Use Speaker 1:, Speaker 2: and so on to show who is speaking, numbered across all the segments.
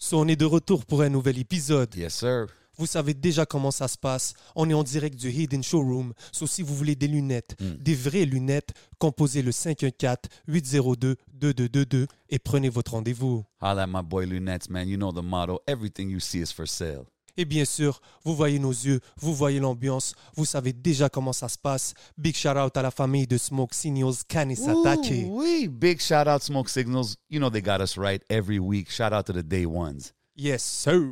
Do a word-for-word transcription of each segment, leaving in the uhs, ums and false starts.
Speaker 1: So, on est de retour pour un nouvel épisode.
Speaker 2: Yes, sir.
Speaker 1: Vous savez déjà comment ça se passe. On est en direct du Hidden Showroom. So, si vous voulez des lunettes,
Speaker 2: Mm.
Speaker 1: des vraies lunettes, composez le cinq un quatre, huit zéro deux, deux deux deux deux et prenez votre rendez-vous.
Speaker 2: Holla at my boy Lunettes, man. You know the motto. Everything you see is for sale.
Speaker 1: Et bien sûr, vous voyez nos yeux, vous voyez l'ambiance, vous savez déjà comment ça se passe. Big shout out à la famille de Smoke Signals, Kanisatake.
Speaker 2: Ooh, oui. Big shout out Smoke Signals. You know they got us right every week. Shout out to the day ones.
Speaker 1: Yes, sir.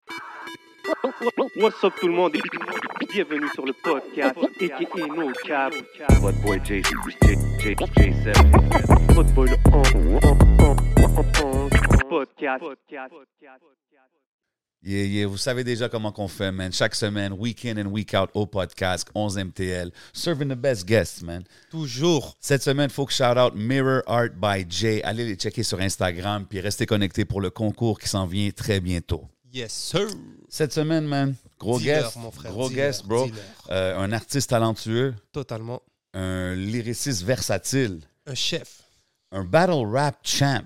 Speaker 3: What's up tout le monde et bienvenue sur le podcast A K A No Cap.
Speaker 4: What boy J J J J seven.
Speaker 3: Votre boy le on, on, on, on, on, podcast.
Speaker 2: Yeah, yeah. Vous savez déjà comment qu'on fait, man. Chaque semaine, week in and week out au podcast, onze M T L. Serving the best guests, man.
Speaker 1: Toujours.
Speaker 2: Cette semaine, il faut que shout out Mirror Art by Jay. Allez les checker sur Instagram puis restez connectés pour le concours qui s'en vient très bientôt.
Speaker 1: Yes, sir.
Speaker 2: Cette semaine, man, gros
Speaker 1: Dealer,
Speaker 2: guest,
Speaker 1: mon frère,
Speaker 2: gros
Speaker 1: dealer,
Speaker 2: guest, bro.
Speaker 1: dealer.
Speaker 2: Euh, un artiste talentueux,
Speaker 1: Totalement.
Speaker 2: un lyriciste versatile,
Speaker 1: Un chef.
Speaker 2: un battle rap champ.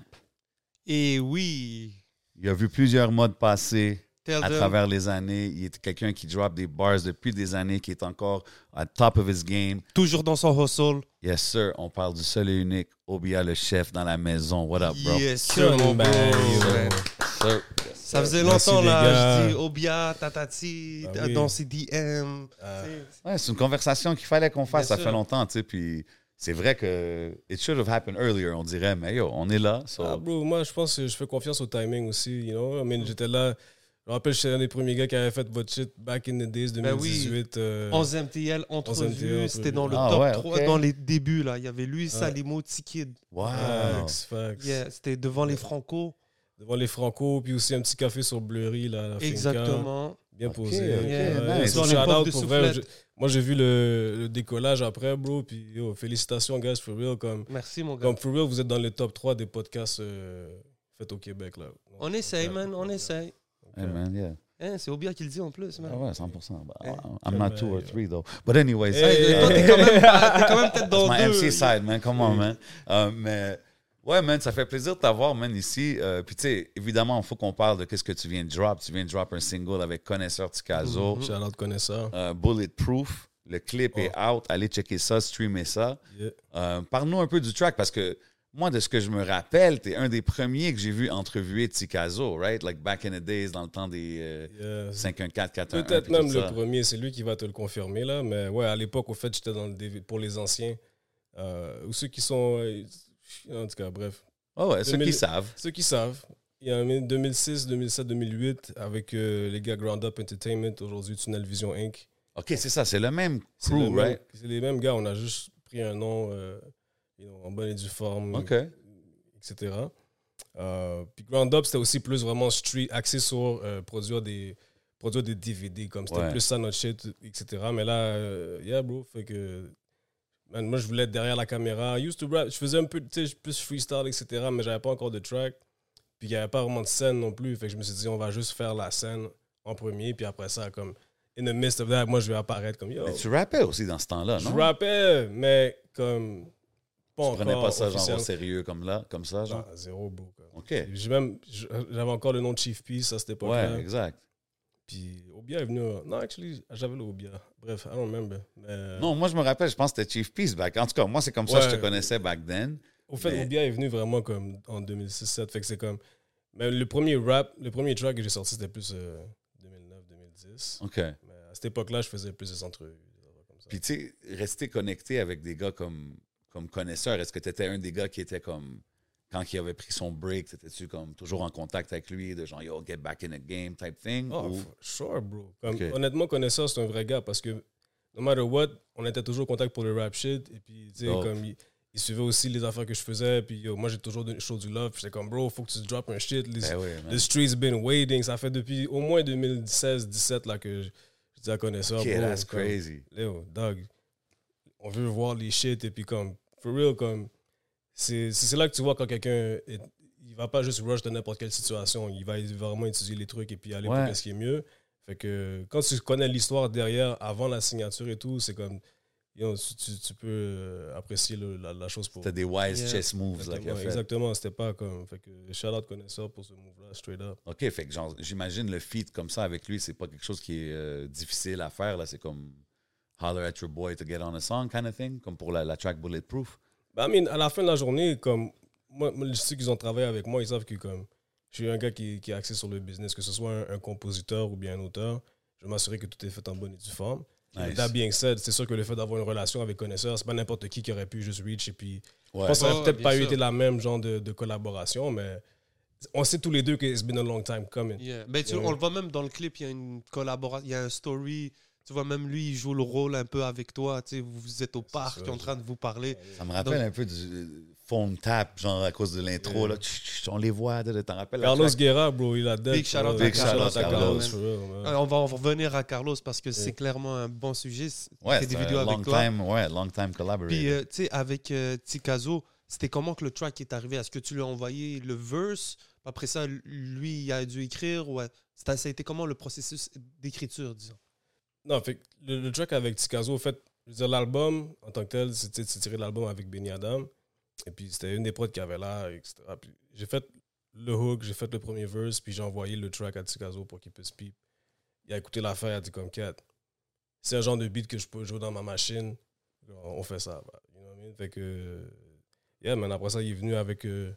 Speaker 1: Et oui.
Speaker 2: Il a vu plusieurs modes passer
Speaker 1: Tell
Speaker 2: à
Speaker 1: them.
Speaker 2: travers les années. Il est quelqu'un qui drop des bars depuis des années, qui est encore à top of his game.
Speaker 1: Toujours dans son hustle.
Speaker 2: Yes, sir. On parle du seul et unique Obia, le chef dans la maison. What up, bro?
Speaker 1: Yes, sir, mon bro.
Speaker 2: Sir. Sir.
Speaker 1: Ça faisait
Speaker 5: Merci,
Speaker 1: longtemps,
Speaker 5: les
Speaker 1: là,
Speaker 5: gars.
Speaker 1: je dis Obia, Tatati,
Speaker 5: Ah oui.
Speaker 1: dans ses D M.
Speaker 5: Ah.
Speaker 1: C'est-
Speaker 2: Ouais, c'est une conversation qu'il fallait qu'on fasse.
Speaker 1: Bien
Speaker 2: Ça
Speaker 1: sûr.
Speaker 2: fait longtemps, tu sais. Puis c'est vrai que it should have happened earlier, on dirait. Mais yo, on est là. So.
Speaker 5: Ah, bro, moi, je pense que je fais confiance au timing aussi, you know. I mean, j'étais là. Je me rappelle, j'étais un des premiers gars qui avait fait votre shit back in the days,
Speaker 1: Ben oui.
Speaker 5: deux mille dix-huit. euh,
Speaker 1: onze M T L,
Speaker 5: onze M T L,
Speaker 1: entrevue, c'était dans le
Speaker 2: Ah
Speaker 1: top
Speaker 2: ouais,
Speaker 1: trois,
Speaker 2: ok.
Speaker 1: dans les débuts, là. Il y avait lui, Salimo, T-Kid.
Speaker 2: Wow.
Speaker 5: Facts, facts.
Speaker 1: Yeah, c'était devant les Franco.
Speaker 5: Devant les Franco, puis aussi un petit café sur Bleury, là. à la Finca.
Speaker 1: Exactement.
Speaker 5: Bien
Speaker 2: Ok,
Speaker 5: posé.
Speaker 2: ok,
Speaker 5: Ouais,
Speaker 2: nice.
Speaker 5: so,
Speaker 1: Dans
Speaker 5: shout
Speaker 1: l'époque
Speaker 5: out
Speaker 1: de
Speaker 5: pour vrai.
Speaker 1: Soufflette.
Speaker 5: Je- Moi, j'ai vu le, le décollage après, bro. Puis, yo, félicitations, guys, for real. Comme,
Speaker 1: Merci, mon gars.
Speaker 5: comme for real, vous êtes dans le top trois des podcasts euh, faits au Québec, là. Donc,
Speaker 1: On essaye,
Speaker 5: donc,
Speaker 1: man, on
Speaker 5: donc,
Speaker 1: essaye.
Speaker 2: Hey, man, yeah.
Speaker 1: Hein, c'est Obia qui le dit en plus, man.
Speaker 2: Ah ouais, cent pour cent. Bah,
Speaker 1: Hey.
Speaker 2: I'm not two or three, though. But anyways,
Speaker 5: Hey,
Speaker 1: Hey, toi, t'es quand même, pas- t'es quand même peut-être dans
Speaker 2: that's my M
Speaker 1: deux.
Speaker 2: C side, man. Come on, man. Euh, mais ouais, man, ça fait plaisir de t'avoir, man, ici. Euh, Puis tu sais, évidemment, il faut qu'on parle de qu'est-ce que tu viens de drop. Tu viens de drop un single avec Connaisseur Ticazo,
Speaker 5: Shout out connaisseur.
Speaker 2: euh, Bulletproof. Le clip est out. Allez checker ça, streamer ça.
Speaker 5: Yeah.
Speaker 2: Euh, Parle-nous un peu du track parce que moi, de ce que je me rappelle, t'es un des premiers que j'ai vu entrevuer Ticazo, right? Like back in the days, dans le temps des euh,
Speaker 5: Yeah.
Speaker 2: cinq un quatre, quatre un un.
Speaker 5: Peut-être
Speaker 2: puis
Speaker 5: même
Speaker 2: tout
Speaker 5: le
Speaker 2: ça.
Speaker 5: premier, c'est lui qui va te le confirmer, là. Mais ouais, à l'époque, au fait, j'étais dans le D V pour les anciens. Euh, ou ceux qui sont. euh, en tout cas, bref.
Speaker 2: Oh ouais, ceux
Speaker 5: deux mille
Speaker 2: qui savent.
Speaker 5: Ceux qui savent. Il y a un deux mille six, deux mille sept, deux mille huit avec euh, les gars Ground Up Entertainment, aujourd'hui Tunnel Vision Incorporated.
Speaker 2: OK, c'est ça, c'est le même
Speaker 5: C'est
Speaker 2: crew,
Speaker 5: le même-
Speaker 2: right?
Speaker 5: C'est les mêmes gars, on a juste pris un nom euh, you know, en bonne et due forme,
Speaker 2: OK.
Speaker 5: et cetera. Euh, puis Ground Up, c'était aussi plus vraiment street, axé sur euh, produire, des, produire des D V D, comme c'était
Speaker 2: Ouais.
Speaker 5: plus ça notre shit, et cetera. Mais là, euh, yeah, bro, fait que. Man, moi, je voulais être derrière la caméra. I used to rap, je faisais un peu, tu sais, plus freestyle, et cetera. Mais j'avais pas encore de track. Puis il n'y avait pas vraiment de scène non plus. Fait que je me suis dit, on va juste faire la scène en premier. Puis après ça, comme, in the midst of that, moi, je vais apparaître comme, yo.
Speaker 2: Mais tu rappais aussi dans ce temps-là,
Speaker 5: Je
Speaker 2: non?
Speaker 5: rappais, mais comme. Pas
Speaker 2: Tu prenais pas
Speaker 5: encore
Speaker 2: ça genre
Speaker 5: officiel.
Speaker 2: au sérieux comme là, comme ça, genre?
Speaker 5: Ah, zéro, bro. quoi.
Speaker 2: OK.
Speaker 5: J'ai même, j'avais encore le nom de Chief Peace à cette époque-là.
Speaker 2: Ouais, exact.
Speaker 5: Puis Obia est venu. Non, actually, j'avais le Obia. Bref, I don't remember. Mais,
Speaker 2: Non, moi, je me rappelle, je pense que c'était Chief Peace back. En tout cas, moi, c'est comme ça que je te
Speaker 5: Ouais.
Speaker 2: connaissais back then.
Speaker 5: Au fait,
Speaker 2: mais-
Speaker 5: Obia est venu vraiment comme en deux mille six deux mille sept. Fait que c'est comme. Mais le premier rap, le premier track que j'ai sorti, c'était plus euh, deux mille neuf deux mille dix.
Speaker 2: OK.
Speaker 5: Mais à cette époque-là, je faisais plus des entrevues. des affaires comme ça.
Speaker 2: Puis, tu sais, rester connecté avec des gars comme, comme connaisseurs, est-ce que tu étais un des gars qui était comme. Quand il avait pris son break, étais-tu comme toujours en contact avec lui, de genre, yo, get back in the game type thing?
Speaker 5: Oh,
Speaker 2: ou-
Speaker 5: for sure, bro. Comme,
Speaker 2: Ok.
Speaker 5: Honnêtement, connaisseur, c'est un vrai gars parce que no matter what, on était toujours en contact pour le rap shit. Et puis, tu sais,
Speaker 2: Dope.
Speaker 5: comme il, il suivait aussi les affaires que je faisais. Puis, yo, moi, j'ai toujours donné show du love. Puis, j'étais comme, bro, faut que tu drop un shit. Les,
Speaker 2: Ben oui, man.
Speaker 5: the streets been waiting. Ça fait depuis au moins deux mille seize dix-sept là, que je, je dis à connaisseur.
Speaker 2: OK,
Speaker 5: bro,
Speaker 2: that's
Speaker 5: comme,
Speaker 2: crazy.
Speaker 5: Yo, dog, on veut voir les shit. Et puis, comme, for real, comme, c'est c'est c'est là que tu vois quand quelqu'un est- il va pas juste rush de n'importe quelle situation. Il va vraiment étudier les trucs et puis aller
Speaker 2: Ouais.
Speaker 5: pour ce qui est mieux. Fait que quand tu connais l'histoire derrière, avant la signature et tout, c'est comme. you know, tu, tu, tu peux euh, apprécier le, la, la chose pour...
Speaker 2: C'était des wise
Speaker 1: Yeah.
Speaker 2: chess moves là, qu'il a
Speaker 5: Exactement,
Speaker 2: fait.
Speaker 5: exactement, c'était pas comme... Fait que shout-out connaisseur pour ce move-là, straight up.
Speaker 2: OK, fait que genre, j'imagine le feat comme ça avec lui, c'est pas quelque chose qui est euh, difficile à faire. Là. C'est comme holler at your boy to get on a song kind of thing, comme pour la, la track Bulletproof.
Speaker 5: Ben, I mean, à la fin de la journée, comme... Moi, moi, ceux qui ont travaillé avec moi, ils savent que comme... Je suis un gars qui, qui est axé sur le business, que ce soit un, un compositeur ou bien un auteur. Je vais m'assurer que tout est fait en bonne et due forme.
Speaker 2: Nice.
Speaker 5: That being said, c'est sûr que le fait d'avoir une relation avec connaisseur, c'est pas n'importe qui qui aurait pu juste reach et puis...
Speaker 2: Ouais.
Speaker 5: Je pense que ça
Speaker 1: Oh,
Speaker 5: aurait peut-être
Speaker 1: bien
Speaker 5: pas
Speaker 1: sûr.
Speaker 5: été la même genre de, de collaboration, mais on sait tous les deux que it's been a long time coming.
Speaker 1: Yeah. Ben, tu-
Speaker 5: Yeah.
Speaker 1: On le voit même dans le clip, il y a une collaboration, il y a un story. Tu vois, même lui, il joue le rôle un peu avec toi. Tu sais, vous vous êtes au parc
Speaker 5: ça,
Speaker 1: en train de vous parler.
Speaker 2: Ça me rappelle
Speaker 1: Donc-
Speaker 2: un peu du euh, phone tap, genre à cause de l'intro.
Speaker 5: Yeah.
Speaker 2: Là. Tch, tch, on les voit, de- t'en rappelles? la
Speaker 5: Carlos
Speaker 2: track?
Speaker 5: Guerra, bro, il a dead.
Speaker 1: Big shout out à
Speaker 2: Big
Speaker 1: Carlos.
Speaker 2: shout out à Carlos.
Speaker 5: for real, man.
Speaker 1: Euh, On va, on va revenir à Carlos parce que c'est
Speaker 5: Yeah.
Speaker 1: clairement un bon sujet. C'est- il
Speaker 2: Ouais,
Speaker 1: fait des
Speaker 2: c'est
Speaker 1: vidéos
Speaker 2: un
Speaker 1: avec
Speaker 2: long
Speaker 1: toi.
Speaker 2: time, ouais, long time collaborator.
Speaker 1: Puis, euh, tu sais, avec euh, Tikazo, c'était comment que le track est arrivé? Est-ce que tu lui as envoyé le verse? Après ça, lui, il a dû écrire? Ou, euh, c'était- ça a été comment le processus d'écriture, disons?
Speaker 5: Non, fait que le, le track avec Tikazo, en fait, je veux dire, l'album, en tant que tel, c'était c'est tiré de l'album avec Benny Adam. Et puis, c'était une des prods qui avait là, et cetera. Puis, j'ai fait le hook, j'ai fait le premier verse, puis j'ai envoyé le track à Tikazo pour qu'il puisse peep. Il a écouté l'affaire, il a dit comme Cat. C'est un genre de beat que je peux jouer dans ma machine. On fait ça. Bah, you know what I mean? Fait que, yeah, man, après ça, il est venu avec euh,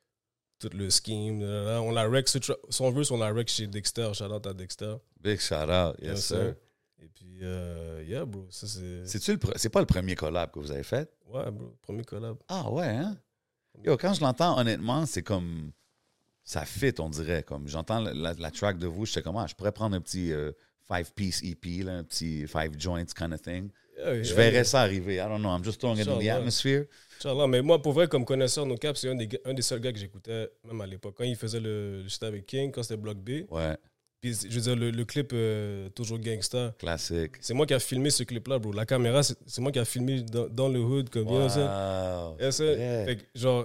Speaker 5: tout le scheme. Là, là. On l'a rec, ce tra- son verse, on l'a rec chez Dexter. Shout out à Dexter.
Speaker 2: Big shout out, yes,
Speaker 5: Yes,
Speaker 2: sir.
Speaker 5: sir. Et puis, euh, yeah, bro, ça c'est.
Speaker 2: C'est-tu le pre- c'est pas le premier collab que vous avez fait?
Speaker 5: Ouais, bro, premier collab.
Speaker 2: Ah ouais, hein? Yo, quand je l'entends, honnêtement, c'est comme... Ça fit, on dirait. Comme j'entends la, la- la track de vous, je sais comment, je pourrais prendre un petit euh, five-piece E P, là, un petit five joints kind of thing.
Speaker 5: Yeah,
Speaker 2: Je
Speaker 5: yeah,
Speaker 2: verrais
Speaker 5: yeah.
Speaker 2: ça arriver. I don't know, I'm just throwing it in the
Speaker 5: Inch'Allah.
Speaker 2: atmosphere.
Speaker 5: Inch'Allah, mais moi, pour vrai, comme connaisseur de nos caps, c'est un des, gars- un des seuls gars que j'écoutais, même à l'époque. Quand il faisait le, le shit avec King, quand c'était Block B.
Speaker 2: Ouais,
Speaker 5: Puis, je veux dire, le, le clip euh, Toujours Gangsta,
Speaker 2: classique.
Speaker 5: c'est moi qui a filmé ce clip-là, bro. La caméra, c'est c'est moi qui a filmé dans, dans le hood, comme, you know what I'm saying?
Speaker 2: Wow.
Speaker 5: Yeah, c'est-
Speaker 2: Yeah.
Speaker 5: Fait que, genre,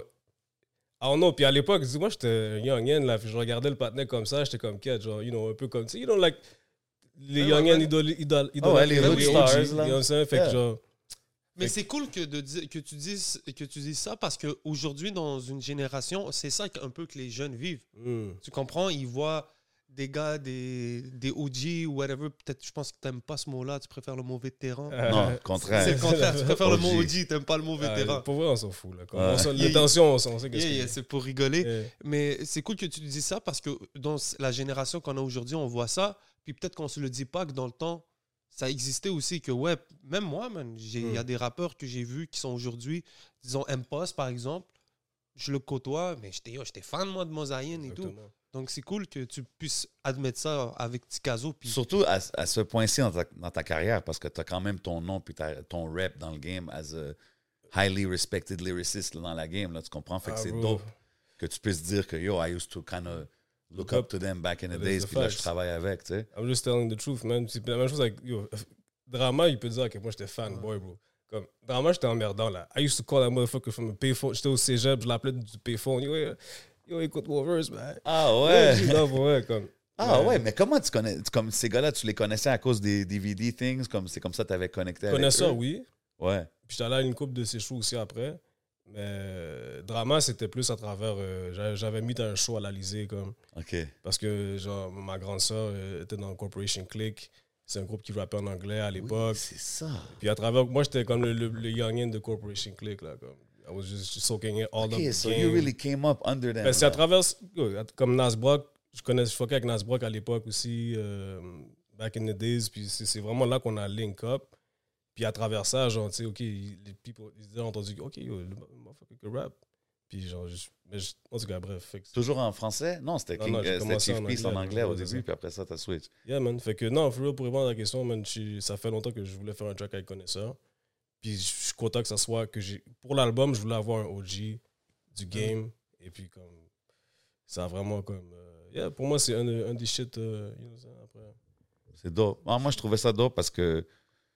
Speaker 5: I don't know. Puis à l'époque, moi, j'étais un youngin, là. Puis je regardais le patinet comme ça, j'étais comme quête, genre, you know, un peu comme, tu sais, you know, like, les
Speaker 1: Ouais,
Speaker 5: youngins
Speaker 1: ouais.
Speaker 5: idol, idol,
Speaker 2: Oh, ouais, les
Speaker 5: idol-
Speaker 2: hood
Speaker 5: les O G,
Speaker 2: stars,
Speaker 5: you know
Speaker 2: là.
Speaker 5: what I'm saying? Fait
Speaker 2: Yeah.
Speaker 5: que, genre,
Speaker 1: Mais
Speaker 5: Fait-
Speaker 1: c'est cool que, de dire- que, tu dises, que tu dises ça parce qu'aujourd'hui, dans une génération, c'est ça un peu que les jeunes vivent.
Speaker 5: hmm.
Speaker 1: Tu comprends? Ils voient des gars, des, des O G ou whatever. Peut-être, je pense que tu n'aimes pas ce mot-là. Tu préfères le mot vétéran.
Speaker 2: Non, au contraire.
Speaker 1: C'est le contraire. Tu préfères le mot
Speaker 2: O G.
Speaker 1: O G. Tu n'aimes pas le mot
Speaker 5: Ah,
Speaker 1: vétéran.
Speaker 5: pour vrai, on s'en fout, là. Comme,
Speaker 2: Ouais.
Speaker 5: on s'en-
Speaker 1: Yeah,
Speaker 5: L'intention, on, s'en- on sait qu'est-ce
Speaker 1: Yeah,
Speaker 5: que
Speaker 1: yeah, c'est pour rigoler.
Speaker 5: Yeah.
Speaker 1: Mais c'est cool que tu dises ça parce que dans la génération qu'on a aujourd'hui, on voit ça. Puis peut-être qu'on se le dit pas que dans le temps, ça existait aussi. Que ouais, même moi, man, j'ai- il y a
Speaker 5: Mm.
Speaker 1: des rappeurs que j'ai vus qui sont aujourd'hui, disons M-Post par exemple. Je le côtoie, mais j'étais yo, j'étais fan moi de Mosaïen et tout.
Speaker 5: Exactement.
Speaker 1: Donc c'est cool que tu puisses admettre ça avec Tikazo. Puis
Speaker 2: Surtout à, à ce point-ci dans ta, dans ta carrière, parce que tu as quand même ton nom puis ta- ton rep dans le game as a highly respected lyricist là, dans la game. Là, tu comprends? Fait que
Speaker 5: Ah,
Speaker 2: c'est
Speaker 5: bro.
Speaker 2: dope que tu puisses dire que yo, I used to kind of look up to them back in the
Speaker 5: That is
Speaker 2: days,
Speaker 5: the
Speaker 2: puis là, je
Speaker 5: facts.
Speaker 2: travaille avec, tu sais.
Speaker 5: I'm just telling the truth, man. C'est la même chose avec yo, Drama, il peut dire à quel point j'étais fanboy, bro. Comme, Drama, j'étais emmerdant, là. I used to call that motherfucker from a payphone. J'étais au cégep, je l'appelais du payphone. Yo, yo, yo, écoute mon verse, man.
Speaker 2: Ah
Speaker 5: Ouais, je dis, non, pour vrai, comme.
Speaker 2: Ah
Speaker 5: mais-
Speaker 2: ouais, mais comment tu connais, tu- comme ces gars-là, tu les connaissais à cause des D V D things, comme c'est comme ça que tu avais connecté avec
Speaker 5: Connaisseur,
Speaker 2: eux?
Speaker 5: oui.
Speaker 2: Ouais.
Speaker 5: Puis j'étais allé à une couple de ses shows aussi après. Mais euh, Drama, c'était plus à travers. euh, j'avais- J'avais mis un show à l'Alizé, comme.
Speaker 2: OK.
Speaker 5: Parce que, genre, ma grande sœur euh, était dans Corporation Click. C'est un groupe qui rappait en anglais à l'époque.
Speaker 2: Oui, c'est ça.
Speaker 5: Puis à travers. Moi, j'étais comme le, le, le youngin de Corporation Click, là. Comme, I was just soaking it all up.
Speaker 2: OK,
Speaker 5: the
Speaker 2: so
Speaker 5: game.
Speaker 2: you really came up under them.
Speaker 5: Ben, c'est à
Speaker 2: là.
Speaker 5: travers. yo, Comme Nas Brock. Je connais, je fuckais avec Nas Brock à l'époque aussi, euh, back in the days. Puis c'est c'est vraiment là qu'on a link up. Puis à travers ça, genre, tu sais, OK, les people, ils ont entendu, OK, yo, le motherfucker can rap. Puis genre, je, mais je, en tout cas, bref. Fait que,
Speaker 2: Toujours en français? Non, c'était
Speaker 5: Non,
Speaker 2: King-
Speaker 5: non, j'ai
Speaker 2: euh, c'était
Speaker 5: commencé
Speaker 2: Chief
Speaker 5: en
Speaker 2: Priest en
Speaker 5: anglais,
Speaker 2: anglais au
Speaker 5: ouais, c'est
Speaker 2: début,
Speaker 5: ça.
Speaker 2: puis après ça, t'as switch.
Speaker 5: yeah, man. Fait que non, for real, pour répondre à la question, man, je- ça fait longtemps que je voulais faire un track avec connaisseur. Puis je suis content que ça soit que j'ai. Pour l'album, je voulais avoir un O G du game. Et puis comme. Ça a vraiment comme. euh, yeah, pour moi, c'est un, un des shit. euh, you know, ça, après.
Speaker 2: C'est dope. Ah, moi, je trouvais ça dope parce que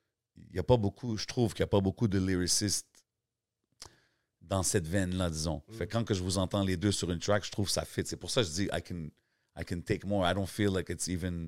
Speaker 2: il y a pas beaucoup, je trouve qu'il n'y a pas beaucoup de lyricistes dans cette veine-là, disons.
Speaker 5: Mm.
Speaker 2: Fait que quand que je vous entends les deux sur une track, je trouve que ça fit. C'est pour ça que je dis I can, I can take more. I don't feel like it's even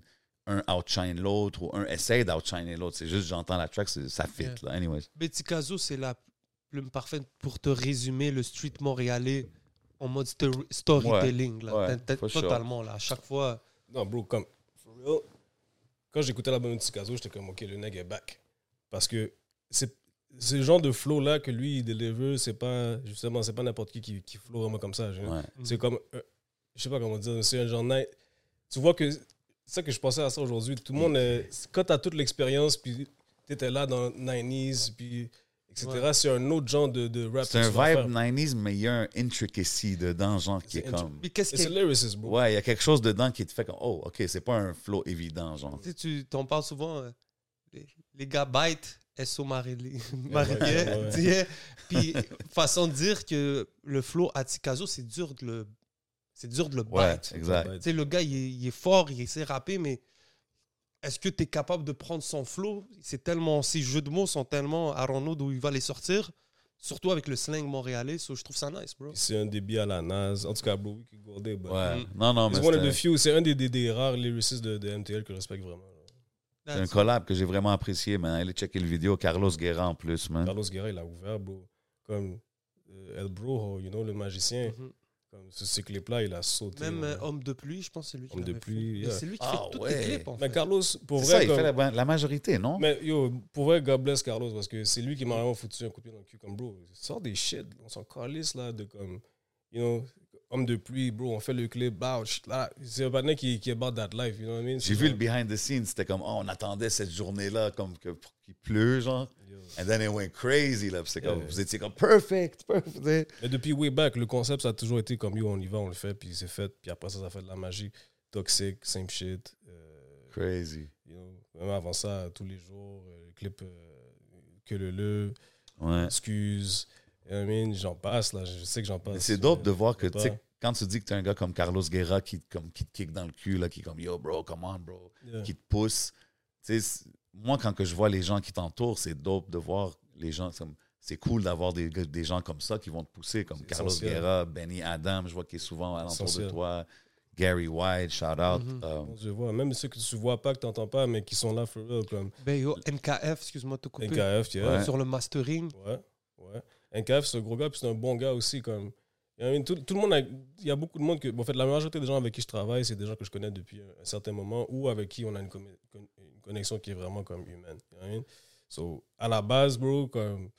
Speaker 2: un outshine l'autre ou un essaye d'outshiner l'autre. C'est juste, j'entends la track, c'est- ça fit,
Speaker 1: Yeah.
Speaker 2: là. Anyways.
Speaker 1: Beticazo, c'est la plume parfaite pour te résumer le street montréalais en mode sto- storytelling. Là.
Speaker 2: Ouais,
Speaker 1: T'as- t'as-
Speaker 2: for sure.
Speaker 1: totalement, là. À chaque fois.
Speaker 5: Non, bro, comme, for real, quand j'écoutais l'album de Tikazo, j'étais comme, OK, le nègre est back. Parce que c'est c'est le genre de flow-là que lui, il deliver, c'est pas, justement, c'est pas n'importe qui qui, qui flow vraiment comme ça. je-
Speaker 2: Ouais.
Speaker 5: C'est comme, euh, je sais pas comment dire, c'est un genre, night- tu vois que, c'est ça que je pensais à ça aujourd'hui, tout le monde, est, quand t'as toute l'expérience, puis t'étais là dans nineties, puis et cetera,
Speaker 1: Ouais.
Speaker 5: c'est un autre genre de, de rap.
Speaker 2: C'est
Speaker 5: que
Speaker 2: un
Speaker 5: tu vas faire.
Speaker 2: vibe nineties, mais il y a un intricacy dedans, genre, qui
Speaker 5: C'est
Speaker 2: est
Speaker 5: intri-
Speaker 2: comme...
Speaker 1: Mais qu'est-ce
Speaker 5: Et c'est
Speaker 1: qui.
Speaker 5: lyricist, bro.
Speaker 2: Ouais, il y a quelque chose dedans qui te fait comme, oh, OK, c'est pas un flow évident, genre.
Speaker 1: Tu sais, tu t'en parles souvent. euh, les, les gars bite, S O Marilyn.
Speaker 5: ouais, ouais.
Speaker 1: Tu sais. Puis, façon de dire que le flow à Tikazo, c'est dur de le. C'est dur de le
Speaker 2: Ouais,
Speaker 1: bite.
Speaker 2: exact.
Speaker 1: Tu sais, le gars, il est, il est fort, il sait rapper, mais est-ce que tu es capable de prendre son flow? C'est tellement, ces jeux de mots sont tellement à Renaud d'où il va les sortir, surtout avec le slang montréalais. So, je trouve ça nice, bro.
Speaker 5: C'est un débit à la naze. En tout cas, bro, we could go there, but-
Speaker 2: Ouais.
Speaker 1: Mm.
Speaker 2: Non, non, mais
Speaker 5: It's one of
Speaker 2: c'est
Speaker 5: the few. C'est un des, des, des rares lyricistes de, de M T L que je respecte vraiment.
Speaker 2: c'est un collab que j'ai vraiment apprécié, man. Allez checker le vidéo. Carlos Guerra en plus, man.
Speaker 5: Carlos Guerra, il a ouvert, bro. Comme euh, El Brojo, you know, le magicien.
Speaker 1: Mhm.
Speaker 5: Comme ce, ce clip-là, il a sauté.
Speaker 1: Même
Speaker 5: man.
Speaker 1: euh, Homme de pluie, je pense que c'est lui qui
Speaker 5: Homme de
Speaker 1: l'avait
Speaker 5: pluie,
Speaker 1: fait. Mais
Speaker 5: yeah.
Speaker 1: c'est lui qui
Speaker 2: Ah,
Speaker 1: fait tous
Speaker 2: ouais.
Speaker 1: les clips, en
Speaker 5: Mais
Speaker 1: fait.
Speaker 5: Carlos, pour
Speaker 2: C'est
Speaker 5: vrai,
Speaker 2: ça, il
Speaker 5: comme-
Speaker 2: fait la, la majorité, non?
Speaker 5: Mais yo, pour vrai, God bless Carlos, parce que c'est lui qui m'a vraiment foutu un coup de pied dans le cul. Comme, bro, sort des shit. On s'en calisse, là, de comme, you know, Homme de pluie, bro, on fait le clip, bah, chut, là. C'est un partenaire qui, qui est about that life, you know what I mean?
Speaker 2: J'ai
Speaker 5: C'est
Speaker 2: vu le
Speaker 5: genre-
Speaker 2: behind the scenes, c'était comme, oh, on attendait cette journée-là comme que, pour qu'il pleut, genre.
Speaker 5: Yo.
Speaker 2: And then it went crazy, là. Puis c'est comme,
Speaker 5: Yeah.
Speaker 2: vous étiez comme, perfect, perfect.
Speaker 5: Mais depuis way back, le concept, ça a toujours été comme, yo, on y va, on le fait, puis c'est fait, puis après ça, ça fait de la magie. Toxic, same shit. euh,
Speaker 2: Crazy.
Speaker 5: you know, même avant ça, tous les jours, euh, le clip euh, Que le le,
Speaker 2: Ouais.
Speaker 5: excuse, you know what I mean? J'en passe, là, je sais que j'en passe.
Speaker 2: Mais c'est dope de voir que,
Speaker 5: je
Speaker 2: tu
Speaker 5: sais
Speaker 2: sais, quand tu dis que t'as un gars comme Carlos Guerra qui, comme, qui te kick dans le cul, là, qui est comme, yo, bro, come on, bro,
Speaker 5: pas. Yeah.
Speaker 2: qui te pousse. Tu sais, c'est- moi, quand que je vois les gens qui t'entourent, c'est dope de voir les gens. comme- C'est cool d'avoir des, gars- des gens comme ça qui vont te pousser, comme
Speaker 5: C'est
Speaker 2: Carlos
Speaker 5: essentiel.
Speaker 2: Guerra, Benny Adam, je vois qu'il est souvent alentour de
Speaker 5: Essentiel.
Speaker 2: toi. Gary White, shout out.
Speaker 1: Mhm.
Speaker 2: Euh,
Speaker 5: Je vois, même ceux que tu vois pas, que tu n'entends pas, mais qui sont là for real, comme
Speaker 1: Ben yo, N K F, excuse-moi de te couper.
Speaker 5: N K F, yeah.
Speaker 2: Ouais.
Speaker 1: Sur le mastering.
Speaker 5: Ouais, ouais. N K F, c'est un gros gars, puis c'est un bon gars aussi. Comme, you know what I mean? tout, tout le monde, a- il y a beaucoup de monde que. Bon, en fait, la majorité des gens avec qui je travaille, c'est des gens que je connais depuis un, un certain moment ou avec qui on a une, commu- con- une connexion qui est vraiment comme humaine. You know what I mean? So, à la base, bro, comme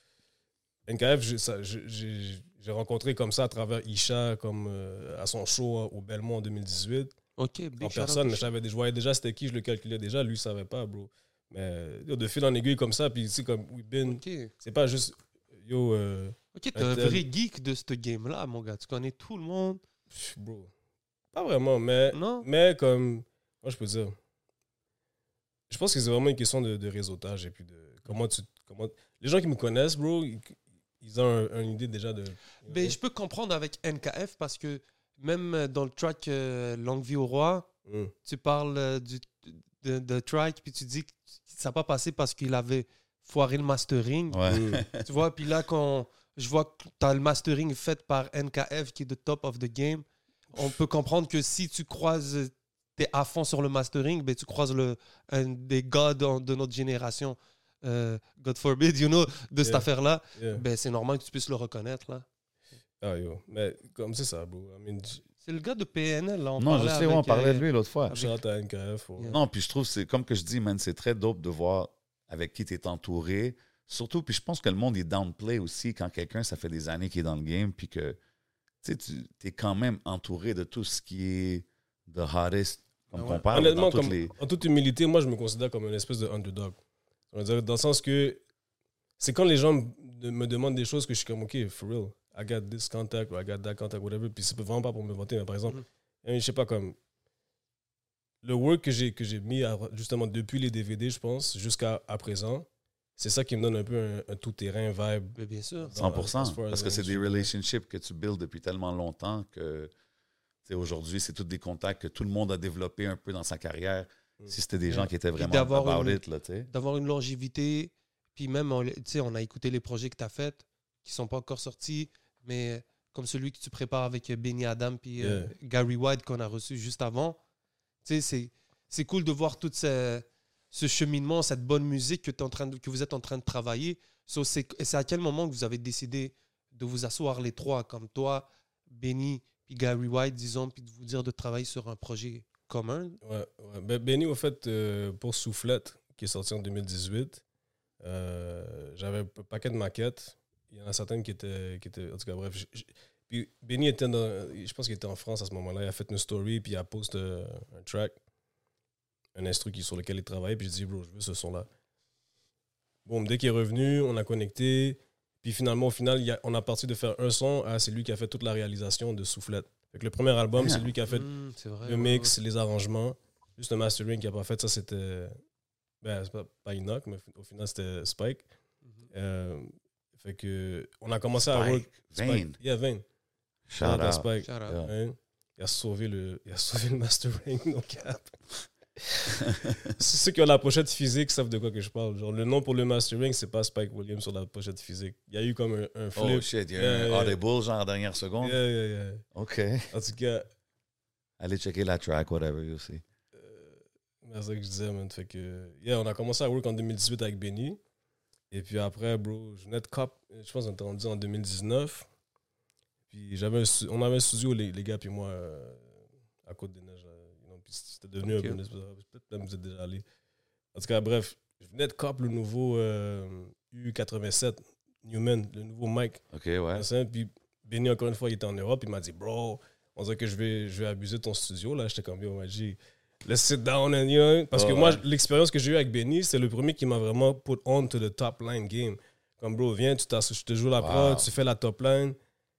Speaker 5: N K F, j'ai- ça- j'ai- j'ai j'ai rencontré comme ça à travers Isha, comme euh, à son show au Belmont en deux mille dix-huit.
Speaker 1: Ok, big
Speaker 5: En
Speaker 1: shout out
Speaker 5: personne,
Speaker 1: to
Speaker 5: mais je savais, je voyais déjà c'était qui, je le calculais déjà, lui, il savait pas, bro. Mais yo, de fil en aiguille comme ça, puis tu sais, comme we've been,
Speaker 1: Ok,
Speaker 5: c'est pas juste, yo, euh,
Speaker 1: ok, t'es un
Speaker 5: Un tel-
Speaker 1: vrai geek de ce game-là, mon gars. Tu connais tout le monde.
Speaker 5: pff, bro. Pas vraiment, mais,
Speaker 1: Non?
Speaker 5: mais comme, moi je peux dire, je pense que c'est vraiment une question de, de réseautage et puis de comment tu, comment, les gens qui me connaissent, bro, ils, ils ont un- une idée déjà de.
Speaker 1: Ben, je peux comprendre avec N K F parce que même euh, dans le track euh, Longue vie au roi,
Speaker 5: Mm.
Speaker 1: tu parles euh, du, de, de track, puis tu dis que ça n'a pas passé parce qu'il avait foiré le mastering.
Speaker 2: ouais.
Speaker 5: Mm.
Speaker 1: Tu vois, puis là, quand je vois que tu as le mastering fait par N K F qui est the top of the game, on peut comprendre que si tu croises, tu es à fond sur le mastering, ben, tu croises le, un des gods de, de notre génération, euh, God forbid, you know, de cette
Speaker 5: Yeah.
Speaker 1: affaire-là,
Speaker 5: Yeah.
Speaker 1: ben, c'est normal que tu puisses le reconnaître. Là.
Speaker 5: Ah, yo. Mais comme c'est ça, bro. I mean, j-
Speaker 1: C'est le gars de P N L. Là, on
Speaker 2: Non, je
Speaker 1: parlait
Speaker 2: sais, ouais, on
Speaker 1: avec,
Speaker 2: parlait
Speaker 1: euh,
Speaker 2: de lui l'autre fois.
Speaker 1: avec-
Speaker 5: shout out à N K F. ouais.
Speaker 1: Yeah.
Speaker 2: Non, puis je trouve, c'est comme que je dis, man, c'est très dope de voir avec qui tu es entouré. Surtout, puis je pense que le monde est downplay aussi quand quelqu'un, ça fait des années qu'il est dans le game, puis que tu sais, tu es quand même entouré de tout ce qui est the hottest, comme
Speaker 1: Ah
Speaker 2: qu'on
Speaker 1: ouais.
Speaker 2: parle
Speaker 5: Honnêtement,
Speaker 2: dans toutes
Speaker 5: comme,
Speaker 2: les...
Speaker 5: en toute humilité, moi, je me considère comme une espèce de underdog. On va dire, dans le sens que c'est quand les gens me me demandent des choses que je suis comme, OK, for real, I got this contact, or I got that contact, whatever. Puis c'est vraiment pas pour me vanter, mais par exemple,
Speaker 1: Mhm.
Speaker 5: euh, je sais pas, comme le work que j'ai que j'ai mis à- justement depuis les D V D, je pense, jusqu'à à présent, c'est ça qui me donne un peu un, un tout-terrain vibe.
Speaker 1: Ben, bien sûr.
Speaker 5: dans-
Speaker 2: cent pour cent,
Speaker 5: as far as
Speaker 2: parce que c'est des
Speaker 5: industry.
Speaker 2: relationships que tu builds depuis tellement longtemps que tu sais, aujourd'hui, c'est tous des contacts que tout le monde a développé un peu dans sa carrière.
Speaker 5: Mm.
Speaker 2: Si c'était des
Speaker 1: Yeah.
Speaker 2: gens qui étaient
Speaker 1: Puis
Speaker 2: vraiment
Speaker 1: d'avoir
Speaker 2: about
Speaker 1: une-
Speaker 2: it, là, tu sais.
Speaker 1: D'avoir une longévité, puis même, on, tu sais, on a écouté les projets que tu as faits, qui sont pas encore sortis, mais comme celui que tu prépares avec Benny Adam puis euh,
Speaker 5: Yeah.
Speaker 1: Gary White qu'on a reçu juste avant, tu sais, c'est, c'est cool de voir tout ce, ce cheminement, cette bonne musique que, t'es en train de, que vous êtes en train de travailler. So, c'est, c'est à quel moment que vous avez décidé de vous asseoir les trois, comme toi, Benny, puis Gary White, disons, puis de vous dire de travailler sur un projet commun?
Speaker 5: Ouais, ouais. Ben, Benny, au fait, euh, pour Soufflette, qui est sorti en deux mille dix-huit, euh, j'avais un paquet de maquettes. Il y en a certaines qui étaient... Qui étaient en tout cas, bref. j- j- Puis Benny était dans... Je pense qu'il était en France à ce moment-là. Il a fait une story, puis il a posté euh, un track, un instru qui, sur lequel il travaillait. Puis j'ai dit, bro, je veux ce son-là. Bon, dès qu'il est revenu, on a connecté. Puis finalement, au final, il y a- on a parti de faire un son à c'est lui qui a fait toute la réalisation de Soufflette. Fait que le premier album, c'est lui qui a fait
Speaker 1: Mmh, c'est vrai,
Speaker 5: le
Speaker 1: ouais,
Speaker 5: mix, les arrangements. Juste le mastering qu'il n'a pas fait, ça c'était. Ben, c'est pas, pas Enoch, mais au final c'était Spike.
Speaker 1: ouais. Mhm.
Speaker 5: Euh, fait que. On a commencé à work.
Speaker 2: Spike, Vane.
Speaker 5: Yeah, Vane.
Speaker 2: Shout
Speaker 5: Shout out à
Speaker 2: out.
Speaker 5: Spike.
Speaker 1: Shout out.
Speaker 2: Yeah.
Speaker 5: Hein? Il a sauvé le, il a sauvé le mastering, no cap. C'est ceux qui ont la pochette physique savent de quoi que je parle. Genre, le nom pour le mastering, c'est pas Spike Williams sur la pochette physique. Il y a eu comme un, un flip.
Speaker 2: Oh shit, il y a
Speaker 5: Yeah,
Speaker 2: un
Speaker 5: yeah.
Speaker 2: audible genre en dernière seconde.
Speaker 5: Yeah, yeah, yeah.
Speaker 2: OK.
Speaker 5: En tout cas,
Speaker 2: Allez checker la track, whatever, you see.
Speaker 5: c'est ça que je disais, man. Fait que, yeah, on a commencé à work en deux mille dix-huit avec Benny. Et puis après, bro, je venais de cop, je pense qu'on était rendu en deux mille dix-neuf. Puis j'avais un stu- on avait un studio, les, les gars, puis moi, euh, à Côte-des-Neiges. euh, you know, puis c'était devenu
Speaker 1: Ok.
Speaker 5: un business. Peut-être même vous êtes déjà allé. En tout cas, bref, je venais de cop le nouveau euh, U quatre-vingt-sept Newman, le nouveau mic.
Speaker 2: OK, ouais.
Speaker 5: Ça, Puis Benny, encore une fois, il était en Europe. Il m'a dit, bro, on dirait que je vais, je vais abuser de ton studio. Là, j'étais comme, yo, m'a dit, let's sit down and, you know. Parce que
Speaker 2: Ouais.
Speaker 5: moi, l'expérience que j'ai eue avec Benny, c'est le premier qui m'a vraiment put on to the top line game. Comme, bro, viens, tu t'as- je te joue la
Speaker 2: Wow.
Speaker 5: prod, tu fais la top line.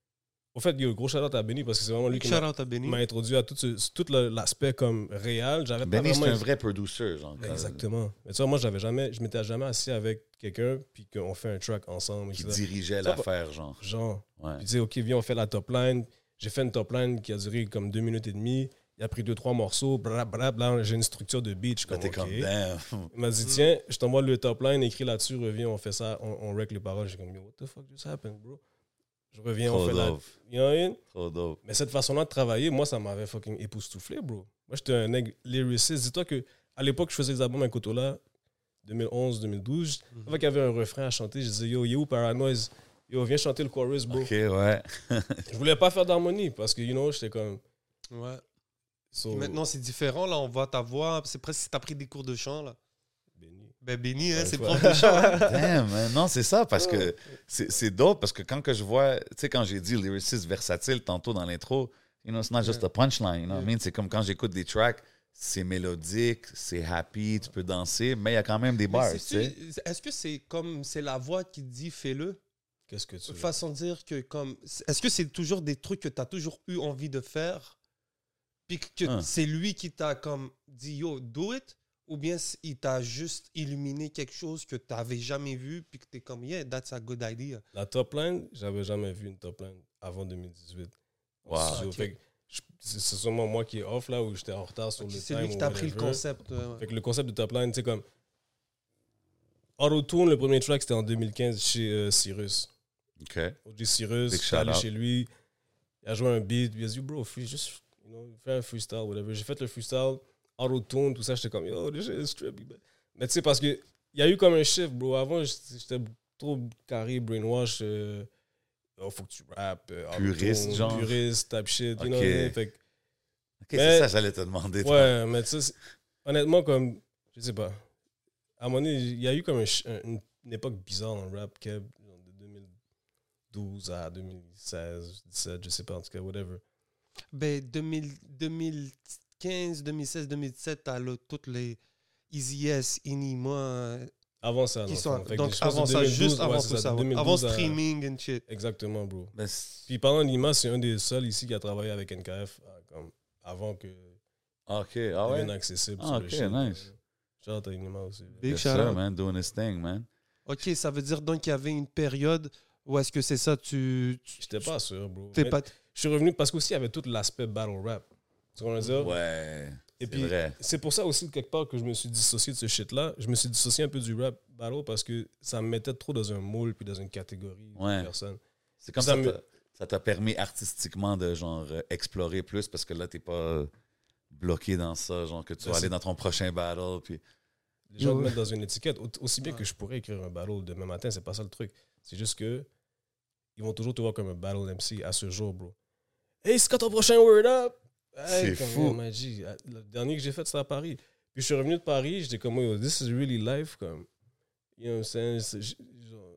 Speaker 5: Au fait, yo, gros shout-out à Benny parce que c'est vraiment lui qui
Speaker 1: Shout
Speaker 5: m'a,
Speaker 1: out à Benny.
Speaker 5: m'a introduit à tout, ce- tout le- l'aspect comme réel. J'avais pas
Speaker 2: Benny, c'est
Speaker 5: vraiment...
Speaker 2: un vrai producer, genre.
Speaker 5: Exactement. Mais tu vois, moi, j'avais jamais, je m'étais jamais assis avec quelqu'un puis qu'on fait un track ensemble.
Speaker 2: Qui
Speaker 5: et cetera.
Speaker 2: dirigeait
Speaker 5: Ça,
Speaker 2: l'affaire, genre.
Speaker 5: Genre,
Speaker 2: Ouais.
Speaker 5: puis tu sais, OK, viens, on fait la top line. J'ai fait une top line qui a duré comme deux minutes et demie. Il a pris deux, trois morceaux. Brab, brab, là, j'ai une structure de beat. Je suis
Speaker 2: Là,
Speaker 5: comme,
Speaker 2: t'es
Speaker 5: OK.
Speaker 2: comme, damn.
Speaker 5: Il m'a dit, tiens, je t'envoie le top line, écris là-dessus, reviens, on fait ça, on, on rec les paroles. J'ai comme, yo, what the fuck just happened, bro? Je reviens, on
Speaker 2: Trop
Speaker 5: fait la...
Speaker 2: dope.
Speaker 5: You know what I mean?
Speaker 2: Trop dope.
Speaker 5: Mais cette façon-là de travailler, moi, ça m'avait fucking époustouflé, bro. Moi, j'étais un nègre lyriciste. Dis-toi que à l'époque, je faisais des albums avec Kotola, deux mille onze, deux mille douze.
Speaker 1: Mhm.
Speaker 5: Une fois qu'il y avait un refrain à chanter, je disais, yo, yo, Paranoise, yo, viens chanter le chorus, bro.
Speaker 2: OK, ouais.
Speaker 5: Je voulais pas faire d'harmonie parce que, you know, j'étais comme...
Speaker 1: Ouais.
Speaker 5: So,
Speaker 1: Maintenant, c'est différent. Là, on voit ta voix. C'est presque si tu as pris des cours de chant. Là.
Speaker 5: Benny.
Speaker 1: Ben, Benny, hein,
Speaker 5: Ouais,
Speaker 1: c'est
Speaker 5: ouais.
Speaker 1: prof de chant. hein.
Speaker 2: Damn, man. Non, c'est ça, parce que c'est c'est dope, parce que quand que je vois, tu sais, quand j'ai dit lyriciste versatile tantôt dans l'intro, you know, it's not just a punchline, you know what I mean? C'est comme quand j'écoute des tracks, c'est mélodique, c'est happy, tu peux danser, mais il y a quand même des
Speaker 1: Mais
Speaker 2: bars, tu
Speaker 1: c'est-tu-
Speaker 2: sais.
Speaker 1: Est-ce que c'est comme c'est la voix qui dit fais-le?
Speaker 5: Qu'est-ce que tu veux?
Speaker 1: Façon de dire que comme. Est-ce que c'est toujours des trucs que tu as toujours eu envie de faire? Puis que
Speaker 2: Hein.
Speaker 1: c'est lui qui t'a comme dit yo, do it? Ou bien c- il t'a juste illuminé quelque chose que tu n'avais jamais vu, puis que tu es comme yeah, that's a good idea.
Speaker 5: La top line, j'avais jamais vu une top line avant deux mille dix-huit.
Speaker 2: Wow.
Speaker 5: So,
Speaker 1: Ok.
Speaker 5: fait que je- C'est c'est sûrement moi qui est off là, où j'étais en retard sur le
Speaker 1: C'est
Speaker 5: time.
Speaker 1: lui qui
Speaker 5: ou
Speaker 1: t'a pris le
Speaker 5: whatever.
Speaker 1: concept. ouais, ouais.
Speaker 5: Fait que le concept de top line, tu sais, comme. Auto-Tune, le premier track, c'était en deux mille quinze chez euh, Cyrus.
Speaker 2: OK.
Speaker 5: O J Cyrus,
Speaker 2: Big
Speaker 5: je suis allé
Speaker 2: shout-out.
Speaker 5: chez lui, il a joué un beat, il a dit, bro, free, juste, you know, fais un freestyle, whatever. J'ai fait le freestyle, auto-tune, tout ça, j'étais comme, yo, this shit is trippy. Mais tu sais, parce que il y a eu comme un shift, bro. Avant, j'étais j'étais trop carré, brainwash, euh, oh, faut que tu rappes, euh, auto-tune,
Speaker 2: Puriste, genre.
Speaker 5: Puriste, type shit, you know
Speaker 2: Ok.
Speaker 5: what I mean? Fait que,
Speaker 2: OK,
Speaker 5: Mais-
Speaker 2: c'est ça, j'allais te demander. toi.
Speaker 5: ouais, mais tu sais, c'est- honnêtement, comme, je sais pas, à un moment donné, il y a eu comme un ch- un- une, une époque bizarre dans le rap, Keb, genre de deux mille douze à deux mille seize, dix-sept, je sais pas, en tout cas, whatever.
Speaker 1: Ben, deux mille deux mille quinze, deux mille seize, deux mille dix-sept, t'as là, toutes les Easy S, Inima,
Speaker 5: Avant ça,
Speaker 1: qui
Speaker 5: non,
Speaker 1: sont.
Speaker 5: fait que
Speaker 1: Donc,
Speaker 5: je pense
Speaker 1: avant
Speaker 5: de
Speaker 1: ça,
Speaker 5: deux mille douze,
Speaker 1: juste avant
Speaker 5: ouais,
Speaker 1: tout
Speaker 5: c'est
Speaker 1: ça.
Speaker 5: de
Speaker 1: ouais.
Speaker 5: deux mille
Speaker 1: Avant
Speaker 5: douze à-
Speaker 1: streaming and shit.
Speaker 5: Exactement, bro.
Speaker 2: Ben, c'est-
Speaker 5: Puis parlant d'Ima, c'est un des seuls ici qui a travaillé avec N K F euh, comme avant que
Speaker 2: OK, ah
Speaker 5: devienne
Speaker 2: ouais?
Speaker 5: accessible
Speaker 2: Ah,
Speaker 5: sur
Speaker 2: ok,
Speaker 5: le shit.
Speaker 2: nice.
Speaker 5: Shout out à Inima aussi.
Speaker 1: Big
Speaker 2: Yes,
Speaker 1: shout
Speaker 2: sir,
Speaker 1: out.
Speaker 2: man, doing his thing, man.
Speaker 1: Ok, ça veut dire donc qu'il y avait une période où est-ce que c'est ça, tu. tu-
Speaker 5: J'étais pas sûr, bro.
Speaker 1: T'es
Speaker 5: Mais
Speaker 1: pas.
Speaker 5: Je suis revenu parce qu'aussi, il y avait tout l'aspect battle rap. Tu comprends ce que je veux dire?
Speaker 2: Ouais,
Speaker 5: Et
Speaker 2: c'est
Speaker 5: puis,
Speaker 2: vrai.
Speaker 5: c'est pour ça aussi, quelque part, que je me suis dissocié de ce shit-là. Je me suis dissocié un peu du rap battle parce que ça me mettait trop dans un moule puis dans une catégorie
Speaker 2: Ouais.
Speaker 5: de personnes.
Speaker 2: C'est comme
Speaker 5: ça
Speaker 2: ça,
Speaker 5: me-
Speaker 2: t'a- ça t'a permis artistiquement de genre euh, explorer plus parce que là, t'es pas bloqué dans ça, genre que tu
Speaker 5: Ben,
Speaker 2: vas
Speaker 5: c'est-
Speaker 2: aller dans ton prochain battle, puis...
Speaker 5: Les gens
Speaker 1: Yo.
Speaker 5: me mettent dans une étiquette. Au- Aussi bien que je pourrais écrire un battle demain matin, c'est pas ça le truc. C'est juste que ils vont toujours te voir comme un battle M C à ce jour, bro. Hey, c'est quand ton prochain Word Up? Hey,
Speaker 2: C'est
Speaker 5: comme,
Speaker 2: fou.
Speaker 5: yo, man, G, le dernier que j'ai fait, c'était à Paris. Puis je suis revenu de Paris, j'étais comme, yo, this is really life, comme, you know what I'm saying? C'est- j- genre,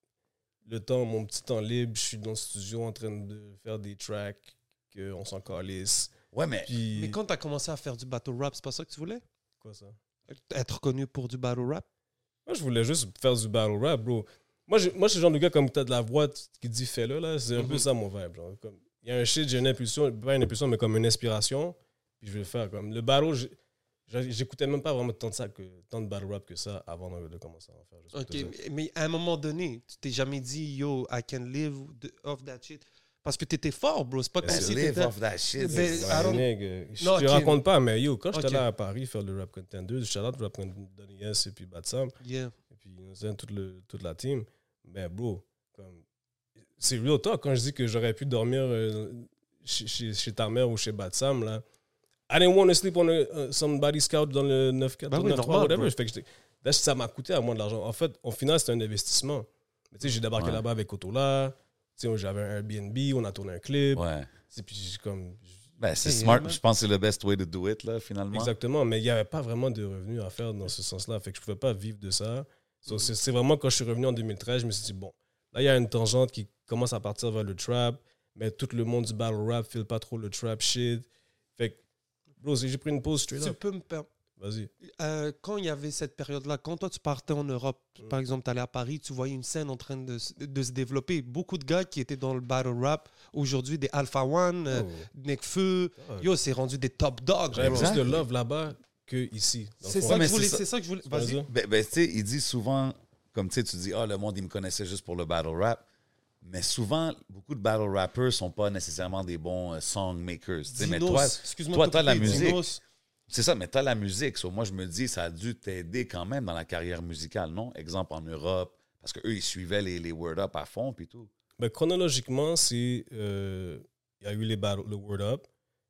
Speaker 5: le temps, mon petit temps libre, je suis dans le studio en train de faire des tracks, qu'on s'en calisse.
Speaker 2: Ouais, mais...
Speaker 5: Puis,
Speaker 1: Mais quand t'as commencé à faire du battle rap, c'est pas ça que tu voulais?
Speaker 5: quoi ça?
Speaker 1: Être connu pour du battle rap?
Speaker 5: Moi, je voulais juste faire du battle rap, bro. Moi, je, moi, je suis le genre de gars comme t'as de la voix qui dit fais-le, là. C'est un peu
Speaker 1: Mhm.
Speaker 5: ça mon vibe. genre. Comme, il y a un shit, j'ai une impulsion, pas une impulsion, mais comme une inspiration, puis je vais le faire. Comme le battle, j'ai- j'ai- j'écoutais même pas vraiment tant de, ça que, tant de battle rap que ça avant de, de commencer à en faire. juste pour
Speaker 1: Ok,
Speaker 5: te dire.
Speaker 1: mais, mais à un moment donné, tu t'es jamais dit, yo, I can live the- off that shit. Parce que t'étais fort, bro. C'est pas
Speaker 5: Ben,
Speaker 1: comme
Speaker 5: c'est
Speaker 1: si
Speaker 2: live
Speaker 1: t'étais...
Speaker 2: off that shit.
Speaker 1: Ben,
Speaker 2: c'est-
Speaker 1: I don't-
Speaker 5: Nigga, je
Speaker 1: Non,
Speaker 5: te
Speaker 1: ok.
Speaker 5: raconte pas, mais yo, quand j'étais
Speaker 1: Ok.
Speaker 5: là à Paris faire le Rap Contender, j'étais là, le Rap Contender, Donny S et puis Batsam.
Speaker 1: Yeah.
Speaker 5: Et puis, you know, toute, le, toute la team. Mais, bro, comme, c'est real talk. Quand je dis que j'aurais pu dormir euh, chez, chez, chez ta mère ou chez Batsam, là, I didn't want to sleep on a, uh, somebody's couch dans le neuf quatre,
Speaker 1: Ben oui,
Speaker 5: neuf trois,
Speaker 1: normal,
Speaker 5: whatever.
Speaker 1: bro.
Speaker 5: Fait que j'étais- là, ça m'a coûté à moi de l'argent. En fait, au final, c'était un investissement. Mais tu sais, j'ai débarqué
Speaker 2: Ouais.
Speaker 5: là-bas avec Kotola. Tu sais, j'avais un Airbnb, on a tourné un clip.
Speaker 2: Ouais.
Speaker 5: Et puis, j'ai comme...
Speaker 2: Ben, c'est
Speaker 1: Hey,
Speaker 2: smart.
Speaker 1: man.
Speaker 2: Je pense que c'est le best way to do it, là, finalement.
Speaker 5: Exactement, mais il n'y avait pas vraiment de revenus à faire dans ce sens-là. Fait que je ne pouvais pas vivre de ça. So, c'est, c'est vraiment quand je suis revenu en deux mille treize, je me suis dit, bon, là, il y a une tangente qui commence à partir vers le trap, mais tout le monde du battle rap ne file pas trop le trap shit. Fait que, bro, j'ai pris une pause straight
Speaker 1: Tu
Speaker 5: up.
Speaker 1: peux me permettre...
Speaker 5: Vas-y.
Speaker 1: Euh, quand il y avait cette période-là, quand toi tu partais en Europe, par exemple, tu allais à Paris, tu voyais une scène en train de, s- de se développer. Beaucoup de gars qui étaient dans le battle rap, aujourd'hui des Alpha One, euh,
Speaker 5: Oh.
Speaker 1: Nekfeu,
Speaker 5: Ah,
Speaker 1: yo, c'est rendu des top dogs.
Speaker 5: J'avais
Speaker 1: bro.
Speaker 2: Exact.
Speaker 5: plus de love là-bas qu'ici. dans le
Speaker 1: C'est
Speaker 5: fond.
Speaker 1: ça,
Speaker 2: Ouais,
Speaker 1: que
Speaker 2: mais
Speaker 1: je voulais-
Speaker 2: c'est ça.
Speaker 1: c'est ça que je voulais.
Speaker 5: Vas-y.
Speaker 1: Vas-y.
Speaker 2: Ben, ben, tu sais, il dit souvent, comme tu sais, tu dis, ah, le monde, il me connaissait juste pour le battle rap. Mais souvent, beaucoup de battle rappers sont pas nécessairement des bons euh, song makers. tu sais. Mais
Speaker 1: Dinos,
Speaker 2: toi,
Speaker 1: excuse-moi
Speaker 2: toi,
Speaker 1: de te
Speaker 2: t'as la
Speaker 1: couper,
Speaker 2: musique.
Speaker 1: Dinos.
Speaker 2: c'est ça, mais t'as la musique. So, moi, je me dis, ça a dû t'aider quand même dans la carrière musicale, non? Exemple en Europe, parce qu'eux, ils suivaient les, les Word Up à fond, puis tout.
Speaker 5: Ben, chronologiquement, c'est. euh, Il y a eu les battles, le Word Up.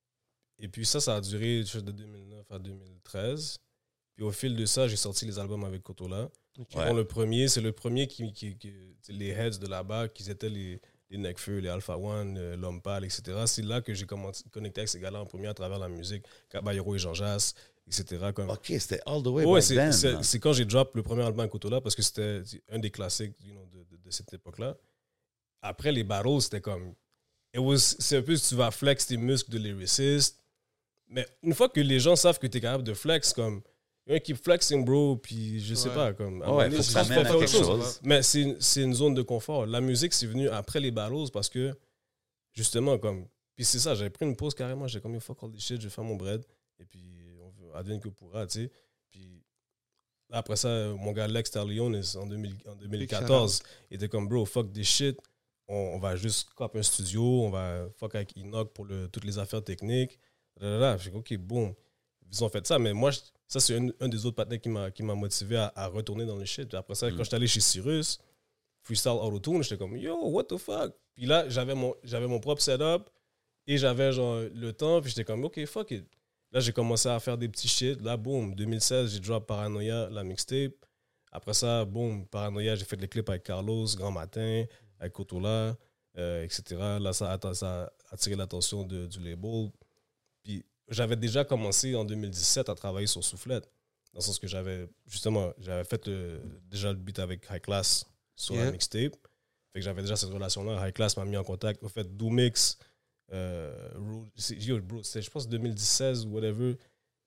Speaker 5: Et puis ça, ça a duré je sais, de deux mille neuf à deux mille treize. Puis au fil de ça, j'ai sorti les albums avec Kotola.
Speaker 2: Ouais.
Speaker 5: Bon, le premier, c'est le premier qui, qui, qui- les heads de là-bas, qui étaient les, les Nekfeu, les Alpha One, euh, L'Homme Pâle, et cetera. C'est là que j'ai commencé- connecté avec ces gars-là en premier à travers la musique. Caballero et Jean Jass, et cetera. Comme...
Speaker 2: OK, c'était all the way
Speaker 5: Ouais,
Speaker 2: back
Speaker 5: c'est,
Speaker 2: then.
Speaker 5: c'est, c'est quand j'ai drop le premier album à Kotola parce que c'était un des classiques you know, de, de, de cette époque-là. Après les battles, c'était comme. It was, c'est un peu tu vas flex tes muscles de lyriciste. Mais une fois que les gens savent que tu es capable de flex, comme. Il y a un keep flexing, bro, puis je sais
Speaker 1: Ouais.
Speaker 5: pas. Comme, à un
Speaker 2: Ouais,
Speaker 5: moment donné,
Speaker 2: faut que
Speaker 5: je
Speaker 2: ça
Speaker 5: pense
Speaker 2: mène
Speaker 5: qu'il faut
Speaker 2: à
Speaker 5: faire
Speaker 2: quelque
Speaker 5: autre
Speaker 2: chose.
Speaker 5: Mais c'est, une- c'est une zone de confort. La musique, c'est venu après les battles parce que, justement, comme. Puis c'est ça, j'avais pris une pause carrément. J'ai comme, fuck all this shit, je vais faire mon bread. Et puis, on veut- advienne que pourra, tu sais. Puis là, après ça, mon gars Lex Tarleone, en, deux mille en deux mille quatorze, il était comme, bro, fuck this shit. On, on va juste cop un studio, on va fuck avec Enoch pour le, toutes les affaires techniques. J'ai dit, OK, boom. Ils ont fait ça, mais moi, je- ça, c'est un, un des autres partenaires qui m'a, qui m'a motivé à, à retourner dans le shit. Puis après ça,
Speaker 2: Mm.
Speaker 5: quand j'étais allé chez Cyrus, Freestyle Auto-Tune, j'étais comme, yo, what the fuck? Puis là, j'avais mon, j'avais mon propre setup et j'avais genre le temps, puis j'étais comme, OK, fuck it. Là, j'ai commencé à faire des petits shit. Là, boom, deux mille seize, j'ai drop Paranoia, la mixtape. Après ça, boom, Paranoia, j'ai fait les clips avec Carlos, Grand Matin, avec Kotola, euh, et cetera. Là, ça a, ça a attiré l'attention de- du label. Puis j'avais déjà commencé en deux mille dix-sept à travailler sur Soufflette. Dans le sens que j'avais, justement, j'avais fait le- déjà le beat avec High Class sur
Speaker 1: Yeah.
Speaker 5: la mixtape. Fait que j'avais déjà cette relation-là. High Class m'a mis en contact. Au fait, Doomix, euh, Ro- c'est- yo, bro, c'est, je pense deux mille dix-seize ou whatever.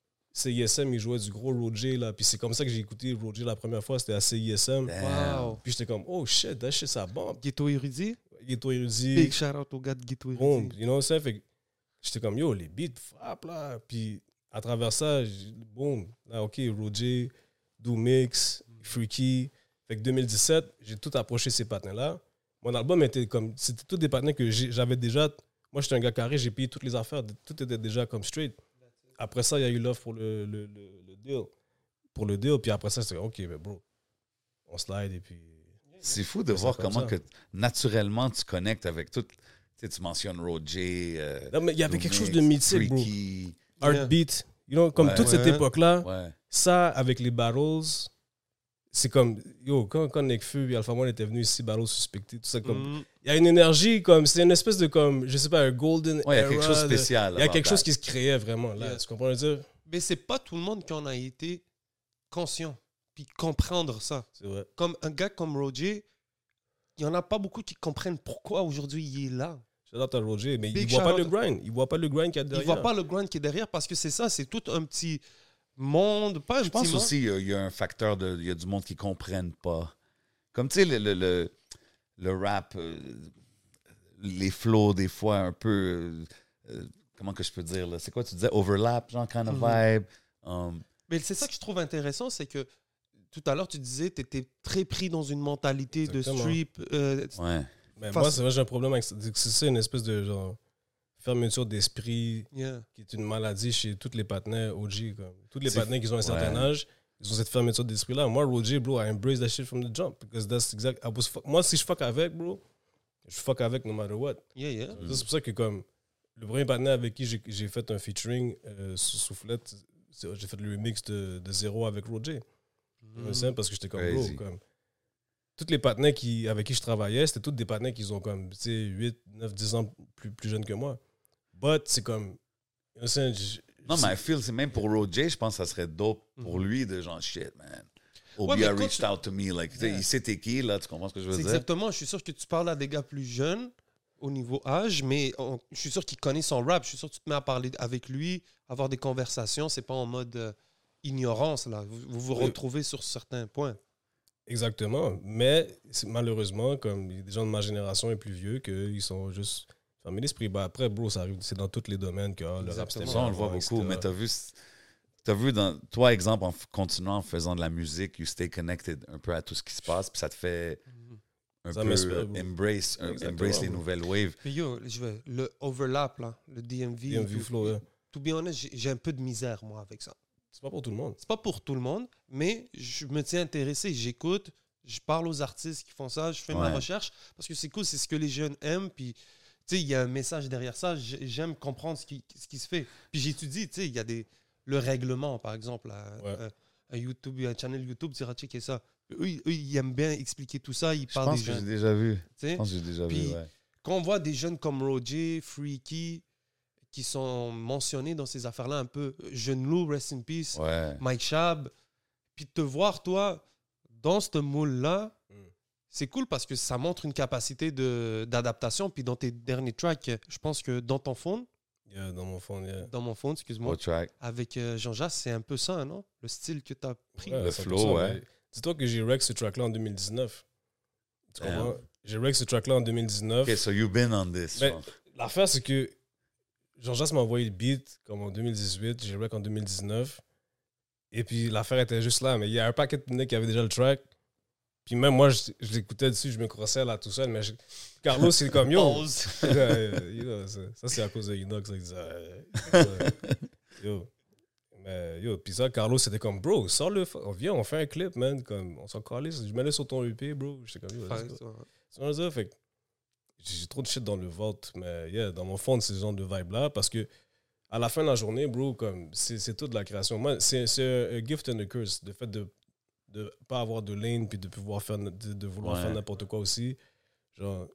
Speaker 5: C I S M, il jouait du gros Roger, là. Puis c'est comme ça que j'ai écouté Roger la première fois, c'était à C I S M.
Speaker 2: Damn.
Speaker 1: Wow.
Speaker 5: Puis j'étais comme, oh shit, that shit, ça bombe.
Speaker 1: Ghetto Érudit.
Speaker 5: Ghetto Érudit.
Speaker 1: Big shout out au gars de Ghetto
Speaker 5: Boom,
Speaker 1: Érudit.
Speaker 5: you know what I'm saying? Fait que j'étais comme, yo, les beats frappent, là. Puis à travers ça, j'ai- boom, là, OK, Roger, Doomix, Freaky. Fait que deux mille dix-sept, j'ai tout approché ces patins-là. Mon album était comme, c'était tous des patins que j'ai- j'avais déjà. Moi, j'étais un gars carré, j'ai payé toutes les affaires, tout était déjà comme straight. Après ça, il y a eu l'offre pour le, le, le, le deal. Pour le deal, puis après ça, c'était OK, mais bro, on slide et puis.
Speaker 2: C'est fou de
Speaker 5: C'est
Speaker 2: voir
Speaker 5: comme
Speaker 2: comment
Speaker 5: ça.
Speaker 2: que naturellement tu connectes avec tout. Tu sais, tu mentionnes Roger. euh,
Speaker 5: Non, mais il y avait quelque chose de
Speaker 2: Doomix,
Speaker 5: mythique, bro.
Speaker 2: Freaky.
Speaker 5: Heartbeat. You know, comme
Speaker 2: Ouais.
Speaker 5: toute cette
Speaker 1: Ouais.
Speaker 5: époque-là,
Speaker 2: Ouais.
Speaker 5: ça, avec les battles, c'est comme, yo, quand, quand Nekfeu et Alpha One étaient venus ici, Battle Suspected, tout ça, comme,
Speaker 1: Mm.
Speaker 5: il y a une énergie, comme, c'est une espèce de, comme, je sais pas, un golden
Speaker 2: Ouais, il y a quelque
Speaker 5: era
Speaker 2: chose de
Speaker 5: de-
Speaker 2: spécial.
Speaker 5: Il y a
Speaker 2: about
Speaker 5: quelque
Speaker 2: that.
Speaker 5: chose qui se créait vraiment, là.
Speaker 1: Yeah.
Speaker 5: Tu comprends ce que je veux dire?
Speaker 1: Mais c'est pas tout le monde qui en a été conscient. Puis comprendre ça.
Speaker 5: C'est vrai.
Speaker 1: Comme un gars comme Roger, il y en a pas beaucoup qui comprennent pourquoi aujourd'hui il est là.
Speaker 5: Shout-out à Roger, mais
Speaker 1: Big
Speaker 5: il voit pas
Speaker 1: shout-out.
Speaker 5: le grind. Il voit pas le grind qu'il y a
Speaker 1: Il
Speaker 5: derrière.
Speaker 1: voit pas le grind qui est derrière parce que c'est ça, c'est tout un petit monde, pas un
Speaker 2: Je
Speaker 1: petit
Speaker 2: pense
Speaker 1: monde.
Speaker 2: aussi qu'il y a un facteur de. Il y a du monde qui ne comprennent pas. Comme tu sais, le, le, le, le rap, euh, les flows, des fois, un peu. euh, euh, comment que je peux dire là? C'est quoi tu disais? Overlap, genre, kind of
Speaker 1: Mhm.
Speaker 2: vibe. Um,
Speaker 1: Mais c'est ça que je trouve intéressant, c'est que tout à l'heure tu disais tu étais très pris dans une mentalité
Speaker 5: Exactement.
Speaker 1: de street. euh,
Speaker 2: ouais.
Speaker 5: Mais
Speaker 1: Face-
Speaker 5: moi, c'est vrai, j'ai un problème avec ça. C'est ça, une espèce de, genre, fermeture d'esprit
Speaker 1: yeah.
Speaker 5: qui est une maladie chez tous les partenaires O G. Comme. Tous les
Speaker 2: C'est-
Speaker 5: partenaires qui ont un certain
Speaker 2: ouais.
Speaker 5: âge, ils ont cette fermeture d'esprit-là. Moi, Roger, bro, I embrace that shit from the jump. Because that's exact. I was fuck- Moi, si je fuck avec, bro, je fuck avec no matter what.
Speaker 1: Yeah, yeah.
Speaker 5: Ça, C'est pour ça que, comme, le premier partenaire avec qui j'ai- j'ai fait un featuring euh, sous Soufflette, c'est- j'ai fait le remix de, de Zéro avec Roger.
Speaker 1: Mm.
Speaker 5: C'est parce que j'étais comme,
Speaker 2: Crazy.
Speaker 5: bro, comme. Tous les partenaires qui, avec qui je travaillais, c'était tous des partenaires qui ont comme, tu sais, huit, neuf, dix ans plus, plus jeunes que moi. But c'est comme. You know what I'm saying? Je-
Speaker 2: Non,
Speaker 5: c'est-
Speaker 2: mais I feel, c'est même pour Roger, je pense que ça serait dope pour
Speaker 1: Mhm.
Speaker 2: lui de genre shit, man.
Speaker 1: Ouais,
Speaker 2: Obi
Speaker 1: mais
Speaker 2: a
Speaker 1: quand
Speaker 2: reached
Speaker 1: tu-
Speaker 2: out to me. Like, tu sais,
Speaker 1: Yeah.
Speaker 2: il sait t'es qui, là, tu comprends ce que je veux
Speaker 1: C'est
Speaker 2: dire?
Speaker 1: exactement, je suis sûr que tu parles à des gars plus jeunes au niveau âge, mais on- je suis sûr qu'il connaît son rap. Je suis sûr que tu te mets à parler avec lui, avoir des conversations, c'est pas en mode euh, ignorance, là. Vous vous, vous
Speaker 5: Oui.
Speaker 1: retrouvez sur certains points.
Speaker 5: Exactement. Mais c'est- malheureusement, comme il y a des gens de ma génération et plus vieux, qu'ils sont juste fermés d'esprit. Ben après, bro, ça arrive, c'est dans tous les domaines que ah, le rap c'était
Speaker 1: Exactement.
Speaker 2: Ça, on le voit
Speaker 5: avant,
Speaker 2: beaucoup,
Speaker 5: et cetera.
Speaker 2: mais t'as vu, t'as vu dans, toi, exemple, en f- continuant en faisant de la musique, you stay connected un peu à tout ce qui se passe, puis ça te fait un
Speaker 5: Ça
Speaker 2: peu
Speaker 5: m'inspire, bro.
Speaker 2: embrace, un-
Speaker 5: Exactement,
Speaker 2: embrace les
Speaker 5: bro.
Speaker 2: nouvelles waves.
Speaker 1: Puis yo, je vais, le overlap, là, le D M V.
Speaker 5: D M V
Speaker 1: tout-
Speaker 5: flow, ouais.
Speaker 1: To be honest, j'ai j'ai un peu de misère, moi, avec ça.
Speaker 5: C'est pas pour tout le monde.
Speaker 1: C'est pas pour tout le monde, mais je me tiens intéressé, j'écoute, je parle aux artistes qui font ça, je fais ma
Speaker 2: Ouais.
Speaker 1: recherche parce que c'est cool, c'est ce que les jeunes aiment. Puis, tu sais, il y a un message derrière ça. j'ai- J'aime comprendre ce qui, ce qui se fait. Puis j'étudie, tu sais, il y a des, le règlement, par exemple, un,
Speaker 5: Ouais.
Speaker 1: un- un YouTube, un channel YouTube, tu iras checker ça. Eux, ils- eux, ils aiment bien expliquer tout ça, ils
Speaker 2: Je
Speaker 1: parlent
Speaker 2: pense
Speaker 1: des
Speaker 2: que j'ai
Speaker 1: jeunes.
Speaker 2: déjà vu.
Speaker 1: tu sais.
Speaker 2: Je pense que j'ai déjà
Speaker 1: Puis-
Speaker 2: vu, ouais.
Speaker 1: Quand on voit des jeunes comme Roger, Freaky, qui sont mentionnés dans ces affaires-là, un peu Jeune Lou, Rest in Peace,
Speaker 2: Ouais.
Speaker 1: Mike Shab, puis de te voir, toi, dans ce moule-là,
Speaker 5: Mm.
Speaker 1: c'est cool parce que ça montre une capacité de- d'adaptation. Puis dans tes derniers tracks, je pense que dans ton phone,
Speaker 5: Yeah, dans mon fond, yeah.
Speaker 1: dans mon phone, excuse-moi,
Speaker 2: Au track.
Speaker 1: avec euh, Jean-Jacques, c'est un peu ça, non? Le style que tu as pris.
Speaker 5: Ouais,
Speaker 2: Le
Speaker 5: cent
Speaker 2: flow,
Speaker 5: pour cent,
Speaker 2: ouais.
Speaker 5: mais Dis-toi que j'ai rec ce track-là en deux mille dix-neuf. Tu
Speaker 2: Damn.
Speaker 5: comprends? J'ai rec ce track-là en deux mille dix-neuf.
Speaker 2: OK, so you've been on this.
Speaker 5: Mais-
Speaker 2: genre.
Speaker 5: L'affaire, c'est que Jean-Jacques m'a envoyé le beat comme en deux mille dix-huit, j'ai rec en deux mille dix-neuf. Et puis l'affaire était juste là. Mais il y a un paquet de mecs qui avaient déjà le track. Puis même moi, je, je l'écoutais dessus, je me crossais là tout seul. Mais je- Carlos, c'est comme yo.
Speaker 1: Pause.
Speaker 5: Euh, you know, ça, ça, c'est à cause de Inox. Ça, il disait, euh, euh, yo. Mais yo, puis ça, Carlos, c'était comme bro, sors-le. On vient, on fait un clip, man. Comme, on s'en calisse. Je mets-le sur ton E P, bro. J'étais comme yo. let's
Speaker 1: Ouais,
Speaker 5: go.
Speaker 1: ça, ouais.
Speaker 5: Tu vois ça? Fait que j'ai trop de shit dans le ventre, mais yeah, dans mon fond, c'est ce genre de vibe-là, parce que à la fin de la journée, bro, comme c'est c'est toute la création. Moi, c'est c'est un, un gift and a curse, le fait de de pas avoir de lane puis de pouvoir faire de, de vouloir
Speaker 2: Ouais.
Speaker 5: faire n'importe quoi aussi. Genre,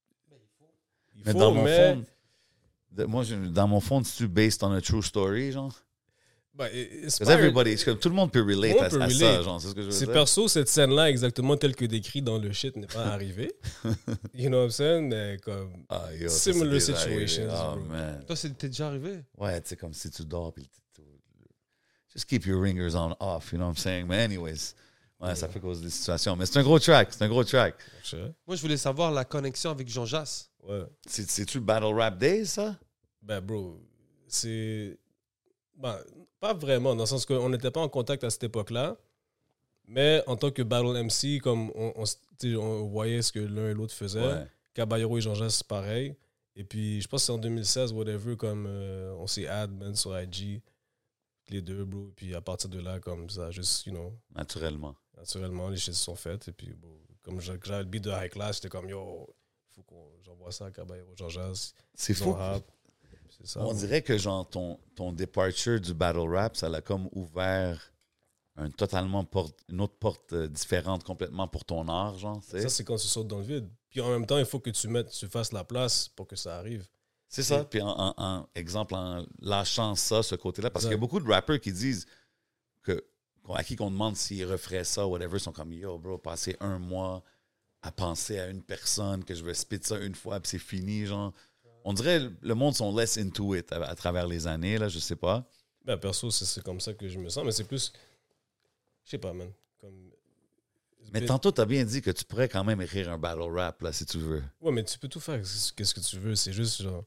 Speaker 5: il
Speaker 2: Mais
Speaker 5: faut,
Speaker 2: dans mon
Speaker 5: mais-
Speaker 2: fond, de- moi, je- dans mon fond, c'est-tu based on a true story, genre?
Speaker 5: Ben, it's
Speaker 2: Because
Speaker 5: pas-
Speaker 2: everybody, c'est comme tout le monde peut relate
Speaker 5: Tout le
Speaker 2: à,
Speaker 5: monde
Speaker 2: à
Speaker 5: peut
Speaker 2: ça,
Speaker 5: relate.
Speaker 2: genre, c'est ce que je veux
Speaker 5: C'est
Speaker 2: dire.
Speaker 5: perso, cette scène-là, exactement telle que décrit dans le shit, n'est pas arrivée. You know what I'm saying? Mais comme.
Speaker 2: Ah, yo, ça,
Speaker 5: Similar
Speaker 2: c'est déjà arrivé.
Speaker 5: situations,
Speaker 2: Oh,
Speaker 5: bro.
Speaker 2: man.
Speaker 1: Toi, c'était déjà arrivé?
Speaker 2: Ouais, tu sais, comme si tu dors, puis tu- tu- just keep your ringers on off, you know what I'm saying? Mais anyways, ouais, ça fait cause des situations. Mais c'est un gros track, c'est un gros track.
Speaker 5: Je sais.
Speaker 1: Moi, je voulais savoir la connexion avec Jean-Jacques.
Speaker 5: Ouais.
Speaker 2: C'est- C'est-tu Battle Rap Days, ça?
Speaker 5: Ben, bro, c'est. Ben, pas vraiment, dans le sens qu'on n'était pas en contact à cette époque-là. Mais en tant que Battle M C, comme on, on, s- tu sais, on voyait ce que l'un et l'autre faisaient.
Speaker 2: Ouais.
Speaker 5: Caballero et Jean-Jacques, c'est pareil. Et puis, je pense que c'est en deux mille seize, whatever, comme euh, on s'est add, man, sur I G. Les deux, bro. Et puis, à partir de là, comme ça, juste, you know,
Speaker 2: Naturellement.
Speaker 5: naturellement, les choses se sont faites. Et puis, bro, comme j'a- j'avais le beat de High Class, j'étais comme, yo, il faut qu'on j'envoie ça à Caballero, Jean-Jacques.
Speaker 2: C'est
Speaker 5: Ils ont
Speaker 2: fou.
Speaker 5: rap. C'est ça.
Speaker 2: On
Speaker 5: bro.
Speaker 2: dirait que genre ton, ton departure du battle rap, ça l'a comme ouvert un totalement porte, une autre porte euh, différente complètement pour ton art, genre, tu sais.
Speaker 5: Ça, c'est quand tu sautes dans le vide. Puis en même temps, il faut que tu mettes, tu fasses la place pour que ça arrive.
Speaker 2: C'est ça. Puis en, en- en exemple, en lâchant ça, ce côté-là, parce qu'il y a
Speaker 5: Exact.
Speaker 2: beaucoup de rappers qui disent que à qui qu'on demande s'ils referaient ça, whatever, ils sont comme yo, bro, passer un mois à penser à une personne, que je vais spit ça une fois, puis c'est fini, genre. On dirait le monde sont less into it à, à travers les années, là, je sais pas.
Speaker 5: Ben, perso, c'est, c'est comme ça que je me sens, mais c'est plus. Je sais pas, man. Comme...
Speaker 2: Mais tantôt, t'as bien dit que tu pourrais quand même écrire un battle rap, là, si tu veux.
Speaker 5: Ouais, mais tu peux tout faire. Qu'est-ce que tu veux? C'est juste genre.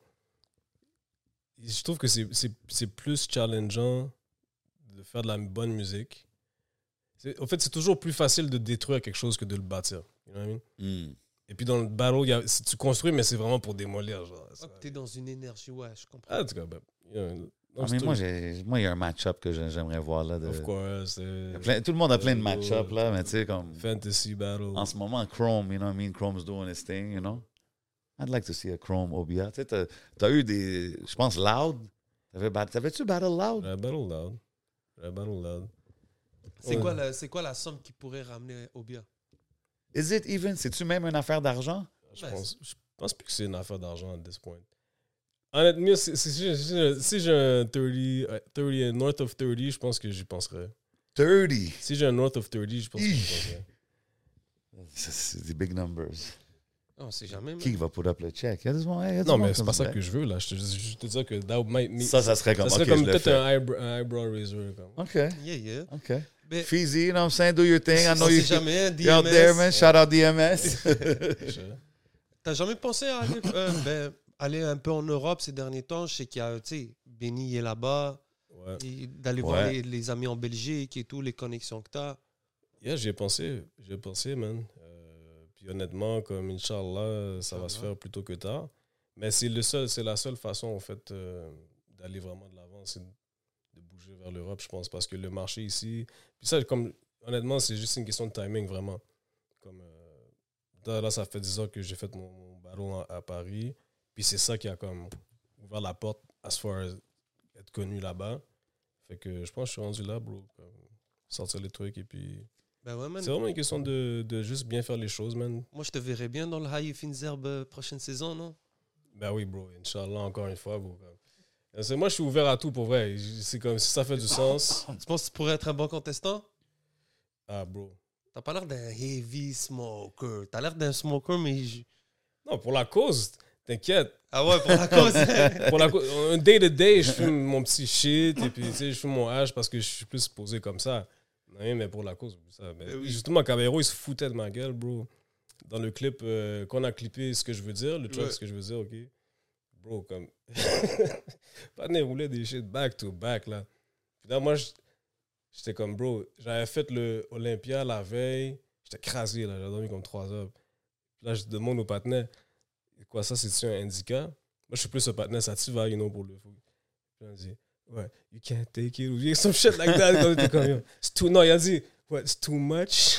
Speaker 5: Je trouve que c'est, c'est, c'est plus challengeant de faire de la bonne musique. C'est, en fait, c'est toujours plus facile de détruire quelque chose que de le bâtir. You know what I mean?
Speaker 2: Hmm.
Speaker 5: Et puis dans le battle, il y a, si tu construis, mais c'est vraiment pour démolir. Genre.
Speaker 1: Ah, t'es dans une énergie, ouais, je comprends.
Speaker 5: Ah, en tout cas, ben, you know,
Speaker 2: Ah, mais moi, j'ai, moi, il y a un match-up que j'ai- j'aimerais voir, là. De...
Speaker 5: Of course.
Speaker 2: Il y
Speaker 5: euh,
Speaker 2: a plein- tout le monde a plein de
Speaker 5: euh,
Speaker 2: match-up, là, mais tu sais, comme...
Speaker 5: Fantasy battle.
Speaker 2: En ce moment, Chrome, you know what I mean? Chrome's doing his thing, you know? I'd like to see a Chrome O B A. Tu sais, t'as, t'as eu des... Je pense Loud. T'avais, bat- t'avais-tu Battle Loud?
Speaker 5: J'avais battle loud. J'avais battle loud.
Speaker 1: C'est
Speaker 5: Ouais.
Speaker 1: quoi, la- c'est quoi la somme qui pourrait ramener Obia?
Speaker 2: Is it even? C'est-tu même une affaire d'argent?
Speaker 5: Je
Speaker 1: Ouais,
Speaker 5: pense, je pense plus que c'est une affaire d'argent à this point. Honnêtement, si, si, si, si- si j'ai un trente, euh, trente, euh, north of trente, je pense que j'y penserais.
Speaker 2: trente!
Speaker 5: Si j'ai un north of trente, je pense que j'y penserais.
Speaker 2: Ça, c'est des big numbers.
Speaker 1: On sait jamais. mais-
Speaker 2: Qui va put up le check? Il y a du monde- il y a du
Speaker 5: Non,
Speaker 2: monde
Speaker 5: mais c'est
Speaker 2: comme
Speaker 5: pas ça
Speaker 2: ça.
Speaker 5: que je veux, là. Je te, je te dis que that might me-
Speaker 2: Ça, ça serait comme,
Speaker 5: ça serait
Speaker 2: ok,
Speaker 5: comme
Speaker 2: je le
Speaker 5: peut-être
Speaker 2: fais.
Speaker 5: un eyebrow, un eyebrow raiser. Comme.
Speaker 2: OK,
Speaker 1: Yeah, yeah.
Speaker 2: OK.
Speaker 1: Mais
Speaker 2: Feezy, you know what I'm saying? Do your thing. I
Speaker 1: on
Speaker 2: know
Speaker 1: sait
Speaker 2: you
Speaker 1: jamais,
Speaker 2: you're out there, man.
Speaker 1: D M S.
Speaker 2: Shout out D M S.
Speaker 5: Je-
Speaker 1: T'as jamais pensé à aller, euh, ben, aller un peu en Europe ces derniers temps? Je sais qu'il y a, tu sais, Benny est là-bas,
Speaker 5: Ouais.
Speaker 1: et d'aller voir
Speaker 2: Ouais.
Speaker 1: les, les amis en Belgique et tout, les connexions que t'as.
Speaker 5: Yeah, j'y ai pensé. J'y ai pensé, man. Euh, puis honnêtement, comme Inch'Allah, ça va se faire plus tôt que tard. Mais c'est le seul, c'est la seule façon, en fait, euh, d'aller vraiment de l'avant, c'est de bouger vers l'Europe, je pense. Parce que le marché ici. Puis ça, comme, honnêtement, c'est juste une question de timing, vraiment. Comme, euh, là, là, ça fait dix ans que j'ai fait mon, mon battle à, à Paris. Puis c'est ça qui a comme ouvert la porte as far as être connu là-bas. Fait que je pense que je suis rendu là, bro. Comme, sortir les trucs et puis.
Speaker 1: Ben ouais, man.
Speaker 5: C'est vraiment une question de, de juste bien faire les choses, man.
Speaker 1: Moi, je te verrais bien dans le High Finzerbe euh, prochaine saison, non?
Speaker 5: Ben oui, bro. Inch'Allah, encore une fois, bro. Comme. C'est- Moi, je suis ouvert à tout pour vrai. C'est comme si ça fait du sens.
Speaker 1: Tu penses que tu pourrais être un bon contestant?
Speaker 5: Ah, bro.
Speaker 1: T'as pas l'air d'un heavy smoker. T'as l'air d'un smoker, mais... je-
Speaker 5: Non, pour la cause, t'inquiète.
Speaker 1: Ah ouais, pour la cause.
Speaker 5: Pour la cause, un day-to-day, je fume mon petit shit et puis, tu sais, je fume mon hash parce que je suis plus posé comme ça. Non, mais pour la cause, ça. Mais
Speaker 1: Ben oui.
Speaker 5: Justement, Caballero, il se foutait de ma gueule, bro. Dans le clip euh, qu'on a clippé, ce que je veux dire, le track,
Speaker 1: Ouais.
Speaker 5: ce que je veux dire, OK? Bro, comme... pas de rouler des shit back to back, là. Puis là, moi, je- j'étais comme, bro, j'avais fait le Olympia la veille. J'étais crasé, là. J'avais dormi comme trois heures. Puis là, je demande au partenaire, quoi, ça, c'est-tu un handicap? Moi, je suis plus un partenaire, ça tu vas, you know, pour le foot. Puis on dit, ouais, you can't take it. Ou some shit like that. Comme, t'es comme, yo, it's too, non, il a dit, what, it's too much?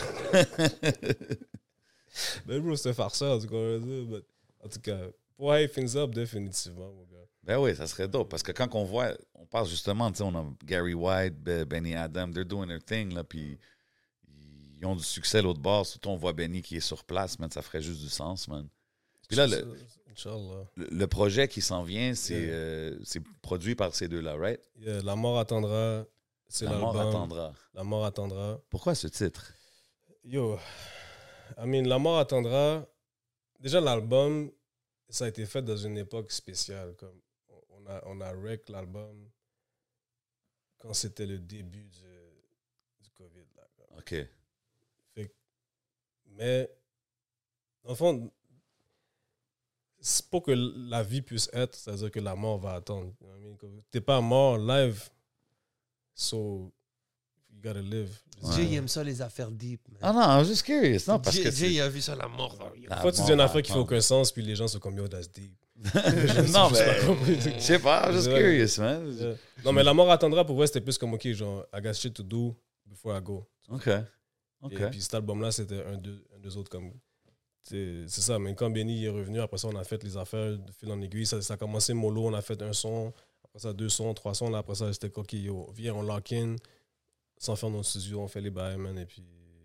Speaker 5: Ben, bro, c'est un farceur, tu comprends? But, en tout cas, pour High Things Up, définitivement, mon gars.
Speaker 2: Ben oui, ça serait dope. Parce que quand on voit, on parle justement, tu sais, on a Gary White, Be- Benny Adam, they're doing their thing, là, puis ils ont du succès l'autre bord. Surtout, on voit Benny qui est sur place, man, ça ferait juste du sens, man. Puis là, le,
Speaker 5: Inch'Allah.
Speaker 2: le- le projet qui s'en vient, c'est
Speaker 5: Yeah.
Speaker 2: euh, c'est produit par ces deux-là, right?
Speaker 5: Yeah, La mort attendra. C'est
Speaker 2: La mort
Speaker 5: l'album.
Speaker 2: attendra.
Speaker 5: La mort attendra.
Speaker 2: Pourquoi ce titre?
Speaker 5: Yo, I mean, La mort attendra. Déjà, l'album, ça a été fait dans une époque spéciale. Comme on a, on a rec l'album quand c'était le début du, du COVID. Là, comme.
Speaker 2: OK.
Speaker 5: Fait que- mais, en fond, c'est pour que la vie puisse être, c'est-à-dire que la mort va attendre. You know what I mean? Comme t'es pas mort live, so you gotta live.
Speaker 2: Ouais.
Speaker 1: Jay, il aime ça, les affaires deep, man.
Speaker 2: Ah non, I was just curious. Non, parce
Speaker 1: Jay,
Speaker 2: que
Speaker 1: Jay,
Speaker 2: c'est-
Speaker 1: il a vu ça, la mort.
Speaker 2: La
Speaker 5: Parfois, tu
Speaker 2: mort
Speaker 5: dis une
Speaker 2: va
Speaker 5: affaire qui fait
Speaker 2: attendre.
Speaker 5: aucun sens, puis les gens sont comme, yo, that's deep.
Speaker 2: non,
Speaker 5: J'ai pas
Speaker 2: mais
Speaker 5: compris.
Speaker 2: je sais pas, I was just
Speaker 5: Ouais.
Speaker 2: curious, man.
Speaker 5: Yeah. Non, mais la mort attendra, pour vrai, c'était plus comme, OK, genre, I got shit to do before I go.
Speaker 2: OK. OK.
Speaker 5: Et puis cet album-là, c'était un, deux, un, deux autres comme... c'est c'est ça, mais quand Benny est revenu, après ça, on a fait les affaires de fil en aiguille. Ça, ça a commencé mollo, on a fait un son, après ça, deux sons, trois sons. Là, après ça, c'était OK, yo, viens, on lock-in, sans faire notre studio, on fait les bails, man, et puis...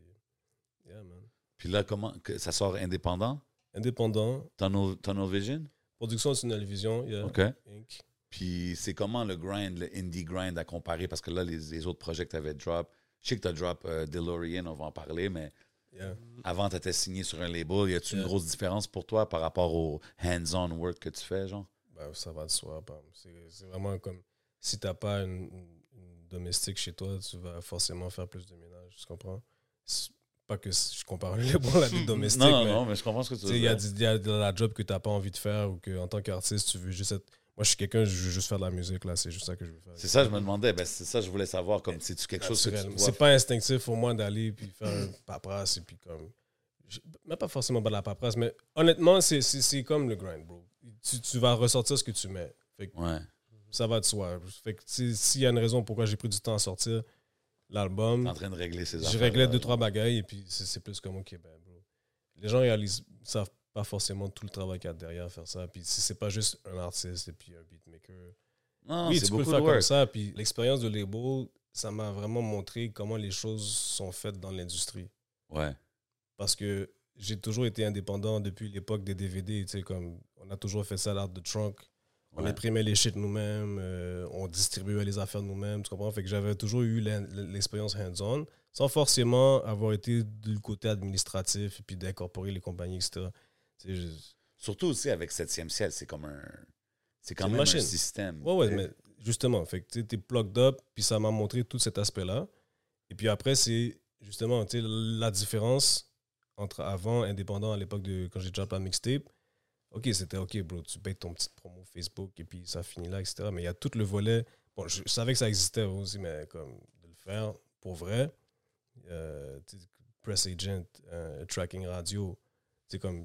Speaker 5: Yeah, man.
Speaker 2: Puis là, comment que ça sort indépendant?
Speaker 5: Indépendant.
Speaker 2: Tunnel, Tunnel Vision?
Speaker 5: Production Tunnel Vision, yeah.
Speaker 2: OK.
Speaker 5: Inc.
Speaker 2: Puis c'est comment le grind, le indie grind à comparer? Parce que là, les, les autres projets que tu avais drop, je sais que tu as drop euh, DeLorean, on va en parler, mais
Speaker 5: Yeah.
Speaker 2: avant, tu étais signé sur un label. Y a-tu
Speaker 5: Yeah.
Speaker 2: une grosse différence pour toi par rapport au hands-on work que tu fais, genre?
Speaker 5: Ben, ça va de soi. Bam. C'est c'est vraiment comme si t'as pas une, une- une domestique chez toi, tu vas forcément faire plus de ménage. Tu comprends? C'est pas que je compare les bons à des domestiques,
Speaker 2: Non, non,
Speaker 5: mais
Speaker 2: non, mais je comprends ce que tu
Speaker 5: tu
Speaker 2: veux
Speaker 5: sais, il y, a
Speaker 2: dire.
Speaker 5: du- il y a de la job que t'as pas envie de faire ou qu'en tant qu'artiste, tu veux juste être. Moi, je suis quelqu'un, je veux juste faire de la musique, là. C'est juste ça que je veux faire.
Speaker 2: C'est ça, je me demandais. Ben, c'est ça, je voulais savoir. Comme c'est-tu quelque chose que tu
Speaker 5: Naturel.
Speaker 2: dois
Speaker 5: C'est pas instinctif pour moi d'aller puis faire un paperasse et puis comme. je- Même pas forcément pas de la paperasse, mais honnêtement, c'est- c'est c'est comme le grind, bro. Tu, tu vas ressortir ce que tu mets. Fait que
Speaker 2: Ouais.
Speaker 5: ça va de soi. Fait que tu sais, s'il y a une raison pourquoi j'ai pris du temps à sortir l'album,
Speaker 2: T'es en train de régler ces affaires.
Speaker 5: je réglais deux, trois bagailles et puis c'est c'est plus comme OK, ben, bro. Les gens réalisent, savent pas forcément tout le travail qu'il y a derrière à faire ça. Puis si c'est pas juste un artiste et puis un beatmaker.
Speaker 2: Non,
Speaker 5: oui,
Speaker 2: c'est
Speaker 5: tu peux le
Speaker 2: beaucoup
Speaker 5: faire
Speaker 2: de
Speaker 5: comme
Speaker 2: work.
Speaker 5: ça. Puis l'expérience de label, ça m'a vraiment montré comment les choses sont faites dans l'industrie.
Speaker 2: Ouais.
Speaker 5: Parce que j'ai toujours été indépendant depuis l'époque des D V D. Tu sais, comme on a toujours fait ça à l'art de trunk. On
Speaker 2: Ouais.
Speaker 5: imprimait les shit nous-mêmes, euh, on distribuait les affaires nous-mêmes, tu comprends? Fait que j'avais toujours eu l'in- l'expérience hands-on, sans forcément avoir été du côté administratif et puis d'incorporer les compagnies, et cetera. Tu sais, je-
Speaker 2: Surtout aussi avec septième ciel, c'est comme un. C'est quand
Speaker 5: C'est une
Speaker 2: même
Speaker 5: machine.
Speaker 2: un système.
Speaker 5: Ouais, ouais,
Speaker 2: tu sais.
Speaker 5: mais justement, fait que tu es plugged up, puis ça m'a montré tout cet aspect-là. Et puis après, c'est justement, tu sais, la différence entre avant, indépendant, à l'époque de quand j'ai déjà la mixtape. OK, c'était OK, bro, tu payes ton petit promo Facebook et puis ça finit là, et cetera. Mais il y a tout le volet. Bon, je, je savais que ça existait aussi, mais comme de le faire pour vrai, euh, tu sais, press agent, euh, tracking radio, c'est comme.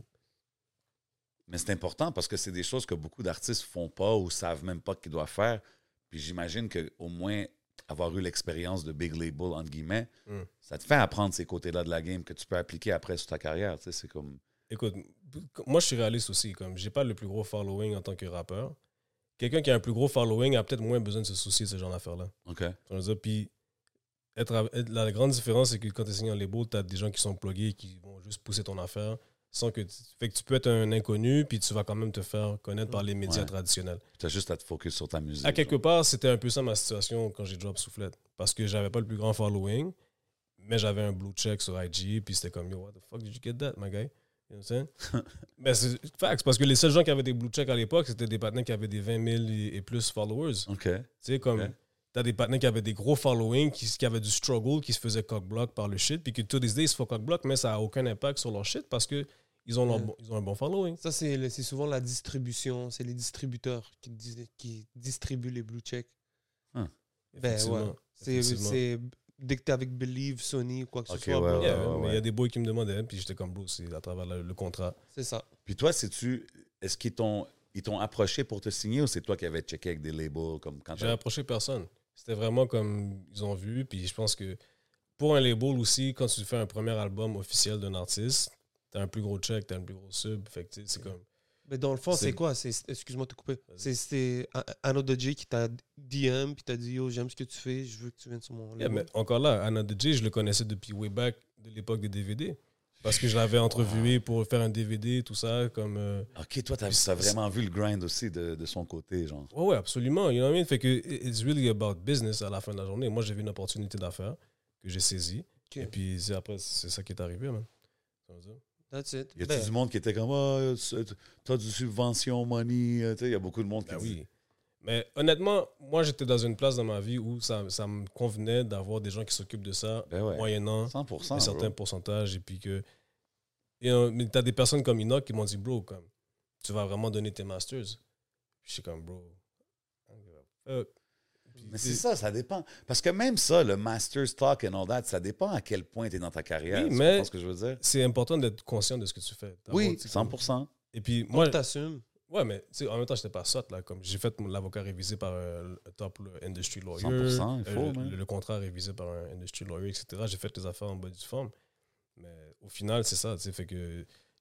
Speaker 2: Mais c'est important parce que c'est des choses que beaucoup d'artistes font pas ou savent même pas qu'ils doivent faire. Puis j'imagine qu'au moins avoir eu l'expérience de big label, entre guillemets,
Speaker 5: Mm.
Speaker 2: ça te fait apprendre ces côtés-là de la game que tu peux appliquer après sur ta carrière. Tu sais, c'est comme.
Speaker 5: Écoute, moi je suis réaliste aussi. Comme j'ai pas le plus gros following en tant que rappeur. Quelqu'un qui a un plus gros following a peut-être moins besoin de se soucier de ce genre d'affaires-là.
Speaker 2: OK.
Speaker 5: Je veux dire, puis être, à- être- la grande différence, c'est que quand tu es signé en label, tu as des gens qui sont pluggés qui vont juste pousser ton affaire sans que. tu- Fait que tu peux être un inconnu, puis tu vas quand même te faire connaître par les médias
Speaker 2: Ouais.
Speaker 5: traditionnels.
Speaker 2: Tu as juste à te focus sur ta musique.
Speaker 5: À quelque
Speaker 2: genre.
Speaker 5: part, c'était un peu ça ma situation quand j'ai drop Soufflette. Parce que j'avais pas le plus grand following, mais j'avais un blue check sur I G, puis c'était comme, yo, what the fuck did you get that, my guy? You know what I'm saying? Mais c'est facts, parce que les seuls gens qui avaient des blue checks à l'époque, c'était des partenaires qui avaient des vingt mille et et plus followers.
Speaker 2: OK.
Speaker 5: Tu sais, comme,
Speaker 2: Ok.
Speaker 5: t'as des partenaires qui avaient des gros following, qui, qui avaient du struggle, qui se faisaient cock-block par le shit, puis que to this day, ils se font cock-block, mais ça a aucun impact sur leur shit parce que ils ont, leur
Speaker 1: Ouais.
Speaker 5: bon- ils ont un bon following.
Speaker 1: Ça, c'est le- c'est souvent la distribution. C'est les distributeurs qui, dis- qui distribuent les blue checks. Ben
Speaker 5: Effectivement.
Speaker 1: ouais. C'est
Speaker 5: Effectivement.
Speaker 1: c'est- dès que t'es avec Believe, Sony ou quoi que
Speaker 2: Ok,
Speaker 1: ce soit,
Speaker 2: ouais,
Speaker 1: bro,
Speaker 5: Yeah,
Speaker 2: ouais, ouais,
Speaker 5: mais il y
Speaker 2: ouais.
Speaker 5: a des boys qui me demandaient, puis j'étais comme, bro, c'est à travers le, le contrat.
Speaker 1: c'est ça.
Speaker 2: Puis toi, sais-tu, est-ce qu'ils t'ont ils t'ont approché pour te signer ou c'est toi qui avais checké avec des labels comme quand
Speaker 5: J'ai
Speaker 2: t'as-
Speaker 5: approché personne. C'était vraiment comme ils ont vu. Puis je pense que pour un label aussi, quand tu fais un premier album officiel d'un artiste, t'as un plus gros check, t'as un plus gros sub. Fait que tu sais, c'est comme.
Speaker 1: Mais dans le fond,
Speaker 5: C'est-
Speaker 1: c'est quoi? C'est- Excuse-moi de te couper.
Speaker 5: Vas-y.
Speaker 1: C'est- C'est un- un autre D J qui t'a D M puis t'a dit yo, j'aime ce que tu fais, je veux que tu viennes sur mon
Speaker 5: Yeah,
Speaker 1: label.
Speaker 5: mais encore là, Anna D J, je le connaissais depuis way back de l'époque des D V D. Parce que je l'avais entrevué pour faire un D V D, tout ça. Comme. euh,
Speaker 2: OK, toi, t'as
Speaker 5: Puis
Speaker 2: as
Speaker 5: c'est-
Speaker 2: vraiment vu le grind aussi de, de son côté, genre.
Speaker 5: Ouais, ouais, absolument. You know what I mean? Fait que it's really about business à la fin de la journée. Moi, j'ai vu une opportunité d'affaires que j'ai saisie.
Speaker 1: Ok.
Speaker 5: Et puis c'est après, c'est ça qui est arrivé, man. Ça veut dire.
Speaker 1: That's it.
Speaker 2: Y a-tu
Speaker 1: Ben,
Speaker 2: du monde qui était comme, ah, c'est- t'as du subvention, money, euh, tu sais, il y a beaucoup de monde qui
Speaker 5: Ben
Speaker 2: dit-
Speaker 5: oui. Mais honnêtement, moi, j'étais dans une place dans ma vie où ça, ça me convenait d'avoir des gens qui s'occupent de ça,
Speaker 2: Ben ouais.
Speaker 5: moyennant
Speaker 2: cent pour cent.
Speaker 5: un
Speaker 2: bro.
Speaker 5: certain pourcentage. Et puis que. Et, euh, mais t'as des personnes comme Enoch qui m'ont dit, bro, comme, tu vas vraiment donner tes masters. Puis je suis comme, bro. I don't give a fuck. Puis,
Speaker 2: Mais
Speaker 5: tu
Speaker 2: c'est
Speaker 5: sais,
Speaker 2: ça, ça dépend. Parce que même ça, le master's talk and all that, ça dépend à quel point tu es dans ta carrière.
Speaker 5: Oui,
Speaker 2: tu
Speaker 5: mais-
Speaker 2: comprends ce que je veux dire?
Speaker 5: C'est important d'être conscient de ce que tu fais. D'avoir,
Speaker 2: Oui,
Speaker 5: tu sais,
Speaker 2: cent
Speaker 5: comme-
Speaker 2: pour cent.
Speaker 5: Et puis,
Speaker 1: moi,
Speaker 5: moi,
Speaker 1: je t'assume.
Speaker 5: ouais, mais tu sais, en même temps, j'étais pas sotte, là. Comme j'ai fait mon- l'avocat révisé par un top là, industry lawyer.
Speaker 2: cent pour cent, il faut,
Speaker 5: euh,
Speaker 2: man.
Speaker 5: le, le contrat révisé par un industry lawyer, et cetera. J'ai fait les affaires en bas du forme. Mais au final, c'est ça, tu sais. Fait que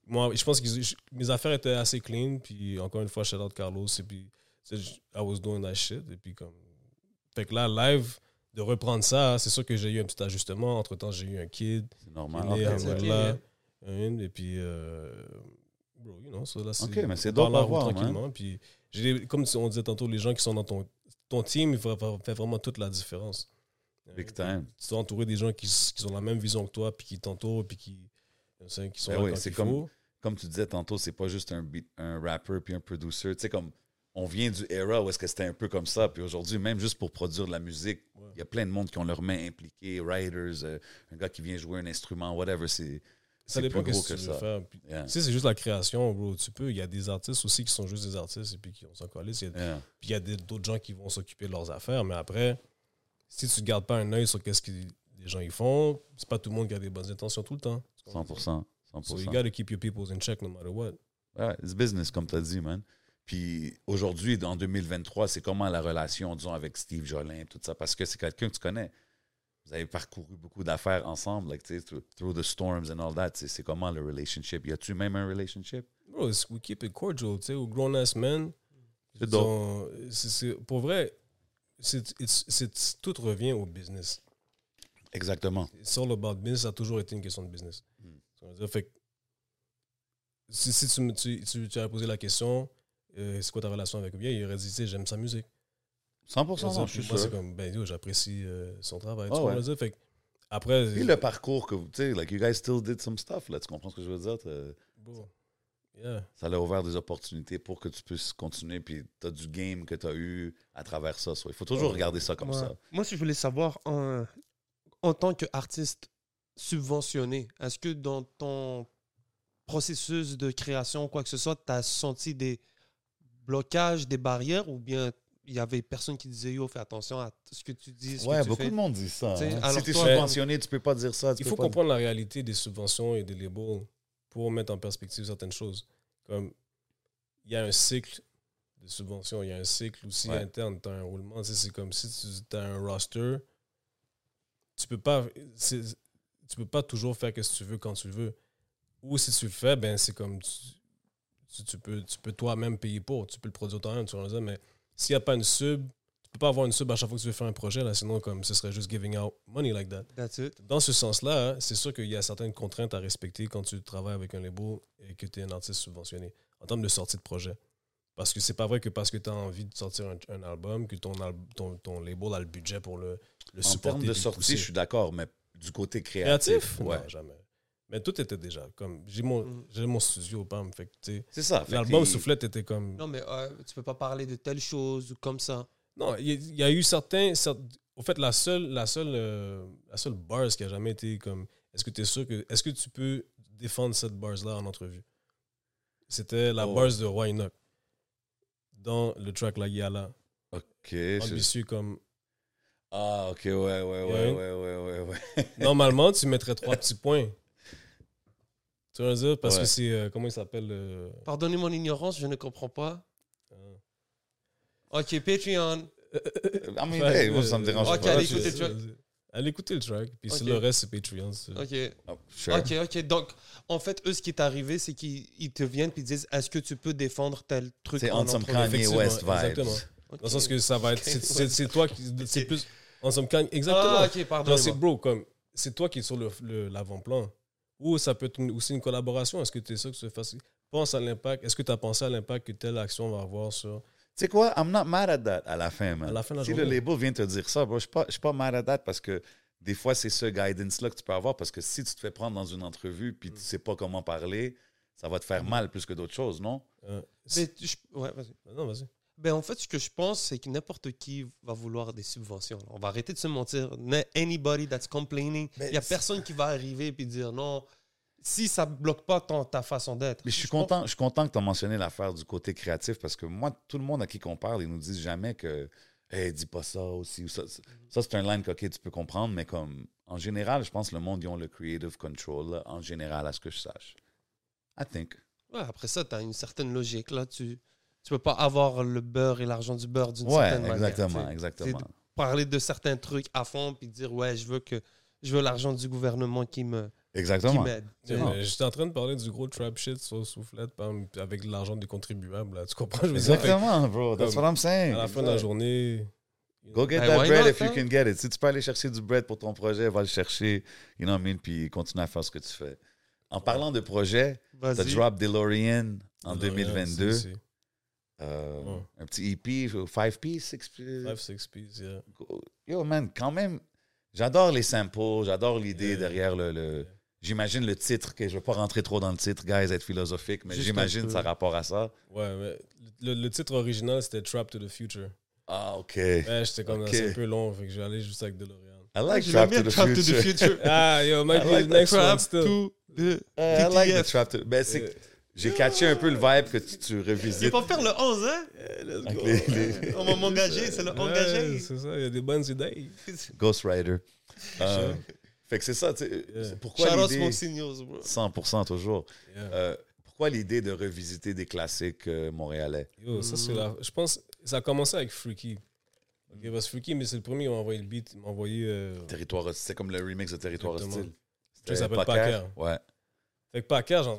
Speaker 5: moi, je pense que mes affaires étaient assez clean. Puis encore une fois, shout out Carlos. Et puis, I was doing that shit. Et puis, comme. Fait que là, live, de reprendre ça, c'est sûr que j'ai eu un petit ajustement. Entre-temps, j'ai eu un kid.
Speaker 2: C'est normal.
Speaker 5: Né,
Speaker 2: Okay,
Speaker 5: okay,
Speaker 1: là.
Speaker 5: Une, et puis, euh, bro, you know, so là, c'est.
Speaker 2: Ok, mais c'est
Speaker 5: dans
Speaker 2: dope
Speaker 5: la
Speaker 2: à
Speaker 5: route
Speaker 2: voir,
Speaker 5: tranquillement.
Speaker 2: man.
Speaker 5: Puis, j'ai, comme on disait tantôt, les gens qui sont dans ton, ton team, il fait, fait vraiment toute la différence.
Speaker 2: Big time.
Speaker 5: Tu dois entourer des gens qui, qui ont la même vision que toi, puis qui t'entourent, puis qui, qui sont
Speaker 2: Ben
Speaker 5: là
Speaker 2: oui,
Speaker 5: quand
Speaker 2: c'est
Speaker 5: il
Speaker 2: comme-
Speaker 5: faut.
Speaker 2: Comme tu disais tantôt, c'est pas juste un, beat, un rapper puis un producer. Tu sais, comme on vient du era où est-ce que c'était un peu comme ça. Puis aujourd'hui, même juste pour produire de la musique, il
Speaker 5: Ouais.
Speaker 2: y a plein de monde qui ont leurs mains impliquées, writers, euh, un gars qui vient jouer un instrument, whatever. C'est,
Speaker 5: Ça
Speaker 2: c'est
Speaker 5: dépend
Speaker 2: plus
Speaker 5: de
Speaker 2: gros
Speaker 5: ce que
Speaker 2: que
Speaker 5: tu veux
Speaker 2: ça.
Speaker 5: faire. Puis,
Speaker 2: Yeah.
Speaker 5: tu sais, c'est juste la création, bro. Tu peux. Il y a des artistes aussi qui sont juste des artistes et puis qui ont s'en coller. Il y a-
Speaker 2: Yeah.
Speaker 5: Puis il y a des- d'autres gens qui vont s'occuper de leurs affaires. Mais après, si tu ne gardes pas un œil sur qu'est-ce que les gens ils font, c'est pas tout le monde qui a des bonnes intentions tout le temps.
Speaker 2: cent pour cent. cent pour
Speaker 5: So
Speaker 2: cent.
Speaker 5: you gotta keep your people in check no matter what.
Speaker 2: Ouais, it's business, comme tu as dit, man. Puis aujourd'hui, en deux mille vingt-trois, c'est comment la relation, disons, avec Steve Jolin, tout ça, parce que c'est quelqu'un que tu connais. Vous avez parcouru beaucoup d'affaires ensemble, like, tu sais, through, through the storms and all that. C'est, c'est comment le relationship? Y a-tu même un relationship?
Speaker 5: Bro, it's- we keep it cordial, tu sais, aux grown-ass men.
Speaker 2: C'est
Speaker 5: ils
Speaker 2: dope.
Speaker 5: sont- c'est- c'est- pour vrai, c'est, it's- c'est- tout revient au business.
Speaker 2: Exactement.
Speaker 5: It's all about business, ça a toujours été une question de business.
Speaker 2: Mm.
Speaker 5: Ça veut dire, fait que si, si tu, me- tu, tu, tu avais posé la question, euh, c'est quoi ta relation avec lui, il aurait dit, tu sais, j'aime sa musique.
Speaker 2: cent pour cent,
Speaker 5: Ça,
Speaker 2: non, je suis
Speaker 5: moi, c'est
Speaker 2: sûr.
Speaker 5: comme, ben, yo, j'apprécie euh, son travail.
Speaker 2: Ah
Speaker 5: tu
Speaker 2: ouais.
Speaker 5: comprends ce que je veux dire? Fait que, après,
Speaker 2: Puis le parcours que vous, tu sais, like, you guys still did some stuff, là, tu comprends ce que je veux dire? T'as-
Speaker 5: bon, yeah.
Speaker 2: Ça l'a ouvert des opportunités pour que tu puisses continuer, puis tu as du game que tu as eu à travers ça. So, il faut toujours regarder ça comme
Speaker 1: Ouais.
Speaker 2: ça.
Speaker 1: Moi, si je voulais savoir, en, en tant qu'artiste subventionné, est-ce que dans ton processus de création, quoi que ce soit, tu as senti des blocages, des barrières, ou bien il y avait personne qui disait, yo, fais attention à ce que tu dis, ce
Speaker 2: Ouais,
Speaker 1: que tu
Speaker 2: beaucoup
Speaker 1: fais.
Speaker 2: de monde dit ça.
Speaker 1: T'sais,
Speaker 2: hein.
Speaker 1: alors
Speaker 2: Si tu es
Speaker 1: toi-
Speaker 2: subventionné, tu peux pas dire ça. tu
Speaker 5: Il
Speaker 2: peux
Speaker 5: faut
Speaker 2: pas-
Speaker 5: comprendre la réalité des subventions et des labels pour mettre en perspective certaines choses. Comme il y a un cycle de subventions, il y a un cycle aussi
Speaker 2: Ouais.
Speaker 5: interne, tu as un roulement. Tu sais, c'est comme si tu as un roster, tu peux pas c'est- tu peux pas toujours faire ce que tu veux quand tu veux. Ou si tu le fais, ben c'est comme tu, tu, tu peux, tu peux toi-même payer pour, tu peux le produire toi-même, tu vois ce que je veux dire, mais s'il n'y a pas une sub, tu peux pas avoir une sub à chaque fois que tu veux faire un projet, là, sinon comme ce serait juste giving out money like that.
Speaker 1: That's it.
Speaker 5: Dans ce sens-là, hein, c'est sûr qu'il y a certaines contraintes à respecter quand tu travailles avec un label et que tu es un artiste subventionné en termes de sortie de projet. Parce que c'est pas vrai que parce que tu as envie de sortir un, un album, que ton, al- ton, ton label a le budget pour le, le
Speaker 2: En
Speaker 5: supporter.
Speaker 2: termes de
Speaker 5: puis le
Speaker 2: sortie,
Speaker 5: pousser.
Speaker 2: je suis d'accord, mais du côté créatif,
Speaker 5: Créatif?
Speaker 2: ouais.
Speaker 5: Non, jamais. Mais tout était déjà. Comme j'ai mon,
Speaker 1: Mm.
Speaker 5: j'ai mon studio, Pam. Fait que, tu sais,
Speaker 2: C'est ça. fait que
Speaker 5: l'album
Speaker 2: il-
Speaker 5: Soufflette était comme.
Speaker 1: Non, mais euh, tu peux pas parler de telle chose ou comme ça.
Speaker 5: Non, il y, a- il y a eu certains. cer- Au fait, la seule, la seule, euh, la seule bars qui a jamais été comme. Est-ce que tu es sûr que. Est-ce que tu peux défendre cette bars-là en entrevue? C'était la
Speaker 2: Oh.
Speaker 5: bars de Roy Enoch. Dans le track La Yala.
Speaker 2: OK. je-
Speaker 5: Ambitieux comme.
Speaker 2: Ah, OK, ouais, ouais, ouais,
Speaker 5: Yeah.
Speaker 2: ouais, ouais, ouais, ouais.
Speaker 5: Normalement, tu mettrais trois petits points. Tu vois ce que je veux dire? Parce
Speaker 2: Ouais.
Speaker 5: que c'est. euh, comment il s'appelle? euh,
Speaker 1: Pardonnez mon ignorance, je ne comprends pas.
Speaker 5: euh,
Speaker 1: Ok, Patreon.
Speaker 2: I mean,
Speaker 5: Fait
Speaker 2: hey, moi,
Speaker 5: que,
Speaker 2: ça me
Speaker 5: euh,
Speaker 2: dérange
Speaker 1: Ok,
Speaker 2: pas.
Speaker 1: allez,
Speaker 2: Je-
Speaker 1: écoutez le track.
Speaker 5: Allez écouter le track. Puis
Speaker 1: Ok.
Speaker 5: si le reste, c'est Patreon. c'est-
Speaker 1: Ok.
Speaker 2: Oh, sure.
Speaker 1: Ok, ok. Donc, en fait, eux, ce qui est arrivé, c'est qu'ils ils te viennent et disent, est-ce que tu peux défendre tel truc
Speaker 2: C'est
Speaker 1: en
Speaker 2: on some
Speaker 1: entrevue?
Speaker 2: Kanye
Speaker 5: Effectivement,
Speaker 2: West vibes.
Speaker 5: exactement.
Speaker 1: Ok.
Speaker 5: Dans le sens que ça va être. c'est-
Speaker 1: Ok,
Speaker 5: C'est
Speaker 1: ouais.
Speaker 5: c'est toi qui. C'est plus. En somme, quand- exactement.
Speaker 1: Ah, ok,
Speaker 5: Non,
Speaker 1: pardon.
Speaker 5: c'est bro, comme. C'est toi qui es sur le- le- l'avant-plan. Ou ça peut être une- aussi une collaboration. Est-ce que tu es sûr que tu fasses. Pense à l'impact. Est-ce que tu as pensé à l'impact que telle action va avoir sur.
Speaker 2: Tu sais quoi? I'm not mad at that à la fin, man.
Speaker 5: À la fin de la
Speaker 2: si
Speaker 5: journée.
Speaker 2: le label vient te dire ça, bro, je suis pas, je suis pas mad at that parce que des fois, c'est ce guidance-là que tu peux avoir parce que si tu te fais prendre dans une entrevue puis tu sais pas comment parler, ça va te faire mal plus que d'autres choses, non?
Speaker 5: euh,
Speaker 1: Mais je- ouais, vas-y.
Speaker 5: non, vas-y.
Speaker 1: Ben, en fait, ce que je pense, c'est que n'importe qui va vouloir des subventions. On va arrêter de se mentir. Na- Anybody that's complaining, il
Speaker 2: Mais
Speaker 1: n'y a
Speaker 2: c'est-
Speaker 1: personne qui va arriver et dire non. Si ça ne bloque pas ton, ta façon d'être.
Speaker 2: Mais je suis
Speaker 1: pense-
Speaker 2: content, je suis content que tu as mentionné l'affaire du côté créatif parce que moi, tout le monde à qui on parle, ils nous disent jamais que hey, dis pas ça aussi ou ça. Ça, c'est un line que ok, tu peux comprendre, mais comme en général, je pense que le monde, ils ont le creative control, là, en général, à ce que je sache. I think.
Speaker 1: Ouais, après ça, tu as une certaine logique. Là. Tu ne peux pas avoir le beurre et l'argent du beurre d'une
Speaker 2: Ouais,
Speaker 1: certaine manière.
Speaker 2: exactement,
Speaker 1: tu sais.
Speaker 2: exactement.
Speaker 1: C'est de parler de certains trucs à fond puis dire ouais, je veux que je veux l'argent du gouvernement qui me qui
Speaker 2: Exactement.
Speaker 1: m'aide.
Speaker 5: Yeah,
Speaker 2: Non.
Speaker 5: mais J'étais en train de parler du gros trap shit sur Soufflette par exemple, avec l'argent des contribuables. Là. Tu comprends? Je veux dire,
Speaker 2: Exactement, bro. That's
Speaker 5: Comme,
Speaker 2: what I'm saying.
Speaker 5: à la fin de la journée.
Speaker 2: Go get
Speaker 1: Ben,
Speaker 2: that
Speaker 1: why
Speaker 2: bread
Speaker 1: not,
Speaker 2: if you
Speaker 1: hein?
Speaker 2: can get it. Si tu peux aller chercher du bread pour ton projet, va le chercher, you know what I mean, puis continue à faire ce que tu fais. En parlant de projet, t'as
Speaker 1: Vas-y.
Speaker 2: drop DeLorean en deux mille vingt-deux.
Speaker 5: C'est- c'est
Speaker 2: Euh,
Speaker 5: Ouais.
Speaker 2: Un petit E P, five piece, six piece.
Speaker 5: Five, six pieces, yeah.
Speaker 2: Yo, man, quand même, j'adore les samples, j'adore l'idée
Speaker 5: Yeah.
Speaker 2: derrière le... le-
Speaker 5: Yeah.
Speaker 2: J'imagine le titre, que je ne veux pas rentrer trop dans le titre, guys, être philosophique, mais
Speaker 1: Juste
Speaker 2: j'imagine
Speaker 1: un peu.
Speaker 2: ça rapport à ça.
Speaker 5: Ouais, mais le, le titre original, c'était Trap to the Future.
Speaker 2: Ah, OK.
Speaker 5: Ouais, j'étais comme
Speaker 2: Ok.
Speaker 5: c'est un peu long, fait que j'ai allé juste avec DeLorean.
Speaker 2: I like
Speaker 1: Je
Speaker 2: Trap
Speaker 1: l'aime
Speaker 2: to
Speaker 1: bien,
Speaker 2: the
Speaker 1: Trap to the
Speaker 2: Future.
Speaker 1: Future.
Speaker 5: Ah, yo, might
Speaker 2: I
Speaker 5: be
Speaker 2: like
Speaker 5: the
Speaker 2: that
Speaker 5: next one
Speaker 1: Trap
Speaker 5: still.
Speaker 1: to the
Speaker 2: Uh, I like the
Speaker 1: T T F.
Speaker 2: Trap to... Ben, c'est...
Speaker 5: Yeah.
Speaker 2: J'ai catché un peu le vibe que tu, tu
Speaker 1: Il
Speaker 2: revisites.
Speaker 1: va faire le onze, hein?
Speaker 5: Yeah, let's
Speaker 2: Avec
Speaker 5: go.
Speaker 2: les- les-
Speaker 1: On va m'engager, c'est le
Speaker 5: Ouais,
Speaker 1: engagé.
Speaker 5: c'est ça, il y a des bonnes idées.
Speaker 2: Ghost Rider. Euh, fait que c'est ça, tu sais.
Speaker 5: Yeah.
Speaker 2: c'est Pourquoi
Speaker 1: Shout out
Speaker 2: l'idée...
Speaker 1: Monsignors, bro.
Speaker 2: cent pour cent toujours.
Speaker 5: Yeah.
Speaker 2: Euh, pourquoi l'idée de revisiter des classiques euh, montréalais?
Speaker 5: Yo, ça, c'est la... Je pense ça a commencé avec Freaky. Ok, parce que Freaky, mais c'est le premier qui m'a envoyé le beat. Il m'a envoyé. Euh...
Speaker 2: Territoire hostile, c'est comme le remix de Territoire
Speaker 5: Exactement.
Speaker 2: hostile.
Speaker 5: Ça s'appelle Packer.
Speaker 2: Ouais.
Speaker 5: Fait que Packer, genre.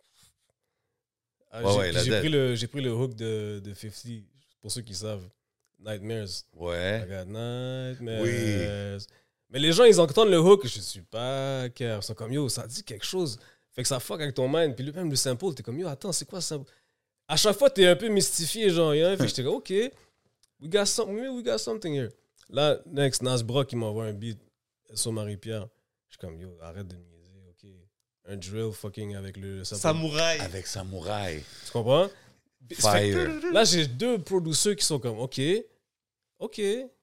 Speaker 5: Ah,
Speaker 2: Ouais,
Speaker 5: j'ai
Speaker 2: ouais, la
Speaker 5: j'ai
Speaker 2: dead.
Speaker 5: pris, le, j'ai pris le hook de, de cinquante, pour ceux qui savent. Nightmares. I
Speaker 2: Ouais.
Speaker 5: got nightmares.
Speaker 2: Oui.
Speaker 5: Mais les gens, ils entendent le hook, je suis pas cœur. Ils sont comme, yo, ça dit quelque chose. Fait que ça fuck avec ton mind. Puis le- même le sample, t'es comme, yo, attends, c'est quoi ça? À chaque fois, t'es un peu mystifié, genre. You know? Fait que j'étais comme, OK, we got, some, we got something here. Là, next, Nas Brock, il m'envoie un beat sur Marie-Pierre. Je suis comme, yo, arrête de me niaiser, OK. Un drill fucking avec le sample.
Speaker 1: Samouraï.
Speaker 2: Avec Samouraï.
Speaker 5: Tu comprends? Fait
Speaker 2: Fire.
Speaker 5: que là, j'ai deux producteurs qui sont comme, OK, OK.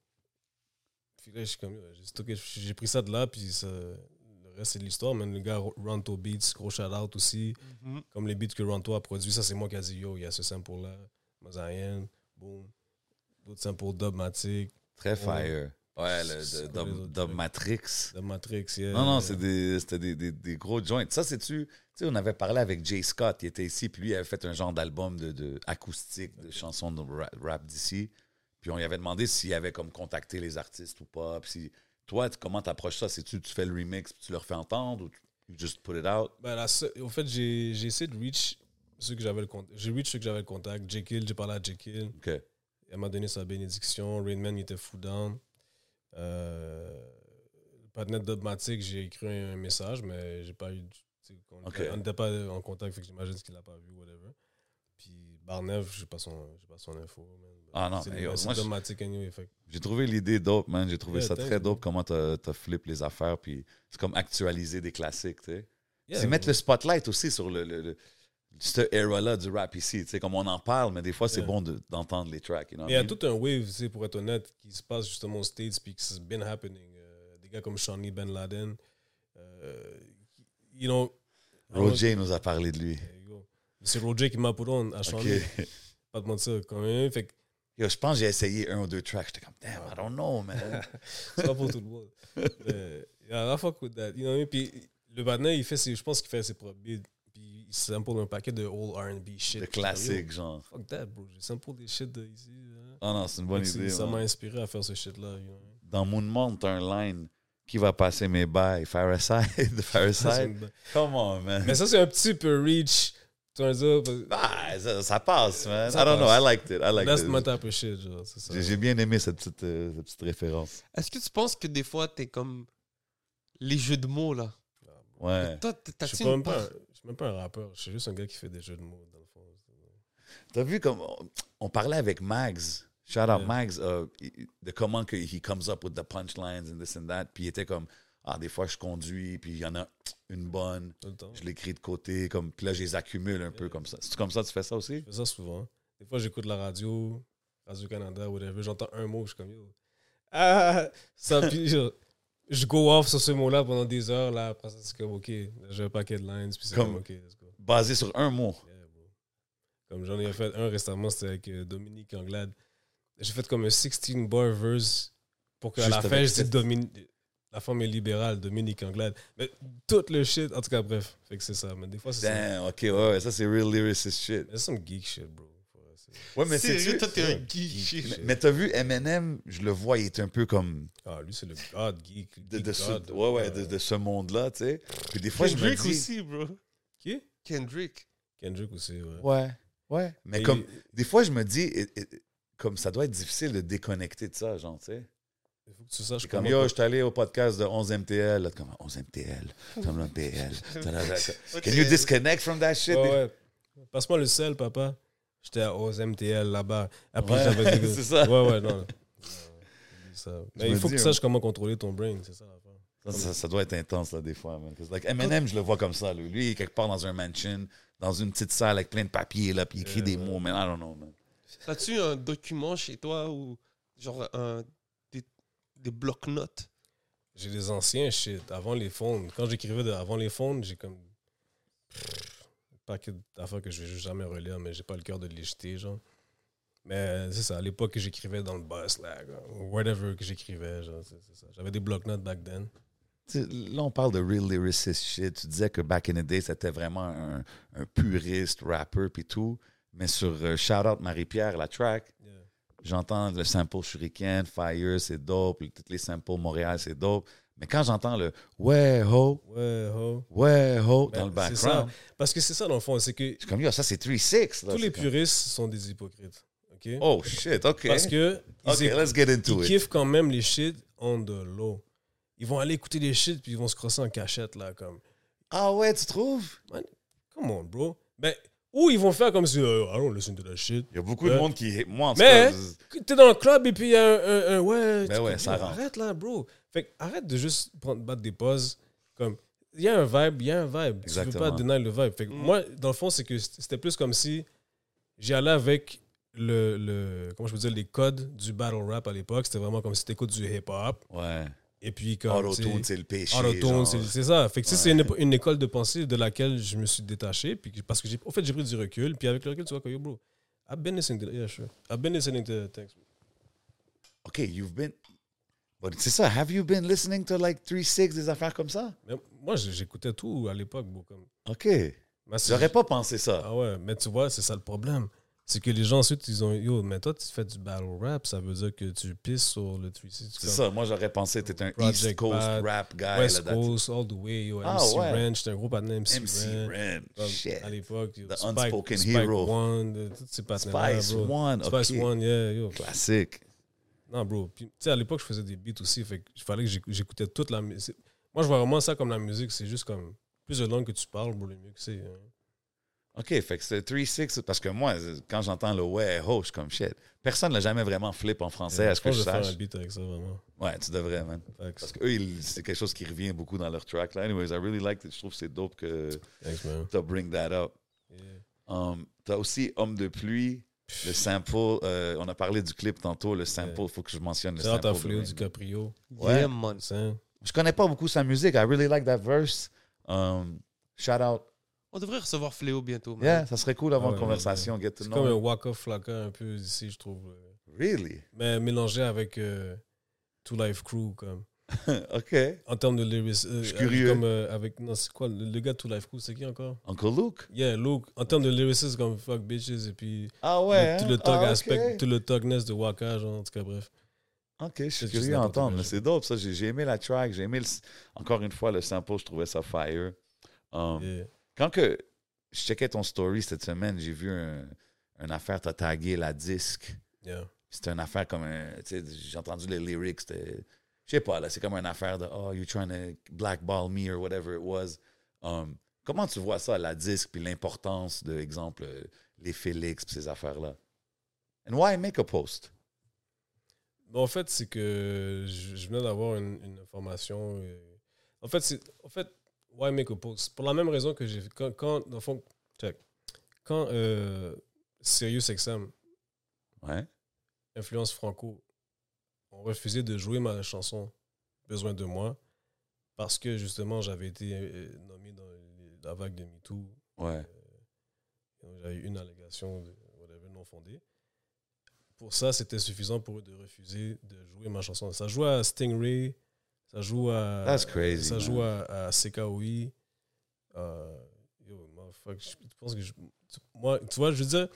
Speaker 5: Puis là, je suis comme, j'ai stocké- j'ai pris ça de là, puis ça, le reste, c'est de l'histoire. Mais le gars, Ronto Beats, gros shout-out aussi.
Speaker 1: Mhm.
Speaker 5: Comme les beats que Ronto a produits, ça, c'est moi qui a dit, yo, il y a ce sample-là. Mazayan, boom. D'autres samples Dubmatic,
Speaker 2: Très fire. Ouais, le
Speaker 5: C'est
Speaker 2: de-
Speaker 5: quoi les
Speaker 2: Dub-
Speaker 5: autres
Speaker 2: Dub Matrix.
Speaker 5: Dubmatrix, yeah.
Speaker 2: Non, non, c'est des- c'était des, des, des gros joints. Ça, c'est-tu... Tu sais, on avait parlé avec Jay Scott, il était ici, puis lui, il avait fait un genre d'album de, de acoustique, de chansons de rap, rap d'ici. Puis on lui avait demandé s'il avait comme contacté les artistes ou pas. Puis si, toi, tu- comment t'approches ça? C'est-tu tu fais le remix, puis tu leur fais entendre, ou tu you just put it out?
Speaker 5: Ben, la seule- au fait, j'ai j'ai essayé de reach ceux que j'avais le contact. J'ai reach ceux que j'avais le contact. Jekyll, j'ai parlé à Jekyll.
Speaker 2: OK.
Speaker 5: Elle m'a donné sa bénédiction. Rainman, il était fou down. Euh, le partenaire Dubmatic, j'ai écrit un message, mais j'ai pas eu. tu sais, On
Speaker 2: Ok.
Speaker 5: n'était pas en contact, fait que j'imagine qu'il l'a pas vu, whatever. Puis Barnev, j'ai pas son, j'ai pas son info. Man.
Speaker 2: Ah non,
Speaker 5: c'est
Speaker 2: mais yo,
Speaker 5: c'est
Speaker 2: moi, je-
Speaker 5: Dubmatic anyway. Fait que-
Speaker 2: J'ai trouvé l'idée dope, man. J'ai trouvé
Speaker 5: Yeah,
Speaker 2: ça
Speaker 5: thanks,
Speaker 2: très
Speaker 5: man.
Speaker 2: dope comment t'as as flip les affaires, puis c'est comme actualiser des classiques, tu sais.
Speaker 5: Yeah,
Speaker 2: c'est mettre
Speaker 5: bro.
Speaker 2: le spotlight aussi sur le, le, le- cette era-là du rap ici. Tu sais, comme on en parle, mais des fois, c'est
Speaker 5: Yeah.
Speaker 2: bon de- d'entendre les tracks. You know
Speaker 5: Mais il y
Speaker 2: what
Speaker 5: a
Speaker 2: I mean?
Speaker 5: tout un wave, tu sais, pour être honnête, qui se passe justement aux States, puis qui c'est been happening. Euh, des gars comme Shawnee Ben Laden. Euh, you know.
Speaker 2: Roger nous a parlé de lui.
Speaker 5: There you go. C'est Roger qui m'a put on à
Speaker 2: OK.
Speaker 5: Shawnee. Pas de mentir, quand même. Fait que
Speaker 2: Yo, je pense que j'ai essayé un ou deux tracks. J'étais comme, damn, I don't know, man.
Speaker 5: c'est pas pour tout le monde. Mais, yeah, I fuck with that. You know what I mean? Puis le partenaire, il fait ses, je pense qu'il fait ses propres beats. Puis il sample un paquet de old R and B shit.
Speaker 2: De classique, genre.
Speaker 5: Fuck that, bro. J'ai sample des shit de ici. Hein.
Speaker 2: Ah non, c'est une bonne
Speaker 5: Fait que
Speaker 2: idée.
Speaker 5: c'est- ça
Speaker 2: man.
Speaker 5: m'a inspiré à faire ce shit-là. You know?
Speaker 2: Dans Moon Monde, t'as un line qui va passer mes bails. Fireside,
Speaker 5: Ça, c'est
Speaker 2: Fireside.
Speaker 5: une bonne-
Speaker 2: Come on, man.
Speaker 5: Mais ça, c'est un petit peu reach. Tu vois ça? parce-
Speaker 2: Ah, ça, ça passe, man.
Speaker 5: Ça
Speaker 2: I don't know,
Speaker 5: passe.
Speaker 2: I liked it. I liked
Speaker 5: That's
Speaker 2: it.
Speaker 5: my type of shit, genre. C'est ça.
Speaker 2: J'ai j'ai bien aimé cette petite, euh, cette petite référence.
Speaker 1: Est-ce que tu penses que des fois, t'es comme les jeux de mots, là?
Speaker 2: Ouais.
Speaker 1: Toi,
Speaker 5: Je
Speaker 1: t'as-tu
Speaker 5: suis pas
Speaker 1: une
Speaker 5: même pas,
Speaker 1: part-
Speaker 5: un- je suis même pas un rappeur. Je suis juste un gars qui fait des jeux de mots, dans le fond.
Speaker 2: T'as vu comme on, on parlait avec Mags, shout out
Speaker 5: Yeah.
Speaker 2: Mags, euh, de comment que he comes up with the punchlines and this and that. Puis il était comme, ah, des fois je conduis, puis il y en a une bonne,
Speaker 5: Tout le temps.
Speaker 2: je l'écris de côté, comme, puis là je les accumule un peu comme ça. C'est comme ça, tu fais ça aussi?
Speaker 5: Je fais ça souvent. Des fois, j'écoute la radio, Radio-Canada, whatever. J'entends un mot, je suis comme yo. Ah! Ça, puis genre, je go off sur ce mot-là pendant des heures. Là, après ça, c'est comme OK. J'ai un paquet de lines, puis c'est
Speaker 2: Comme-
Speaker 5: comme OK, let's go.
Speaker 2: Basé sur un mot.
Speaker 5: Yeah, bro. Comme j'en ai fait un récemment, c'était avec euh, Dominique Anglade. J'ai fait comme un seize bar verse pour qu'à
Speaker 2: Juste
Speaker 5: la fin,
Speaker 2: avec
Speaker 5: je dise
Speaker 2: cette-
Speaker 5: Dominique. La femme est libérale, Dominique Anglade. Mais tout le shit, en tout cas, bref. Fait que c'est ça. Mais des fois, c'est ça.
Speaker 2: Damn, ok, ouais, ouais, ça c'est real lyricist shit.
Speaker 5: Mais c'est some geek shit, bro. Ouais, c'est-
Speaker 2: Ouais, mais
Speaker 1: Sérieux,
Speaker 2: c'est
Speaker 1: toi, t'es un geek.
Speaker 2: Mais, mais t'as vu Eminem, je le vois, il est un peu comme
Speaker 5: Ah, lui, c'est le God geek.
Speaker 2: de,
Speaker 5: geek
Speaker 2: de ce,
Speaker 5: God,
Speaker 2: ouais, ouais,
Speaker 5: euh,
Speaker 2: de, de ce monde-là, tu sais. Puis des fois, je me
Speaker 1: Kendrick
Speaker 2: dis...
Speaker 1: aussi, bro.
Speaker 5: Qui?
Speaker 1: Kendrick.
Speaker 5: Kendrick aussi, ouais.
Speaker 2: Ouais, ouais. Mais
Speaker 5: Et-
Speaker 2: comme, des fois, je me dis, et- et- comme ça doit être difficile de déconnecter de ça, genre, tu sais.
Speaker 5: Il faut que tu saches
Speaker 2: C'est comme,
Speaker 5: comment-
Speaker 2: yo, je suis allé au podcast de onze M T L, là, comme, onze M T L, comme M T L. Can you disconnect from that shit?
Speaker 5: Ouais, ouais. Passe-moi le sel, papa. J'étais à onze M T L là-bas. Après,
Speaker 2: Ouais,
Speaker 5: j'avais dit.
Speaker 2: c'est ça.
Speaker 5: Ouais, ouais, non. non. Oublie ça. Mais
Speaker 2: me
Speaker 5: il faut
Speaker 2: dis,
Speaker 5: que tu saches comment contrôler ton brain, c'est ça l'affaire.
Speaker 2: Ça, ça, ça doit être intense, là, des fois, man. 'Cause, like, Eminem, je le vois comme ça, lui. Lui, il est quelque part dans un mansion, dans une petite salle avec plein de papiers, là, puis il écrit
Speaker 5: Yeah,
Speaker 2: des
Speaker 5: ouais.
Speaker 2: mots, man. I don't know, man.
Speaker 1: As-tu un document chez toi ou genre un, des, des blocs-notes?
Speaker 5: J'ai des anciens shit avant les phones. Quand j'écrivais de- avant les phones, j'ai comme. Pff, un paquet d'affaires que je vais juste jamais relire, mais j'ai pas le cœur de les jeter, genre. Mais c'est ça, à l'époque que j'écrivais dans le bus, là, ou whatever que j'écrivais, genre, c'est c'est ça. J'avais des bloc-notes back then.
Speaker 2: Tu sais, là, on parle de real lyricist shit. Tu disais que back in the day, c'était vraiment un, un puriste, rapper, puis tout. Mais sur euh, Shout Out Marie-Pierre, la track,
Speaker 5: Yeah.
Speaker 2: j'entends le sample Shuriken, Fire, c'est dope. puis Toutes les samples Montréal, c'est dope. Mais quand j'entends le ouais, ho,
Speaker 5: Ouais, ho.
Speaker 2: ouais, ho
Speaker 5: Ben,
Speaker 2: dans le
Speaker 5: c'est ça.
Speaker 2: background,
Speaker 5: Parce que c'est ça, dans le fond, c'est que
Speaker 2: je suis comme, yo, ça, c'est trois six.
Speaker 5: tous les puristes sont des hypocrites. OK?
Speaker 2: Oh, shit, OK.
Speaker 5: Parce que
Speaker 2: OK,
Speaker 5: ils, écoutent-
Speaker 2: let's get
Speaker 5: ils
Speaker 2: into it.
Speaker 5: kiffent quand même les shit on the low. Ils vont aller écouter des shit puis ils vont se crosser en cachette, là, comme.
Speaker 2: Ah ouais, tu trouves?
Speaker 5: Come on, bro. Ben, ou ils vont faire comme si, euh, I don't listen to that shit.
Speaker 2: Il y a beaucoup de
Speaker 5: Ouais.
Speaker 2: monde qui... Moi, en tout
Speaker 5: Mais-
Speaker 2: cas, je-
Speaker 5: T'es dans le club et puis il y a un, un, un- ouais.
Speaker 2: Ben
Speaker 5: tu
Speaker 2: ouais,
Speaker 5: comprends?
Speaker 2: ça rentre.
Speaker 5: Arrête là, bro. Fait que arrête de juste prendre, battre des pauses. Comme, il y a un vibe, il y a un vibe. Tu
Speaker 2: Exactement.
Speaker 5: peux pas deny le vibe. Fait que moi, dans le fond, c'est que c'était plus comme si j'y allais avec le, le, comment je peux dire, les codes du battle rap à l'époque. C'était vraiment comme si t'écoutes du hip-hop.
Speaker 2: Ouais.
Speaker 5: Et puis comme,
Speaker 2: Auto-tune,
Speaker 5: tu sais,
Speaker 2: c'est le péché.
Speaker 5: Autotune,
Speaker 2: genre.
Speaker 5: c'est c'est ça. Fait que ça,
Speaker 2: Ouais.
Speaker 5: c'est une, épo- une école de pensée de laquelle je me suis détaché. Puis que- parce que j'ai, au fait, j'ai pris du recul. Puis avec le recul, tu vois que yo, bro, I've been listening to, yeah, sure. I've been listening to, thanks.
Speaker 2: OK, you've been... But c'est ça, have you been listening to like three six, des affaires comme ça?
Speaker 5: Mais moi, j'ai- j'écoutais tout à l'époque, bro. Comme,
Speaker 2: OK.
Speaker 5: mais c'est-
Speaker 2: J'aurais pas pensé ça.
Speaker 5: Ah ouais, mais tu vois, c'est ça le problème. C'est que les gens ensuite, ils ont, yo, mais toi, tu fais du battle rap, ça veut dire que tu pisses sur le trois six.
Speaker 2: C'est ça, moi j'aurais pensé que t'étais un
Speaker 5: Project
Speaker 2: East Coast
Speaker 5: Bad,
Speaker 2: rap guy.
Speaker 5: West
Speaker 2: là, that's-
Speaker 5: Coast, all the way, yo,
Speaker 2: Ah,
Speaker 5: M C
Speaker 2: ouais.
Speaker 5: Ren, j'étais un gros partenaire M C,
Speaker 2: M C
Speaker 5: Ren.
Speaker 2: Ren,
Speaker 5: Comme,
Speaker 2: shit.
Speaker 5: À l'époque, yo,
Speaker 2: The
Speaker 5: Spike,
Speaker 2: unspoken
Speaker 5: Spike
Speaker 2: hero.
Speaker 5: One, de- tous ces partenaires.
Speaker 2: Spice
Speaker 5: bro.
Speaker 2: One,
Speaker 5: Spice
Speaker 2: OK.
Speaker 5: One, yeah, yo.
Speaker 2: Classique.
Speaker 5: Non, bro. Puis, tu sais, à l'époque, je faisais des beats aussi. Fait qu'il fallait que j'éc- j'écoutais toute la musique. Moi, je vois vraiment ça comme la musique. C'est juste comme plus de langue que tu parles, bro, le mieux que c'est. hein.
Speaker 2: OK, fait que c'est trois six, parce que moi, quand j'entends le ouais, ho, je suis comme shit. Personne ne l'a jamais vraiment flip en français, à ce que
Speaker 5: pense
Speaker 2: je
Speaker 5: que je vais faire
Speaker 2: sache.
Speaker 5: un beat avec ça, vraiment.
Speaker 2: Ouais, tu devrais, man.
Speaker 5: Fait que
Speaker 2: Parce que eux, ils- c'est quelque chose qui revient beaucoup dans leur track. Là. Anyways, I really like it. Je trouve que c'est dope que
Speaker 5: Thanks, man.
Speaker 2: tu bring that up.
Speaker 5: Yeah.
Speaker 2: Um, t'as aussi Homme de pluie, le sample. euh, on a parlé du clip tantôt, le sample. Il faut que je mentionne le
Speaker 5: C'est
Speaker 2: sample.
Speaker 5: à
Speaker 2: de
Speaker 5: Fléau
Speaker 2: Rain.
Speaker 5: DiCaprio.
Speaker 2: Ouais.
Speaker 1: Yeah, man.
Speaker 5: C'est
Speaker 2: Je connais pas beaucoup sa musique. I really like that verse. Um, shout out.
Speaker 1: On devrait recevoir Fléau bientôt, man.
Speaker 2: Yeah, ça serait cool d'avoir
Speaker 5: Ah ouais,
Speaker 2: une conversation. Get to
Speaker 5: c'est
Speaker 2: know
Speaker 5: comme un
Speaker 2: him.
Speaker 5: Waka Flocka un peu ici, je trouve. euh.
Speaker 2: Really?
Speaker 5: Mais mélangé avec euh, Two Life Crew, comme.
Speaker 2: OK.
Speaker 5: En termes de lyrics. euh,
Speaker 2: Je suis
Speaker 5: avec-
Speaker 2: curieux.
Speaker 5: Comme, euh, avec, non, c'est quoi, le, le gars de Two Life Crew, c'est qui encore?
Speaker 2: Uncle Luke?
Speaker 5: Yeah, Luke. En termes de lyricisme, comme fuck bitches, et puis
Speaker 2: Ah ouais?
Speaker 5: le, tout
Speaker 2: hein?
Speaker 5: le thug
Speaker 2: Ah,
Speaker 5: aspect,
Speaker 2: OK.
Speaker 5: tout le thugness de Waka, genre, en tout cas, bref.
Speaker 2: OK, je suis
Speaker 5: C'est juste
Speaker 2: curieux
Speaker 5: n'importe
Speaker 2: d'entendre.
Speaker 5: quoi,
Speaker 2: Mais
Speaker 5: je-
Speaker 2: c'est dope, ça. J'ai j'ai aimé la track. J'ai aimé, le- encore une fois, le sample. Je trouvais ça fire. Um,
Speaker 5: Yeah.
Speaker 2: Quand que je checkais ton story cette semaine, j'ai vu un, une affaire, t'as tagué la disque.
Speaker 5: Yeah.
Speaker 2: C'était une affaire comme un. Tu sais, j'ai entendu les lyrics. C'était. Je sais pas, là. C'est comme une affaire de. Oh, you're trying to blackball me or whatever it was. Um, comment tu vois ça, la disque, puis l'importance de, exemple, euh, les Félix, puis ces affaires-là? And why make a post?
Speaker 5: Bon, en fait, c'est que je, je venais d'avoir une, une information. euh, En fait, c'est. En fait, why make a post? Pour la même raison que j'ai fait. Quand, quand, dans le fond, check. Quand euh, Sirius X M,
Speaker 2: Ouais.
Speaker 5: Influence Franco, ont refusé de jouer ma chanson Besoin de moi parce que justement, j'avais été euh, nommé dans les- la vague de MeToo.
Speaker 2: Ouais.
Speaker 5: Donc, j'avais eu une allégation de whatever non fondée. Pour ça, c'était suffisant pour eux de refuser de jouer ma chanson. Ça joue à Stingray, ça joue à.
Speaker 2: That's crazy,
Speaker 5: Ça
Speaker 2: man.
Speaker 5: joue à, à C K O I. Euh, yo, motherfucker, je pense que je- tu- moi, tu vois, je veux dire,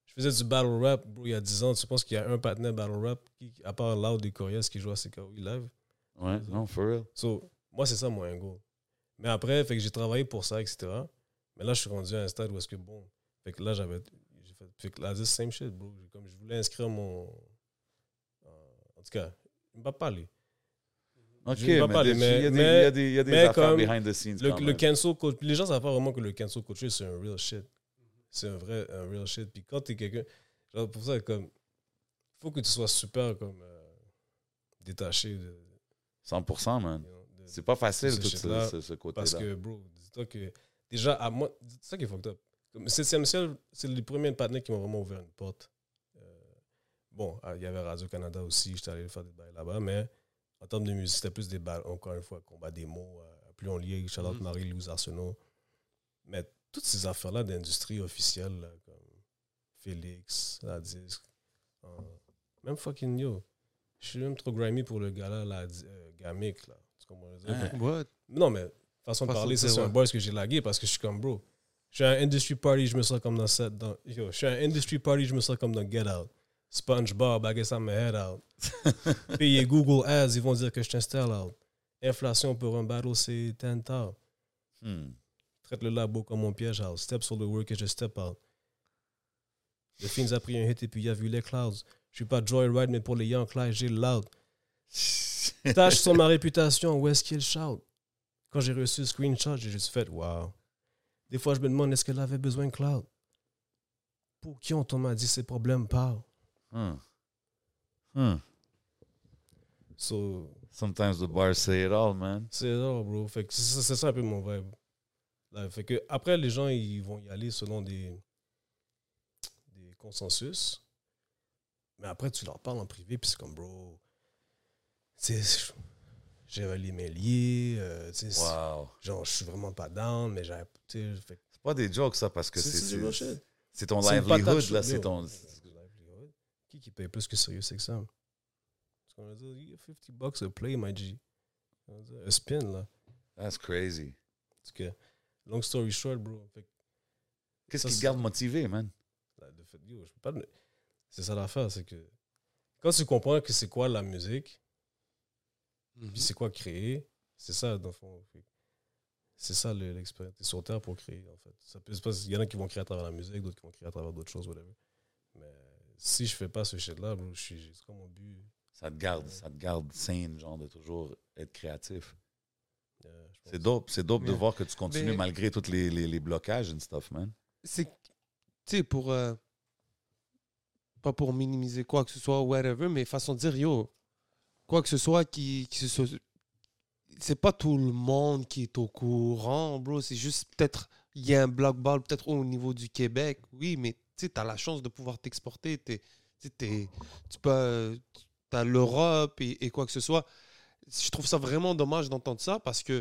Speaker 5: Je faisais du battle rap, bro, il y a dix ans. Tu penses qu'il y a un partenaire battle rap, qui, à part Loud et Corias, qui joue à C K O live?
Speaker 2: Ouais, non, for real.
Speaker 5: So, moi, c'est ça mon angle. Mais après, fait que j'ai travaillé pour ça, et cetera. Mais là, je suis rendu à un stade où est-ce que, bon, fait que là, j'avais, j'ai fait, fait que là, this same shit, bro. Comme je voulais inscrire mon... En tout cas, il ne m'a pas parlé.
Speaker 2: OK,
Speaker 5: Je vais pas
Speaker 2: mais
Speaker 5: parler,
Speaker 2: des-
Speaker 5: mais-
Speaker 2: il y a des,
Speaker 5: mais-
Speaker 2: il y a des, il y a des
Speaker 5: mais
Speaker 2: affaires
Speaker 5: comme
Speaker 2: behind the scenes
Speaker 5: Le,
Speaker 2: quand
Speaker 5: le
Speaker 2: même.
Speaker 5: cancel coach, les gens savent pas vraiment que le cancel coach, c'est un real shit. C'est un vrai, un real shit. Puis quand t'es quelqu'un, genre pour ça, comme, faut que tu sois super, comme, euh, détaché de,
Speaker 2: cent pour cent, man.
Speaker 5: you know, de-
Speaker 2: C'est pas facile,
Speaker 5: ce
Speaker 2: tout ce,
Speaker 5: shit-là,
Speaker 2: ce, ce côté-là.
Speaker 5: parce que, bro, dis-toi que, déjà, à moi, c'est ça qui est fucked up. Comme, c'est c'est c'est les premiers partenaires qui m'ont vraiment ouvert une porte. Euh, bon, il y avait Radio-Canada aussi, j'étais allé faire des bails là-bas, mais en termes de musique, c'était plus des balles, encore une fois, combat des mots, euh, plus on liait, Charlotte
Speaker 1: Mhm.
Speaker 5: Marie-Louise Arsenault. Mais toutes ces affaires-là d'industrie officielle, là, comme Félix, la disque, euh, même fucking yo, je suis même trop grimy pour le gars-là, la euh, Gamic, là. Tu comprends ce que je veux dire?
Speaker 2: Ouais.
Speaker 1: What?
Speaker 5: Non, mais façon de
Speaker 1: Façon
Speaker 5: parler,
Speaker 1: de
Speaker 5: ça,
Speaker 1: dire,
Speaker 5: c'est un
Speaker 1: ouais.
Speaker 5: boys que j'ai lagué parce que je suis comme, bro, je suis à un industry party, je me sens comme dans cette. Dans, yo, je suis à un industry party, je me sens comme dans Get Out. SpongeBob, I guess I'm my head out. Payer Google Ads, ils vont dire que je t'installe out. Inflation pour un battle, c'est ten tard.
Speaker 2: Hmm.
Speaker 5: Traite le labo comme mon piège house. Step sur le work et je step out. Le Fins a pris un hit et puis il a vu les clouds. Je suis pas Joyride, mais pour les Young Clyde, j'ai le loud. Tâche sur ma réputation, où est-ce qu'il shout? Quand j'ai reçu le screenshot, j'ai juste fait wow. Des fois, je me demande est-ce qu'elle avait besoin de cloud? Pour qui on m'a dit ces problèmes parlent?
Speaker 2: Hmm. Hmm.
Speaker 5: So,
Speaker 2: Sometimes the bars say it all, man.
Speaker 5: c'est ça, bro. Fait que c'est ça, c'est ça un peu mon vibe. Là, fait que après, les gens, ils vont y aller selon des, des consensus. Mais après, tu leur parles en privé, puis c'est comme, bro, tu sais, j'ai les mains liées, euh, tu sais,
Speaker 2: Wow.
Speaker 5: genre, je suis vraiment pas down, mais j'ai, tu sais, fait que
Speaker 2: C'est pas des jokes, ça, parce que
Speaker 5: c'est
Speaker 2: c'est,
Speaker 5: c'est du
Speaker 2: c'est,
Speaker 5: bullshit.
Speaker 2: c'est ton
Speaker 5: C'est une patate
Speaker 2: livelihood,
Speaker 5: chaude,
Speaker 2: là. C'est
Speaker 5: yo.
Speaker 2: ton...
Speaker 5: C'est du livelihood. Qui qui paye plus que sérieux, c'est que ça? Parce qu'on va dire, you get fifty bucks a play, my G. On va dire, un spin, là.
Speaker 2: That's crazy.
Speaker 5: Parce que, long story short, bro. Fait que,
Speaker 2: Qu'est-ce
Speaker 5: Ça,
Speaker 2: qui te
Speaker 5: c'est-
Speaker 2: garde motivé, man?
Speaker 5: là, de fait, yo, je peux pas. le- C'est ça l'affaire, c'est que quand tu comprends que c'est quoi la musique,
Speaker 1: Mhm.
Speaker 5: puis c'est quoi créer, c'est ça, dans le fond. Fait que c'est ça le- l'expérience. T'es sur Terre pour créer, en fait. Ça peut se passer. Il y en a qui vont créer à travers la musique, d'autres qui vont créer à travers d'autres choses, whatever. Mais si je fais pas ce shit-là, bro, je suis- c'est comme mon but.
Speaker 2: Ça te garde, ça te garde sain, genre, de toujours être créatif.
Speaker 5: Euh, je pense.
Speaker 2: C'est dope, c'est dope de
Speaker 1: Yeah.
Speaker 2: voir que tu continues
Speaker 1: Mais-
Speaker 2: malgré tous les, les, les blocages and stuff, man.
Speaker 1: C'est, tu sais, pour. euh, pas pour minimiser quoi que ce soit, whatever, mais façon de dire, yo, quoi que ce soit qui. qui se soit- c'est pas tout le monde qui est au courant, bro. C'est juste peut-être. Il y a un block ball peut-être au niveau du Québec, oui, mais tu sais, t'as la chance de pouvoir t'exporter. T'es, tu sais, t'es- tu peux. T'as l'Europe et, et quoi que ce soit. Je trouve ça vraiment dommage d'entendre ça parce que.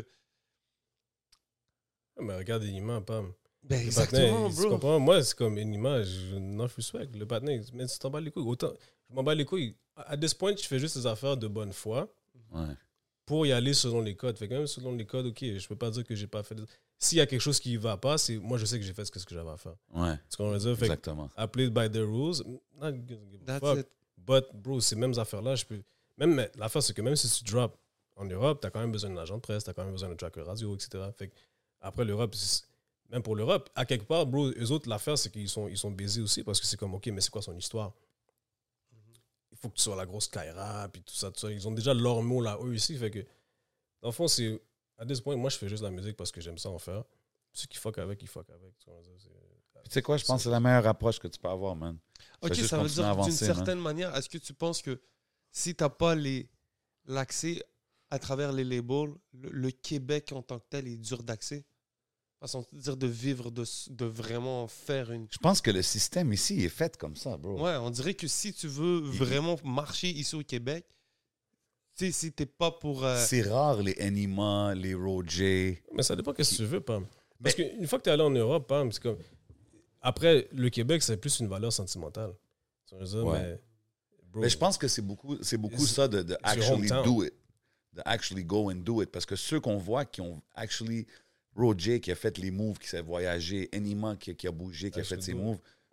Speaker 5: Ah, mais regarde Enima, Pam.
Speaker 1: Ben,
Speaker 5: Le
Speaker 1: exactement,
Speaker 5: patin, tu
Speaker 1: bro.
Speaker 5: comprends? Moi, c'est comme Enima, je n'en respect. Le patin, mais tu t'en bats les couilles. Autant, je m'en bats les couilles. À this point, je fais juste des affaires de bonne foi
Speaker 2: Ouais.
Speaker 5: pour y aller selon les codes. Fait que même selon les codes, ok, je peux pas dire que j'ai pas fait. des- S'il y a quelque chose qui va pas, c'est moi, je sais que j'ai fait ce que ce que j'avais à faire.
Speaker 2: Ouais,
Speaker 5: Tu comprends ce que je veux dire? Fait que
Speaker 2: exactement.
Speaker 5: I played by the rules. Not gonna give a
Speaker 1: That's
Speaker 5: fuck.
Speaker 1: it.
Speaker 5: But, bro, ces mêmes affaires-là, je peux. Même mais l'affaire, c'est que même si tu drops en Europe, t'as quand même besoin d'un agent de presse, t'as quand même besoin d'un tracker radio, et cetera. Fait que après l'Europe, c'est- même pour l'Europe, à quelque part, bro, eux autres, l'affaire, c'est qu'ils sont, ils sont baisés aussi parce que c'est comme, OK, mais c'est quoi son histoire? Il faut que tu sois la grosse Kaira, puis tout ça, tout ça. Ils ont déjà leur mot là, eux ici. Fait que, dans le fond, c'est. À ce point, moi, je fais juste la musique parce que j'aime ça en faire. Ceux qui fuck avec, ils fuck avec. Tu vois, c'est-
Speaker 2: Puis tu sais quoi, je pense que c'est la meilleure approche que tu peux avoir, man.
Speaker 1: Ok,
Speaker 2: Fais juste
Speaker 1: ça veut
Speaker 2: continuer à
Speaker 1: dire d'une
Speaker 2: avancer, man.
Speaker 1: certaine manière, est-ce que tu penses que si tu n'as pas les, l'accès à travers les labels, le, le Québec en tant que tel est dur d'accès? Façon de dire de vivre, de, s- de vraiment faire une...
Speaker 2: Je pense que le système ici est fait comme ça, bro.
Speaker 1: Ouais, on dirait que si tu veux
Speaker 2: Il-
Speaker 1: vraiment marcher ici au Québec, tu sais, si t'es pas pour... euh,
Speaker 2: C'est rare, les Anima, les Roger.
Speaker 5: Mais ça dépend qu'est-ce que tu veux, Pam. Parce
Speaker 2: Mais-
Speaker 5: qu'une fois que tu es allé en Europe, Pam, c'est comme. Après, le Québec, c'est plus une valeur sentimentale. Tu vois ce que je veux dire?
Speaker 2: Ouais.
Speaker 5: Mais, bro,
Speaker 2: Mais je pense que c'est beaucoup, c'est beaucoup
Speaker 5: C'est-
Speaker 2: ça de, de
Speaker 5: your
Speaker 2: actually
Speaker 5: hometown.
Speaker 2: do it. De actually go and do it. Parce que ceux qu'on voit qui ont actually. Roger qui a fait les moves, qui s'est voyagé, Anima qui, qui a bougé, qui a fait
Speaker 5: Actually
Speaker 2: ses
Speaker 5: do it.
Speaker 2: moves.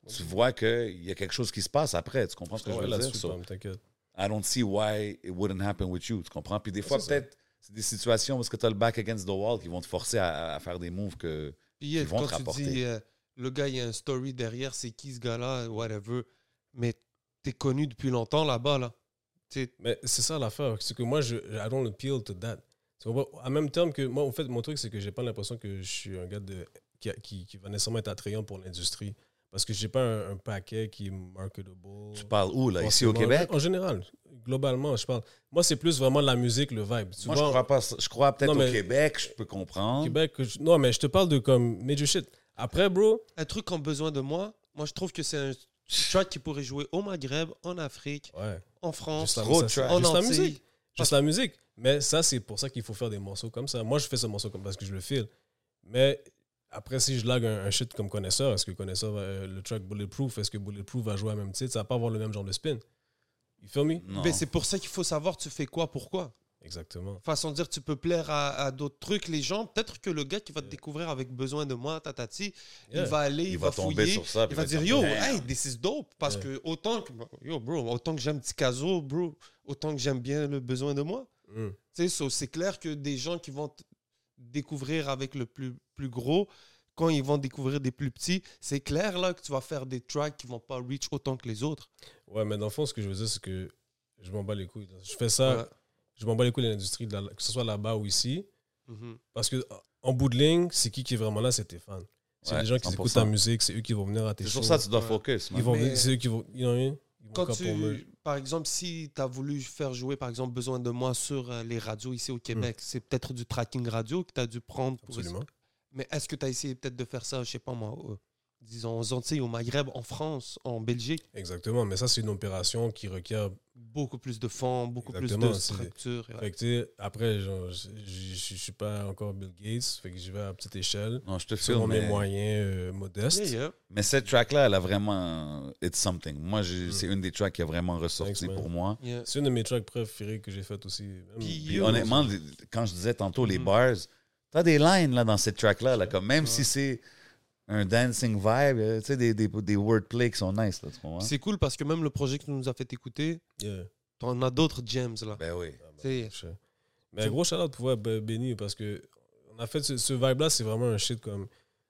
Speaker 2: tu vois qu'il y a quelque chose qui se passe après. Tu comprends ce que
Speaker 5: Ouais,
Speaker 2: je veux
Speaker 5: la
Speaker 2: dire?
Speaker 5: suite,
Speaker 2: So,
Speaker 5: Tom, t'inquiète.
Speaker 2: I don't see why it wouldn't happen with you. Tu comprends? Puis des fois,
Speaker 5: c'est ça.
Speaker 2: peut-être, c'est des situations où tu as le back against the wall qui vont te forcer à, à faire des moves que.
Speaker 1: Puis yeah,
Speaker 2: Ils vont
Speaker 1: quand
Speaker 2: te
Speaker 1: tu
Speaker 2: rapporter.
Speaker 1: dis euh, le gars, il y a un story derrière, c'est qui ce gars-là, whatever. Mais t'es connu depuis longtemps là-bas, là. Tu sais,
Speaker 5: Mais c'est ça l'affaire, c'est que moi, je, I don't appeal to that. Tu comprends? En même temps que moi, en fait, mon truc, c'est que j'ai pas l'impression que je suis un gars de, qui, a- qui, qui va nécessairement être attrayant pour l'industrie. Parce que j'ai pas un, un paquet qui est marketable.
Speaker 2: Tu parles où, là? Ici au
Speaker 5: Forcément.
Speaker 2: Québec?
Speaker 5: En général, globalement, je parle. Moi, c'est plus vraiment la musique, le vibe. Tu
Speaker 2: Moi,
Speaker 5: vois,
Speaker 2: je crois pas. ça. Je crois peut-être
Speaker 5: Non,
Speaker 2: au
Speaker 5: mais-
Speaker 2: Québec, je peux comprendre.
Speaker 5: Québec, je- non, mais je te parle de comme major shit. Après, bro,
Speaker 1: un truc en besoin de moi, moi, je trouve que c'est un track qui pourrait jouer au Maghreb, en Afrique,
Speaker 5: ouais.
Speaker 1: en France,
Speaker 5: Juste la,
Speaker 2: Trop
Speaker 5: ça,
Speaker 2: de
Speaker 5: c'est-
Speaker 2: trash.
Speaker 1: en
Speaker 5: juste la
Speaker 1: Antilles.
Speaker 5: musique. Juste la musique. Mais ça, c'est pour ça qu'il faut faire des morceaux comme ça. Moi, je fais ce morceau comme parce que je le file. Mais après, si je lag un, un shit comme Connaisseur, est-ce que Connaisseur, va- euh, le track Bulletproof, est-ce que Bulletproof va jouer à même titre? Ça va pas avoir le même genre de spin. You feel me?
Speaker 2: Non.
Speaker 1: Mais c'est pour ça qu'il faut savoir tu fais quoi, pourquoi.
Speaker 5: Exactement.
Speaker 1: Façon de dire, tu peux plaire à, à d'autres trucs. Les gens, peut-être que le gars qui va te découvrir avec besoin de moi, tatati,
Speaker 5: Yeah.
Speaker 1: il va aller, il,
Speaker 2: Il
Speaker 1: va,
Speaker 2: va tomber
Speaker 1: fouiller,
Speaker 2: sur ça.
Speaker 1: il
Speaker 2: puis
Speaker 1: va dire,
Speaker 2: dire,
Speaker 1: yo,
Speaker 2: Damn.
Speaker 1: hey, this is dope. Parce
Speaker 5: Yeah.
Speaker 1: que autant que, yo, bro, autant que j'aime Petit Caso, bro, autant que j'aime bien le besoin de moi.
Speaker 5: Mm.
Speaker 1: Tu sais, so, c'est clair que des gens qui vont te découvrir avec le plus, plus gros, quand ils vont découvrir des plus petits, c'est clair là que tu vas faire des tracks qui vont pas reach autant que les autres.
Speaker 5: Ouais, mais dans le fond, ce que je veux dire, c'est que je m'en bats les couilles. Je fais ça,
Speaker 1: Ouais.
Speaker 5: je m'en bats les couilles de l'industrie, de la- que ce soit là-bas ou ici.
Speaker 1: Mhm.
Speaker 5: Parce que en bout de ligne, c'est qui qui est vraiment là, c'est tes fans. C'est
Speaker 2: Ouais,
Speaker 5: les gens qui
Speaker 2: cent pour
Speaker 5: écoutent
Speaker 2: cent.
Speaker 5: ta musique, c'est eux qui vont venir à tes
Speaker 2: C'est
Speaker 5: shows.
Speaker 2: sur ça que tu dois
Speaker 1: Ouais.
Speaker 2: focus. man.
Speaker 5: Ils vont
Speaker 1: Mais-
Speaker 5: venir- c'est eux qui vont. You know what I mean? Ils vont
Speaker 1: Quand
Speaker 5: cap pour me-
Speaker 1: tu, par exemple, si tu as voulu faire jouer, par exemple, Besoin de moi sur euh, les radios ici au Québec, c'est peut-être du tracking radio que tu as dû prendre. Pour
Speaker 5: Absolument.
Speaker 1: Mais est-ce que tu as essayé peut-être de faire ça, je sais pas moi, euh, disons aux Antilles, au Maghreb, en France, en Belgique?
Speaker 5: Exactement, mais ça, c'est une opération qui requiert.
Speaker 1: Beaucoup plus de fonds, beaucoup
Speaker 5: Exactement,
Speaker 1: plus de
Speaker 5: c'est-
Speaker 1: structure. ouais.
Speaker 5: Fait que, tu sais, après, genre, je je- je suis pas encore Bill Gates, fait que j'y vais à petite échelle,
Speaker 2: Non, je te
Speaker 5: selon
Speaker 2: filme.
Speaker 5: mes
Speaker 2: Mais,
Speaker 5: moyens euh, modestes.
Speaker 1: Yeah, yeah.
Speaker 2: mais cette track-là, elle a vraiment. It's something. Moi, j'ai-
Speaker 5: Mm.
Speaker 2: c'est une des tracks qui a vraiment ressorti
Speaker 5: Thanks, man.
Speaker 2: pour moi.
Speaker 1: Yeah.
Speaker 5: C'est une de mes tracks préférées que j'ai faites aussi. Même-
Speaker 1: Puis,
Speaker 2: Puis
Speaker 1: Yo,
Speaker 2: honnêtement, les- quand je disais tantôt les
Speaker 1: Mhm.
Speaker 2: bars, t'as des lines là, dans cette track-là. Là, comme même
Speaker 1: Ouais.
Speaker 2: si c'est un dancing vibe, euh, tu sais, des, des, des wordplay qui sont nice. Là, tu comprends?
Speaker 1: C'est cool parce que même le projet que tu nous as fait écouter,
Speaker 5: Yeah.
Speaker 1: t'en as d'autres gems là.
Speaker 2: Ben oui.
Speaker 5: Ah, ben,
Speaker 1: C'est-
Speaker 5: je sais. Mais gros shout-out pour voir Benny parce que on a fait ce, ce vibe-là, c'est vraiment un shit comme.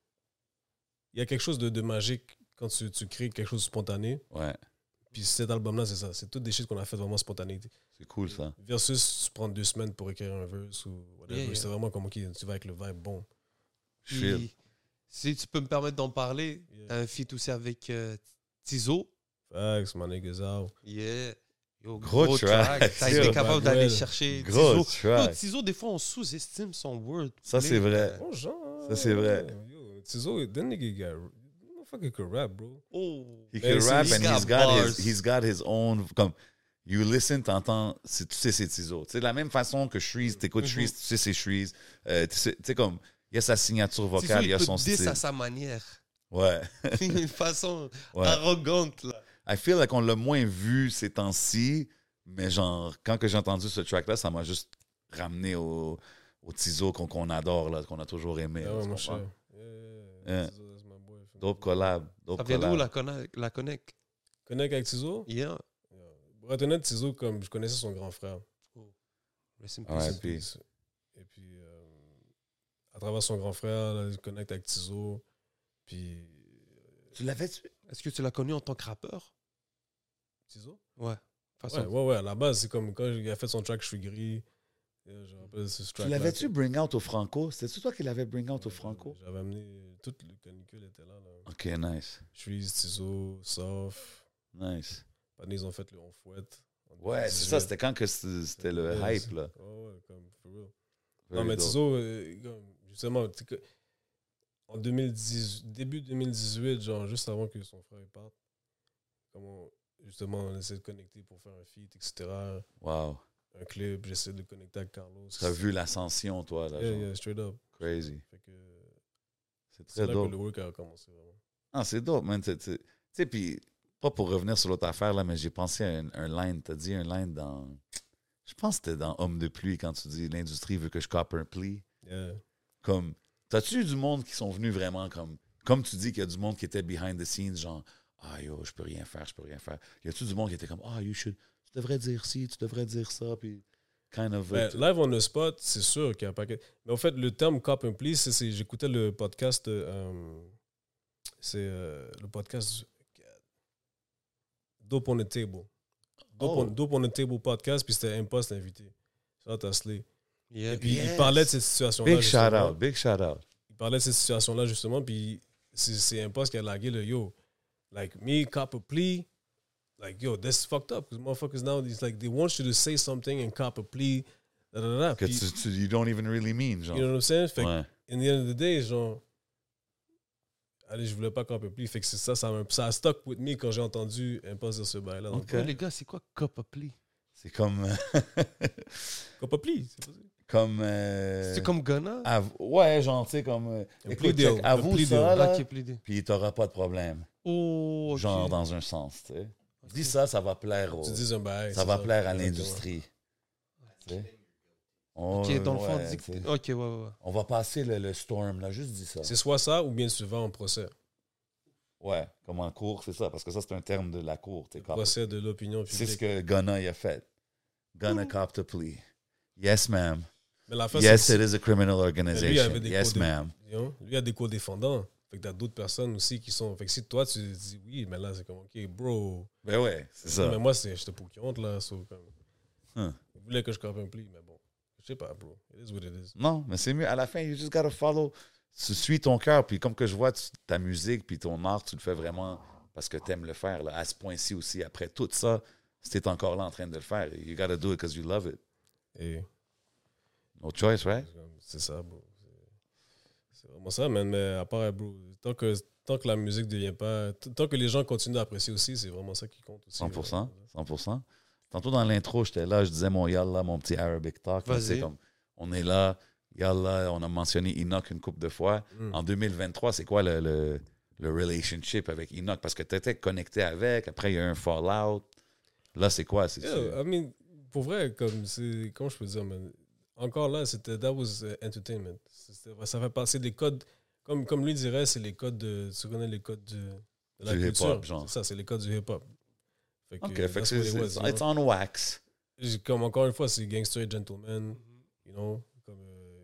Speaker 5: Il y a quelque chose de, de magique quand tu, tu crées quelque chose de spontané.
Speaker 2: Ouais,
Speaker 5: Puis cet album-là, c'est ça. C'est tout des shit qu'on a fait vraiment spontané.
Speaker 2: c'est cool ça.
Speaker 5: Versus tu prends deux semaines pour écrire un verse ou whatever.
Speaker 1: Yeah, yeah.
Speaker 5: C'est vraiment comme, ok, tu vas avec le vibe bon.
Speaker 2: Je feel.
Speaker 1: Puis, si tu peux me permettre d'en parler,
Speaker 5: Yeah.
Speaker 1: t'as un feat aussi avec euh, Tizo.
Speaker 5: Facts, my niggas out.
Speaker 1: Yeah. Yo,
Speaker 2: Gros
Speaker 1: gros,
Speaker 2: track.
Speaker 1: track. T'as été
Speaker 2: Yo,
Speaker 1: capable
Speaker 5: Bagwell.
Speaker 1: d'aller chercher
Speaker 2: Gros
Speaker 1: Tizo. Yo,
Speaker 2: track.
Speaker 1: Tizo, des fois, on sous-estime son word.
Speaker 2: Ça, c'est vrai.
Speaker 5: Bon genre.
Speaker 2: Ça, c'est vrai.
Speaker 5: Yo, Tizo, that nigga got. Motherfucker could rap, bro.
Speaker 1: Oh.
Speaker 2: He
Speaker 5: Mais
Speaker 2: can
Speaker 5: c'est-
Speaker 2: rap
Speaker 1: he's
Speaker 2: and
Speaker 1: got
Speaker 2: he's got,
Speaker 1: bars.
Speaker 2: his, he's got his own. Comme, you listen, t'entends, c'est- tu sais, c'est Tizo. Tu sais, de la même façon que Shreeze, t'écoutes
Speaker 1: Mhm.
Speaker 2: Shreeze, tu sais, c'est Shreeze. Euh, tu sais, tu sais, comme, il y a sa signature
Speaker 1: Tizo,
Speaker 2: vocale, il y a
Speaker 1: peut
Speaker 2: son
Speaker 1: te diss
Speaker 2: style.
Speaker 1: à sa manière.
Speaker 2: Ouais.
Speaker 1: Une façon
Speaker 2: ouais.
Speaker 1: arrogante, là.
Speaker 2: I feel like on l'a moins vu ces temps-ci, mais genre, quand que j'ai entendu ce track-là, ça m'a juste ramené au, au Tizo qu'on qu'on adore, là, qu'on a toujours aimé.
Speaker 5: Ah
Speaker 2: là,
Speaker 5: ouais,
Speaker 2: tu
Speaker 5: mon
Speaker 2: comprends?
Speaker 5: cher. Yeah,
Speaker 2: Yeah.
Speaker 5: Tizo, that's my boy.
Speaker 2: Dope collab. Dope
Speaker 1: Ça vient d'où
Speaker 2: collab.
Speaker 1: la, conna- la connect?
Speaker 5: Connect avec Tizo?
Speaker 1: Yeah.
Speaker 5: Pour être honnête, Tizo, comme je connaissais son grand frère.
Speaker 1: Rest in
Speaker 2: Ouais,
Speaker 1: peace.
Speaker 2: puis-
Speaker 5: Et puis, euh, à travers son grand frère, là, je connecte avec Tizo. Puis,
Speaker 2: Tu l'avais tué?
Speaker 1: Est-ce que tu l'as connu en tant que rappeur?
Speaker 5: Tizo?
Speaker 1: Ouais. Façon-
Speaker 5: Ouais, ouais, ouais. À la base, c'est comme quand il a fait son track Je suis gris. euh, Je me rappelle ce
Speaker 2: Tu
Speaker 5: track-là.
Speaker 2: l'avais-tu bring out au Franco? C'était-tu toi qui l'avais bring out au Franco?
Speaker 5: J'avais amené. Toute le canicule était là. là.
Speaker 2: Ok, nice.
Speaker 5: Shreeze, Tizo, Soft.
Speaker 2: Nice.
Speaker 5: Panés, ils ont fait le On Fouette. en
Speaker 2: Ouais, c'est ça,
Speaker 5: dix-huit.
Speaker 2: c'était quand que c'était c'était le
Speaker 5: Ouais,
Speaker 2: hype, là.
Speaker 5: Ouais, ouais, comme, for real.
Speaker 2: Very
Speaker 5: Non, mais
Speaker 2: dope.
Speaker 5: Tizo, euh, comme, justement, tu sais que en deux mille dix, début deux mille dix-huit, genre juste avant que son frère parte, comment justement on essaie de connecter pour faire un feat, et cetera.
Speaker 2: Wow.
Speaker 5: Un clip, j'essaie de le connecter avec Carlos.
Speaker 2: T'as vu l'ascension, toi, là.
Speaker 5: Yeah,
Speaker 2: genre.
Speaker 5: yeah, straight up.
Speaker 2: Crazy.
Speaker 5: Fait que
Speaker 2: C'est
Speaker 5: c'est
Speaker 2: très
Speaker 5: là
Speaker 2: dope.
Speaker 5: que le work a commencé vraiment.
Speaker 2: Ah, c'est dope, man. Tu tu- tu sais, puis, pas pour revenir sur l'autre affaire, là, mais j'ai pensé à un, un line. T'as dit un line dans. Je pense que c'était dans Homme de pluie quand tu dis l'industrie veut que je cope un pli.
Speaker 5: Yeah.
Speaker 2: Comme, t'as-tu eu du monde qui sont venus vraiment comme. Comme tu dis qu'il y a du monde qui était behind the scenes, genre, ah yo, je peux rien faire, je peux rien faire. Y a-tu du monde qui était comme, ah, you should, tu devrais dire ci, tu devrais dire ça, puis kind of.
Speaker 5: Ben,
Speaker 2: uh,
Speaker 5: live on the spot, c'est sûr qu'il y a un paquet. Mais en fait, le terme cop and plea, c'est, c'est- j'écoutais le podcast, euh, c'est euh, le podcast Dope on the Table. Dope,
Speaker 2: Oh.
Speaker 5: on, Dope on the Table podcast, puis c'était Impost invité. Ça, t'as Slay.
Speaker 1: Yeah.
Speaker 5: Et puis,
Speaker 2: Yes.
Speaker 5: il parlait de cette situation-là.
Speaker 2: big shout
Speaker 5: justement.
Speaker 2: out, big shout out.
Speaker 5: Il parlait de cette situation-là, justement, puis c'est, c'est Impost qui a lagué le yo. Like, me, cop a plea. Like, yo, that's fucked up. Because motherfuckers now, it's like, they want you to say something and cop a plea. Da, da, da, da.
Speaker 2: Que
Speaker 5: Puis,
Speaker 2: tu, tu, you don't even really mean, genre.
Speaker 5: you know what I'm saying? Fait que,
Speaker 2: Ouais.
Speaker 5: in the end of the day, genre, allez, je voulais pas cop a plea. Fait que c'est ça, ça a, ça a stuck with me quand j'ai entendu Impost dire ce bail-là. Donc,
Speaker 2: Ok.
Speaker 1: Ouais, les gars, c'est quoi cop a plea?
Speaker 2: C'est comme.
Speaker 5: cop a plea, c'est possible.
Speaker 2: comme. euh,
Speaker 1: C'est comme Ghana?
Speaker 2: av- ouais, genre, tu sais, comme. euh,
Speaker 5: Un
Speaker 2: écoute,
Speaker 5: plea deal,
Speaker 2: check,
Speaker 5: un
Speaker 2: avoue
Speaker 5: plea
Speaker 2: ça,
Speaker 5: deal.
Speaker 2: là,
Speaker 1: Ah, qui est plaidé.
Speaker 2: puis t'auras pas de problème.
Speaker 1: Oh, ok.
Speaker 2: Genre, dans un sens, tu sais. Dis ça, ça va plaire au.
Speaker 5: Tu dis un bail.
Speaker 2: Ça
Speaker 5: c'est
Speaker 2: va plaire à
Speaker 5: Exactement.
Speaker 2: l'industrie. Tu sais. On,
Speaker 1: Ok, dans le fond,
Speaker 2: ouais,
Speaker 1: on dit que-
Speaker 2: tu sais.
Speaker 1: Ok, ouais, ouais, ouais.
Speaker 2: On va passer le, le storm, là, juste dis ça.
Speaker 5: C'est soit ça ou bien souvent en procès.
Speaker 2: Ouais, comme en cours, c'est ça, parce que ça, c'est un terme de la cour. t'es cop.
Speaker 5: Procès de l'opinion
Speaker 2: C'est ce
Speaker 5: publique.
Speaker 2: que Gunna il a fait. Gunna cop to plea. Yes, ma'am.
Speaker 5: Mais la fin,
Speaker 2: Yes,
Speaker 5: c'est
Speaker 2: it is a criminal
Speaker 5: Mais lui, il
Speaker 2: organization.
Speaker 5: avait des
Speaker 2: Yes,
Speaker 5: codes de-
Speaker 2: ma'am.
Speaker 5: you know, lui a des co-défendants. Fait que t'as d'autres personnes aussi qui sont. Fait que si toi, tu dis oui, mais là, c'est comme, OK, bro.
Speaker 2: Ben ouais, c'est ça.
Speaker 5: Mais moi, c'est, j'étais pour qui honte, là. So, comme,
Speaker 2: Huh.
Speaker 5: il voulait que je cape un pli, mais bon. Je sais pas, bro. It is what it is.
Speaker 2: Non, mais c'est mieux. À la fin, you just gotta follow. Tu suis ton cœur. Puis comme que je vois, tu- ta musique puis ton art, tu le fais vraiment parce que tu aimes le faire. Là. À ce point-ci aussi, après tout ça, si tu es encore là en train de le faire, you gotta do it because you love it.
Speaker 5: Et
Speaker 2: No choice, right?
Speaker 5: c'est ça, bro. C'est, c'est vraiment ça, man. Mais à part, bro, tant que, tant que la musique devient pas. t- Tant que les gens continuent d'apprécier aussi, c'est vraiment ça qui compte aussi.
Speaker 2: cent pour cent.
Speaker 5: là.
Speaker 2: cent pour cent. Tantôt dans l'intro, j'étais là, je disais mon yalla, mon petit Arabic talk. là,
Speaker 1: Vas-y.
Speaker 2: tu sais, comme, on est là, yalla, on a mentionné Enoch une couple de fois.
Speaker 5: Mm.
Speaker 2: En deux mille vingt-trois, c'est quoi le, le, le relationship avec Enoch? Parce que tu étais connecté avec, après il y a eu un fallout. Là, c'est quoi? C'est
Speaker 5: Yeah, I mean, pour vrai, comme c'est. Comment je peux dire, man? Encore là, c'était. That was uh, entertainment. C'était- ça fait passer des codes. Comme, comme lui dirait, c'est les codes de. Tu connais les codes de, de la
Speaker 2: Du
Speaker 5: culture.
Speaker 2: hip-hop, genre.
Speaker 5: C'est ça, c'est les codes du hip-hop. Fait que,
Speaker 2: OK, fait que
Speaker 5: that's
Speaker 2: c'est,
Speaker 5: what it
Speaker 2: c'est-
Speaker 5: was, you
Speaker 2: it's
Speaker 5: know.
Speaker 2: on wax.
Speaker 5: J'ai- Comme encore une fois, c'est gangster et gentleman. You know? Comme.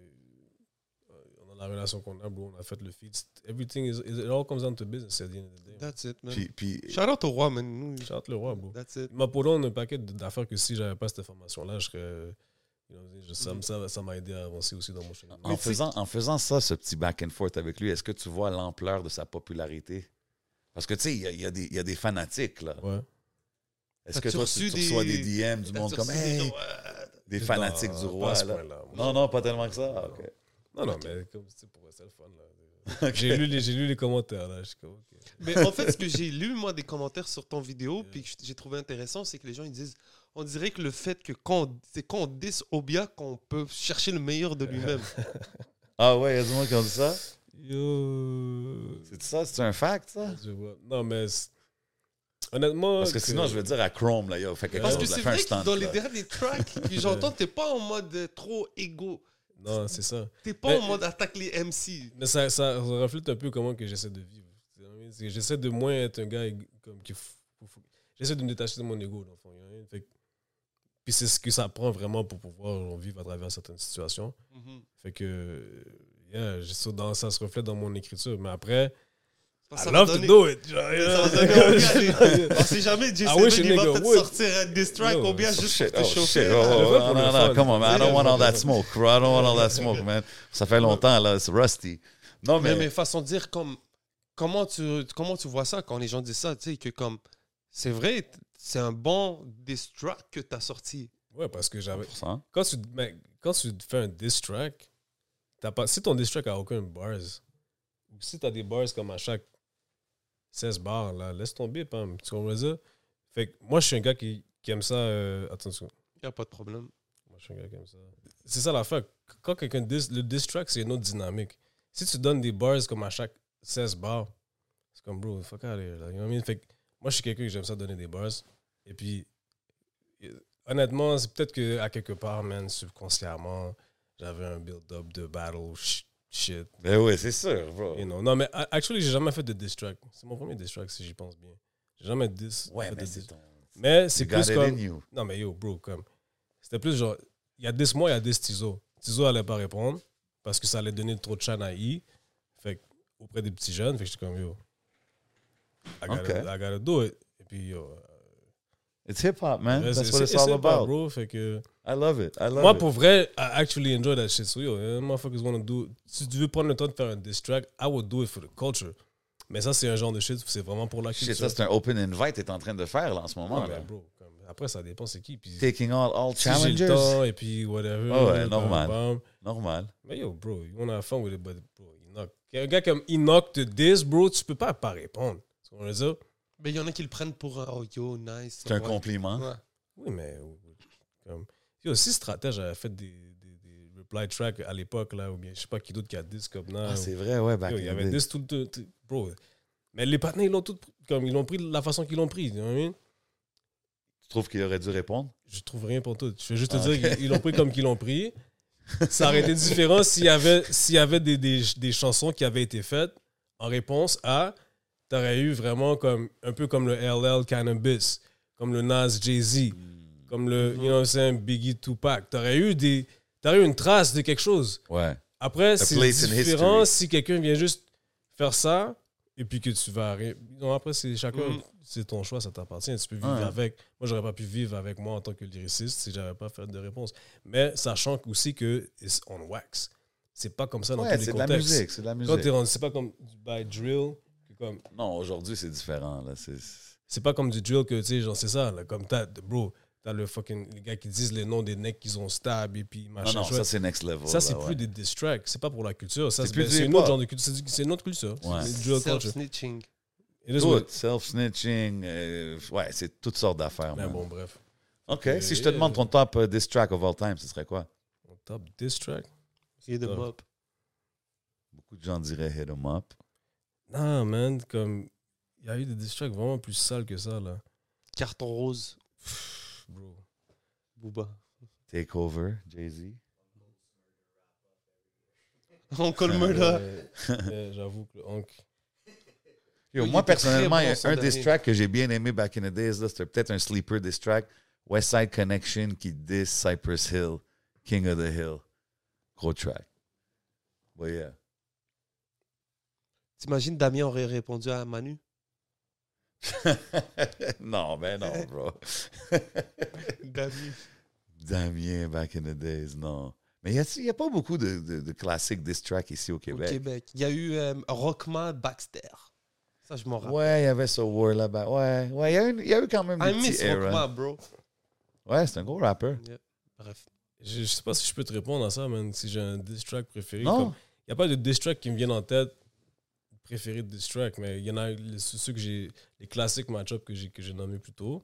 Speaker 5: euh, on a la relation qu'on a, bro. On a fait le feed. Everything is. It all comes down to business at the end of the day.
Speaker 1: That's it, man.
Speaker 2: Puis, puis
Speaker 1: Shout out au roi, man. Nous,
Speaker 5: Shout out le roi, bro.
Speaker 1: That's it.
Speaker 5: Il m'a posé un paquet d'affaires que si j'avais pas cette information-là, je serais. You know, je- ça,
Speaker 2: Mm-hmm.
Speaker 5: ça, ça m'a aidé à avancer aussi dans mon chemin.
Speaker 2: en, faisant, en faisant ça, ce petit back and forth avec lui, est-ce que tu vois l'ampleur de sa popularité? Parce que, tu sais, il y a, il y a des- il y a des fanatiques, là.
Speaker 5: Ouais.
Speaker 2: Est-ce
Speaker 1: T'as-tu
Speaker 2: que toi,
Speaker 1: reçu
Speaker 2: tu, tu reçois des
Speaker 1: des-
Speaker 2: D M du monde
Speaker 1: T'as-tu
Speaker 2: comme,
Speaker 1: reçu des
Speaker 2: hey,
Speaker 1: gens, ouais.
Speaker 2: des fanatiques
Speaker 5: Non,
Speaker 2: du
Speaker 5: pas
Speaker 2: roi,
Speaker 5: à ce
Speaker 2: là?
Speaker 5: point-là.
Speaker 2: Non, non, pas tellement que ça.
Speaker 5: Non.
Speaker 2: OK.
Speaker 5: Non, non, mais comme c'est pour c'est le fun. Là. J'ai, lu les, j'ai lu les commentaires. Là. Je suis comme, ok.
Speaker 1: Mais en fait, ce que j'ai lu, moi, des commentaires sur ton vidéo, puis que j'ai trouvé intéressant, c'est que les gens, ils disent, on dirait que le fait que quand on, c'est quand on diss Obia qu'on peut chercher le meilleur de lui-même.
Speaker 2: Ah ouais, il y a du monde qui ont dit ça?
Speaker 5: Yo.
Speaker 2: C'est ça? C'est un fact, ça?
Speaker 5: Je vois. Non, mais c'est- honnêtement.
Speaker 2: Parce que sinon, je veux dire à Chrome, là, yo, fait quelque
Speaker 1: Parce
Speaker 2: chose,
Speaker 1: que
Speaker 2: là,
Speaker 1: c'est
Speaker 2: fais un
Speaker 1: vrai que
Speaker 2: stand,
Speaker 1: dans les
Speaker 2: là.
Speaker 1: derniers tracks que j'entends, t'es pas en mode euh, trop égo.
Speaker 5: Non, c'est ça.
Speaker 1: T'es pas
Speaker 5: Mais-
Speaker 1: en mode attaque les M C.
Speaker 5: Mais ça, ça reflète un peu comment que j'essaie de vivre. C'est que j'essaie de moins être un gars ég- comme qui. f- f- J'essaie de me détacher de mon ego, dans le fond. you know? Fait que- Puis c'est ce que ça prend vraiment pour pouvoir vivre à travers certaines situations.
Speaker 1: Mhm.
Speaker 5: Fait que. Yeah, j'ai ça, dans, ça se reflète dans mon écriture. Mais après,
Speaker 1: Parce
Speaker 5: I
Speaker 1: que ça va
Speaker 5: love to
Speaker 1: donner-
Speaker 5: do it. genre,
Speaker 1: ça
Speaker 5: yeah.
Speaker 1: va donner envie à les- On sait jamais, J
Speaker 5: I wish
Speaker 1: sept,
Speaker 5: a
Speaker 1: il va
Speaker 5: nigga
Speaker 1: peut-être
Speaker 5: would.
Speaker 1: sortir un diss track
Speaker 5: Yo,
Speaker 1: ou bien
Speaker 2: Oh,
Speaker 1: juste
Speaker 2: shit,
Speaker 1: pour te
Speaker 2: oh,
Speaker 1: chauffer.
Speaker 2: shit.
Speaker 1: là.
Speaker 2: Oh,
Speaker 5: Le
Speaker 2: oh,
Speaker 5: fait
Speaker 2: non,
Speaker 5: pour le
Speaker 2: non,
Speaker 5: fun.
Speaker 2: non, come on, man. I don't want all that smoke, bro. I don't want all that smoke, man. Ça fait longtemps, là. C'est rusty. Non,
Speaker 1: Mais,
Speaker 2: mais...
Speaker 1: mais façon de dire, comme, comment, tu, comment tu vois ça quand les gens disent ça? Tu sais, que comme, c'est vrai, t- c'est un bon diss track que t'as sorti.
Speaker 5: Ouais, parce que j'avais.
Speaker 2: cent pour cent.
Speaker 5: Quand tu, mais quand tu fais un diss track, t'as pas, si ton diss track a aucun bars, ou si t'as des bars comme à chaque seize bars, là, laisse tomber, pam. Tu comprends ça? Fait que moi, je suis un gars qui, qui aime ça. Euh, attention.
Speaker 1: Y a pas de problème.
Speaker 5: Moi, je suis un gars qui aime ça. C'est ça l'affaire. Quand quelqu'un diss, le diss track, c'est une autre dynamique. Si tu donnes des bars comme à chaque seize bars, c'est comme, bro, fuck out of here, là. You know what I mean? Fait que moi, je suis quelqu'un qui j'aime ça donner des bars. Et puis, euh, honnêtement, c'est peut-être qu'à quelque part, man, subconsciemment, j'avais un build-up de battle sh- shit.
Speaker 2: Ben oui, c'est sûr, bro.
Speaker 5: You know? Non, mais a- actually, j'ai jamais fait de diss track. C'est mon premier diss track, si j'y pense bien. J'ai jamais diss.
Speaker 2: Ouais,
Speaker 5: fait
Speaker 2: mais
Speaker 5: de
Speaker 2: c'est
Speaker 5: diss.
Speaker 2: ton...
Speaker 5: Mais c'est
Speaker 2: You got
Speaker 5: plus
Speaker 2: it
Speaker 5: comme.
Speaker 2: in you.
Speaker 5: Non, mais yo, bro, comme. C'était plus genre. Il y a dix mois, il y a dix Tizo. Tizo allait pas répondre parce que ça allait donner trop de chaîne à I. Fait que, auprès des petits jeunes, fait que j'étais comme yo. I gotta,
Speaker 2: Okay.
Speaker 5: I gotta do it. Et puis yo.
Speaker 2: It's hip-hop, man.
Speaker 5: c'est-
Speaker 2: That's
Speaker 5: c'est-
Speaker 2: what it's
Speaker 5: c'est
Speaker 2: all
Speaker 5: pas,
Speaker 2: about.
Speaker 5: bro. Fait que.
Speaker 2: I love it. I love
Speaker 5: Moi,
Speaker 2: it.
Speaker 5: pour vrai, I actually enjoy that shit. So yo, eh, motherfuckers wanna do. Si tu veux prendre le temps de faire un diss track, I would do it for the culture. Mais ça, c'est un genre de shit, c'est vraiment pour la
Speaker 2: Shit,
Speaker 5: culture.
Speaker 2: ça, c'est un open invite que t'es en train de faire là, en ce moment.
Speaker 5: Ouais,
Speaker 2: là.
Speaker 5: mais bro, comme- après, ça dépend c'est qui. Puis,
Speaker 2: Taking all, all
Speaker 5: si j'ai
Speaker 2: challengers.
Speaker 5: le temps et puis whatever.
Speaker 2: Ah ouais,
Speaker 5: bam,
Speaker 2: normal.
Speaker 5: bam.
Speaker 2: Normal.
Speaker 5: Mais yo, bro, you wanna have fun with it, but bro, Enoch. Un gars comme Enoch te diss, bro, tu peux pas pas répondre. Tu comprends ça?
Speaker 1: Mais il y en a qui le prennent pour un oh yo, nice.
Speaker 2: C'est un
Speaker 1: Ouais.
Speaker 2: compliment.
Speaker 1: Ouais.
Speaker 5: Oui, mais comme, yo, si Stratège avait fait des, des, des reply tracks à l'époque, là, ou bien je sais pas qui d'autre qui a diss comme ça.
Speaker 2: Ah, c'est vrai, ouais, back
Speaker 5: Yo,
Speaker 2: in
Speaker 5: il y
Speaker 2: the
Speaker 5: avait
Speaker 2: day.
Speaker 5: diss tout le tout- tout- bro. Mais les partenaires, ils l'ont tout comme ils l'ont pris de la façon qu'ils l'ont pris. Tu know what I mean?
Speaker 2: Tu trouves qu'il aurait dû répondre?
Speaker 5: Je trouve rien pour tout. Je veux juste te
Speaker 2: Ah,
Speaker 5: dire
Speaker 2: ok.
Speaker 5: qu'ils ils l'ont pris comme qu'ils l'ont pris. Ça aurait été différent s'il y avait, s'il y avait des, des, des chansons qui avaient été faites en réponse à. T'aurais eu vraiment comme un peu comme le L L Cannabis, comme le Nas Jay-Z, comme le you know what I'm saying, Biggie Tupac. T'aurais eu des, t'aurais eu une trace de quelque chose.
Speaker 2: Ouais.
Speaker 5: Après,
Speaker 2: A
Speaker 5: c'est
Speaker 2: place in
Speaker 5: différent
Speaker 2: history.
Speaker 5: si quelqu'un vient juste faire ça et puis que tu vas rien. Non, après, c'est chacun,
Speaker 1: Mhm.
Speaker 5: c'est ton choix, ça t'appartient. Tu peux vivre
Speaker 2: Ouais.
Speaker 5: avec. Moi, j'aurais pas pu vivre avec moi en tant que lyriciste si j'avais pas fait de réponse. Mais sachant aussi que it's on wax. C'est pas comme ça dans
Speaker 2: Ouais,
Speaker 5: tous les
Speaker 2: c'est de la
Speaker 5: contextes.
Speaker 2: musique, c'est de la
Speaker 5: Quand
Speaker 2: musique.
Speaker 5: t'es rendu, c'est pas comme du by drill. que Comme,
Speaker 2: Non, aujourd'hui, c'est différent. Là. C'est...
Speaker 5: c'est pas comme du drill que, tu sais, genre, c'est ça. Là, comme t'as, bro, t'as le fucking, les gars qui disent les noms des necks qu'ils ont stab et puis
Speaker 2: Non,
Speaker 5: machin.
Speaker 2: non,
Speaker 5: chouette.
Speaker 2: ça, c'est next level.
Speaker 5: Ça, c'est
Speaker 2: là,
Speaker 5: plus
Speaker 2: ouais.
Speaker 5: des diss tracks. C'est pas pour la culture. Ça,
Speaker 2: C'est
Speaker 5: c'est,
Speaker 2: plus
Speaker 5: ben,
Speaker 2: du
Speaker 5: c'est une
Speaker 2: hip-hop.
Speaker 5: autre genre de culture. C'est, c'est une autre culture.
Speaker 2: Ouais.
Speaker 5: C'est drill culture.
Speaker 1: Self-snitching.
Speaker 5: It is what-
Speaker 2: Tout, self-snitching, euh, ouais, c'est toutes sortes d'affaires.
Speaker 5: Mais
Speaker 2: man.
Speaker 5: bon, bref.
Speaker 2: OK,
Speaker 5: Euh,
Speaker 2: si je te demande ton top euh, diss track of all time, ce serait quoi?
Speaker 5: On top diss track?
Speaker 1: Hit 'em
Speaker 5: tough.
Speaker 1: up.
Speaker 2: Beaucoup de gens diraient hit 'em up.
Speaker 5: Non, man, comme. Il y a eu des diss tracks vraiment plus sales que ça, là.
Speaker 1: Carton rose.
Speaker 5: Bro.
Speaker 1: Booba.
Speaker 2: Takeover, Jay-Z.
Speaker 1: Uncle Murda.
Speaker 5: Ouais, ouais, j'avoue que le Honk.
Speaker 2: Yo,
Speaker 1: Oui,
Speaker 2: moi,
Speaker 1: il était très
Speaker 2: personnellement,
Speaker 1: bon,
Speaker 2: il y a
Speaker 1: son
Speaker 2: un diss
Speaker 1: dernier.
Speaker 2: track que j'ai bien aimé back in the days. là, C'était peut-être un sleeper diss track. West Side Connection qui diss Cypress Hill, King of the Hill. Gros track. But yeah.
Speaker 1: T'imagines Damien aurait répondu à Manu?
Speaker 2: non, ben non, bro.
Speaker 1: Damien.
Speaker 2: Damien, back in the days, non. Mais il n'y a, a pas beaucoup de, de, de classiques diss track ici au
Speaker 1: Au
Speaker 2: Québec.
Speaker 1: Québec. Il y a eu euh, Rockman Baxter. Ça, je m'en rappelle.
Speaker 2: Ouais, il y avait ce war là-bas. Ouais, ouais, il y, a eu- il y a eu quand même des
Speaker 1: I
Speaker 2: petits
Speaker 1: miss
Speaker 2: eras.
Speaker 1: Rockman, bro.
Speaker 2: Ouais, c'est un gros rapper.
Speaker 1: Yeah. Bref.
Speaker 5: Je, je sais pas si je peux te répondre à ça, man. Si j'ai un diss track préféré.
Speaker 2: Non.
Speaker 5: Il n'y a pas de diss track qui me viennent en tête préféré de diss track, mais il y en a les- ceux que j'ai. Les classiques match-up que j'ai, que j'ai nommés plus tôt.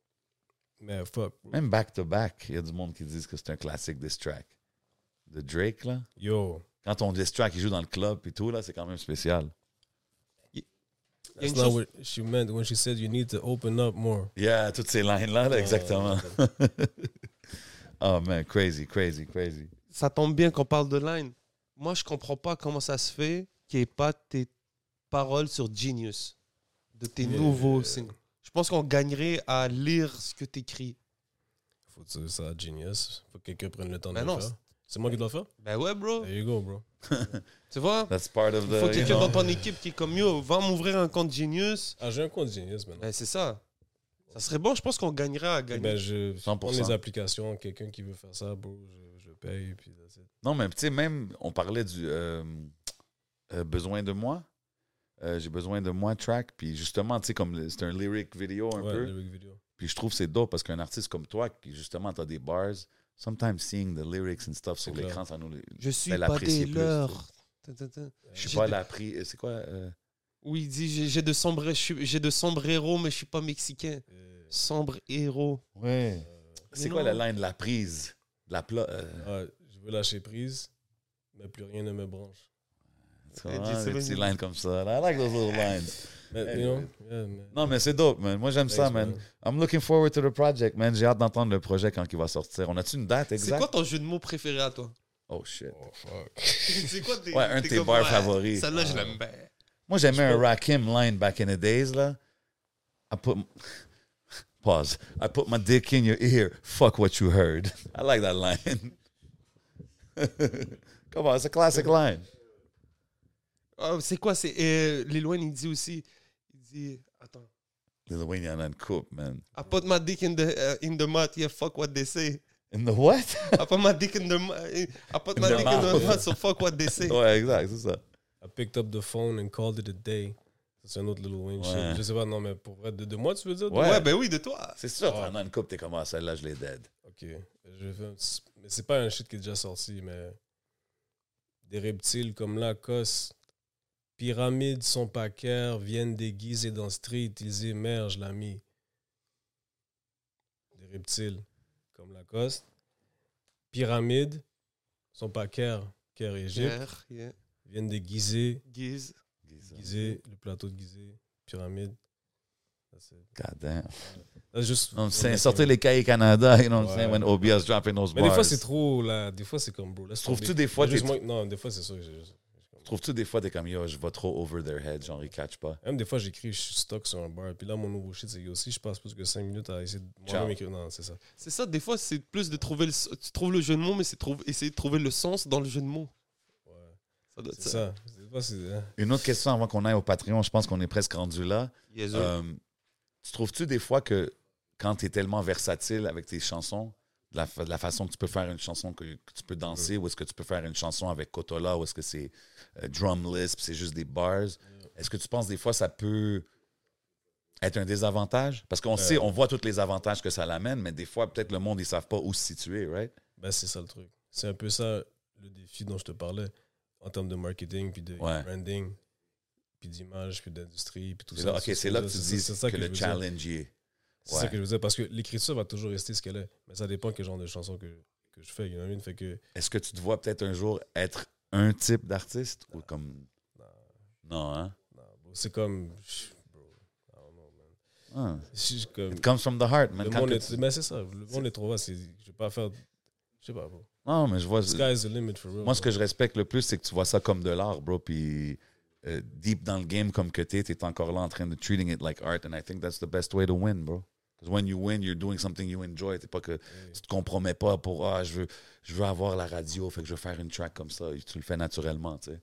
Speaker 5: Mais fuck. bro.
Speaker 2: Même back-to-back, il y a du monde qui disent que c'est un classique diss track. De Drake, là.
Speaker 5: Yo.
Speaker 2: Quand ton diss track, il joue dans le club et tout, là, c'est quand même spécial.
Speaker 1: Il y a
Speaker 5: That's
Speaker 1: une
Speaker 5: not
Speaker 1: chose-
Speaker 5: what she meant when she said you need to open up more.
Speaker 2: Yeah, toutes ces lines-là, là, exactement.
Speaker 5: Euh,
Speaker 2: Oh, man, crazy, crazy, crazy.
Speaker 1: Ça tombe bien qu'on parle de line. Moi, je comprends pas comment ça se fait qu'il n'y ait pas tes paroles sur Genius, de tes
Speaker 5: Yeah.
Speaker 1: nouveaux singles. Je pense qu'on gagnerait à lire ce que tu écris.
Speaker 5: Faut dire ça à Genius. Faut que quelqu'un prenne le temps
Speaker 1: Ben
Speaker 5: de
Speaker 1: non,
Speaker 5: le faire. C'est moi qui dois le faire?
Speaker 1: Ben ouais, bro.
Speaker 5: There you go, bro.
Speaker 1: Tu vois?
Speaker 2: That's part of
Speaker 1: Il
Speaker 2: the.
Speaker 1: faut
Speaker 2: you
Speaker 1: quelqu'un
Speaker 2: know.
Speaker 1: dans ton équipe qui est comme yo, va m'ouvrir un compte Genius.
Speaker 5: Ah, j'ai un compte Genius maintenant.
Speaker 1: Ben c'est ça. Ça serait bon, je pense qu'on gagnerait à gagner.
Speaker 5: Ben, je
Speaker 2: cent pour
Speaker 5: prends
Speaker 2: cent.
Speaker 5: les applications, quelqu'un qui veut faire ça, bro, je, je paye, puis that's it.
Speaker 2: Non, mais tu sais, même, on parlait du euh, euh, besoin de moi. Euh, J'ai besoin de moi track. Puis justement, tu sais, comme le- c'est un lyric vidéo un
Speaker 5: Ouais,
Speaker 2: peu.
Speaker 5: lyric video.
Speaker 2: Puis je trouve que c'est dope parce qu'un artiste comme toi, qui justement, t'as des bars, sometimes seeing the lyrics and stuff sur
Speaker 5: C'est clair.
Speaker 2: l'écran, ça nous.
Speaker 1: Je suis
Speaker 2: ben,
Speaker 1: pas
Speaker 2: l'apprécier
Speaker 1: des
Speaker 2: plus,
Speaker 1: leurs. Tin, tin, tin.
Speaker 2: Je suis
Speaker 1: J'ai
Speaker 2: pas
Speaker 1: de-
Speaker 2: l'appris. euh, C'est quoi euh,
Speaker 1: Oui, il dit j'ai j'ai de sombres je suis- j'ai de sombres héros, mais je suis pas mexicain.
Speaker 5: Euh,
Speaker 1: Sombre héros.
Speaker 2: Ouais. C'est quoi
Speaker 1: non.
Speaker 2: la line de la prise? De la pla- euh,
Speaker 5: ah, je veux lâcher prise, mais plus rien ne me branche.
Speaker 2: tu
Speaker 1: Elle
Speaker 2: vois,
Speaker 1: dit, c'est
Speaker 2: des
Speaker 1: vrai.
Speaker 2: petites lines comme ça. I like those little lines.
Speaker 5: Mais,
Speaker 2: Hey,
Speaker 5: you know,
Speaker 2: man.
Speaker 5: yeah, man.
Speaker 2: Non, mais c'est dope, man. Moi, j'aime ça,
Speaker 5: Thanks,
Speaker 2: man. I'm looking forward to the project, man. J'ai hâte d'entendre le projet quand il va sortir. On a-tu une date
Speaker 1: C'est
Speaker 2: exacte?
Speaker 1: quoi ton jeu de mots préféré à toi?
Speaker 2: Oh, shit.
Speaker 5: Oh, fuck.
Speaker 1: C'est quoi tes,
Speaker 2: Ouais, un de
Speaker 1: t'es
Speaker 2: tes
Speaker 1: comme,
Speaker 2: bars
Speaker 1: ouais,
Speaker 2: favoris.
Speaker 1: Celle-là, je l'aime bien.
Speaker 2: Moi, j'aimais
Speaker 5: Je
Speaker 2: un
Speaker 5: sais pas.
Speaker 2: Rakim line back in the days, là. I put... Pause. I put my dick in your ear. Fuck what you heard. I like that line. Come on, it's a classic line.
Speaker 1: Ah, c'est quoi? C'est, euh, Lil Wayne, il dit aussi... Il dit... Attends.
Speaker 2: Lil Wayne, il y en a une coupe, man.
Speaker 1: I put my dick in the, uh, in the mouth. Yeah, fuck what they say.
Speaker 2: In the what?
Speaker 1: I put my dick in the... mou- I put my
Speaker 2: In the
Speaker 1: dick in the
Speaker 2: mouth.
Speaker 1: mouth, so fuck what they say.
Speaker 2: Ouais, exact, c'est ça.
Speaker 5: I picked up the phone and called it a day. Ça, c'est un autre Lil Wayne
Speaker 2: Ouais.
Speaker 5: shit. Je sais pas, non, mais pour vrai, de, de moi, tu veux dire? de
Speaker 2: Ouais.
Speaker 1: Ouais, ben oui, de toi.
Speaker 2: C'est sûr,
Speaker 5: Ouais.
Speaker 2: t'en as une coupe, t'es comme, ah, celle-là, je l'ai dead.
Speaker 5: Ok. Je vais faire un petit- Mais c'est pas un shit qui est déjà sorti, mais. Des reptiles comme Lacoste, pyramides sont pas clairs, viennent déguisés dans le street, ils émergent, l'ami. Des reptiles comme Lacoste, pyramides sont pas clairs, Caire et Égypte,
Speaker 1: Pierre, yeah.
Speaker 5: viennent déguiser,
Speaker 1: Giz.
Speaker 5: Gizeh, le plateau de Gizeh, pyramide. That's it.
Speaker 2: God damn.
Speaker 5: That's just-
Speaker 2: You know what I'm saying? Sortez les cahiers Canada, you know what I'm
Speaker 5: Ouais.
Speaker 2: saying? When O B S dropping those
Speaker 5: Mais
Speaker 2: bars.
Speaker 5: des fois, c'est trop, là. Des fois, c'est comme, bro. laisse
Speaker 2: Trouves-tu
Speaker 5: tomber.
Speaker 2: des fois
Speaker 5: Juste
Speaker 2: t'es-
Speaker 5: moi- Non, des fois, c'est ça que j'ai juste.
Speaker 2: Trouves-tu des fois, t'es comme, yo, je vais trop over their head, genre, ils catch pas.
Speaker 5: Même des fois, j'écris, je suis stock sur un bar. Puis là, mon nouveau shit, c'est que aussi, je passe plus que cinq minutes à essayer de
Speaker 2: Ciao.
Speaker 5: moi-même écrire. Non, c'est ça.
Speaker 1: C'est ça, des fois, c'est plus de trouver le... Tu trouves le jeu de mots, mais c'est trouver... essayer de trouver le sens dans le jeu de mots.
Speaker 5: Ouais.
Speaker 1: Ça doit être
Speaker 5: C'est
Speaker 1: ça.
Speaker 5: ça. Des fois, c'est. hein.
Speaker 2: Une autre question avant qu'on aille au Patreon, je pense qu'on est presque rendu là.
Speaker 1: Yes, sir.
Speaker 2: Euh, tu trouves-tu des fois que quand tu es tellement versatile avec tes chansons, de la, fa- de la façon que tu peux faire une chanson que, que tu peux danser, ou est-ce que tu peux faire une chanson avec Kotola, ou est-ce que c'est euh, drumless, puis c'est juste des bars, est-ce que tu penses des fois ça peut être un désavantage? Parce qu'on sait, on voit tous les avantages que ça l'amène, mais des fois, peut-être le monde, ils savent pas où se situer, right?
Speaker 5: Ben, c'est ça le truc. C'est un peu ça le défi dont je te parlais en termes de marketing, puis de
Speaker 2: Ouais.
Speaker 5: branding, puis d'image, puis d'industrie, puis tout
Speaker 2: C'est
Speaker 5: ça.
Speaker 2: là, OK, c'est là que tu
Speaker 5: c'est-
Speaker 2: dis
Speaker 5: c'est ça
Speaker 2: que,
Speaker 5: je
Speaker 2: le
Speaker 5: veux dire.
Speaker 2: challenge y est.
Speaker 5: C'est
Speaker 2: Ouais.
Speaker 5: ça que je veux dire, parce que l'écriture va toujours rester ce qu'elle est. Mais ça dépend quel genre de chanson que, que je fais. You know what I mean? Fait que,
Speaker 2: Est-ce que tu te vois peut-être un jour être un type d'artiste? Ou comme... Non, hein?
Speaker 5: nah, bro, c'est comme. Bro, I don't know, man.
Speaker 2: Ah.
Speaker 5: Je suis comme.
Speaker 2: It comes from the heart, man.
Speaker 5: Le
Speaker 2: Quand
Speaker 5: monde
Speaker 2: que
Speaker 5: est,
Speaker 2: tu-
Speaker 5: mais c'est ça. Le monde est trop vaste. c'est- Je vais pas faire. Je sais pas, bro.
Speaker 2: Non, mais je vois...
Speaker 5: Sky's the limit for real.
Speaker 2: Moi, ce
Speaker 5: bro.
Speaker 2: que je respecte le plus, c'est que tu vois ça comme de l'art, bro. Puis euh, deep dans le game comme que t'es, t'es encore là en train de treating it like art. And I think that's the best way to win, bro. Because when you win, you're doing something you enjoy. T'es pas que tu te compromets pas pour ah, je veux, je veux avoir la radio, fait que je veux faire une track comme ça. Tu le fais naturellement, tu sais.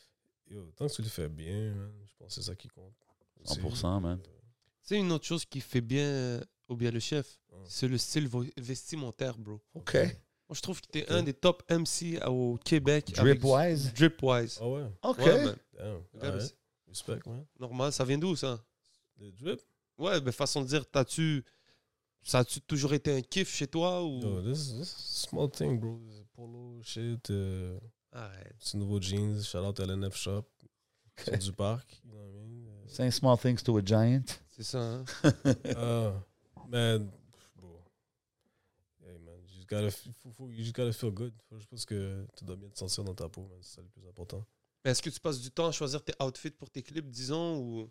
Speaker 5: Yo, tant que tu le fais bien, man, je pense que c'est ça qui compte.
Speaker 2: cent pour cent, man.
Speaker 1: C'est une autre chose qui fait bien euh, au bien le chef.
Speaker 5: Ouais.
Speaker 1: C'est le style vo- vestimentaire, bro.
Speaker 2: OK.
Speaker 1: Moi, je trouve que t'es un des top M C au Québec.
Speaker 2: Drip-wise?
Speaker 1: Drip-wise.
Speaker 5: Ah ouais?
Speaker 2: OK.
Speaker 1: Ouais, man.
Speaker 5: Damn.
Speaker 1: Regarde,
Speaker 5: Ouais.
Speaker 1: c'est
Speaker 5: Respect, man.
Speaker 1: normal. Ça vient d'où, ça?
Speaker 5: Le drip?
Speaker 1: Ouais, ben façon de dire, t'as-tu... Ça a-tu toujours été un kiff chez toi ou...
Speaker 5: Yo, this, this small thing, bro. Polo, shit. Euh,
Speaker 1: Arrête.
Speaker 5: petit nouveau jeans. Shout out à L N F Shop. Sur du parc. You know what I mean? Euh,
Speaker 2: Saying small things to a giant.
Speaker 1: C'est ça, hein?
Speaker 5: Ah, man, bro. Hey, man, you just gotta, f- faut- faut- you just gotta feel good. Faut- Je pense que tu dois bien te sentir dans ta peau, man. C'est ça le plus important.
Speaker 1: Mais est-ce que tu passes du temps à choisir tes outfits pour tes clips, disons, ou...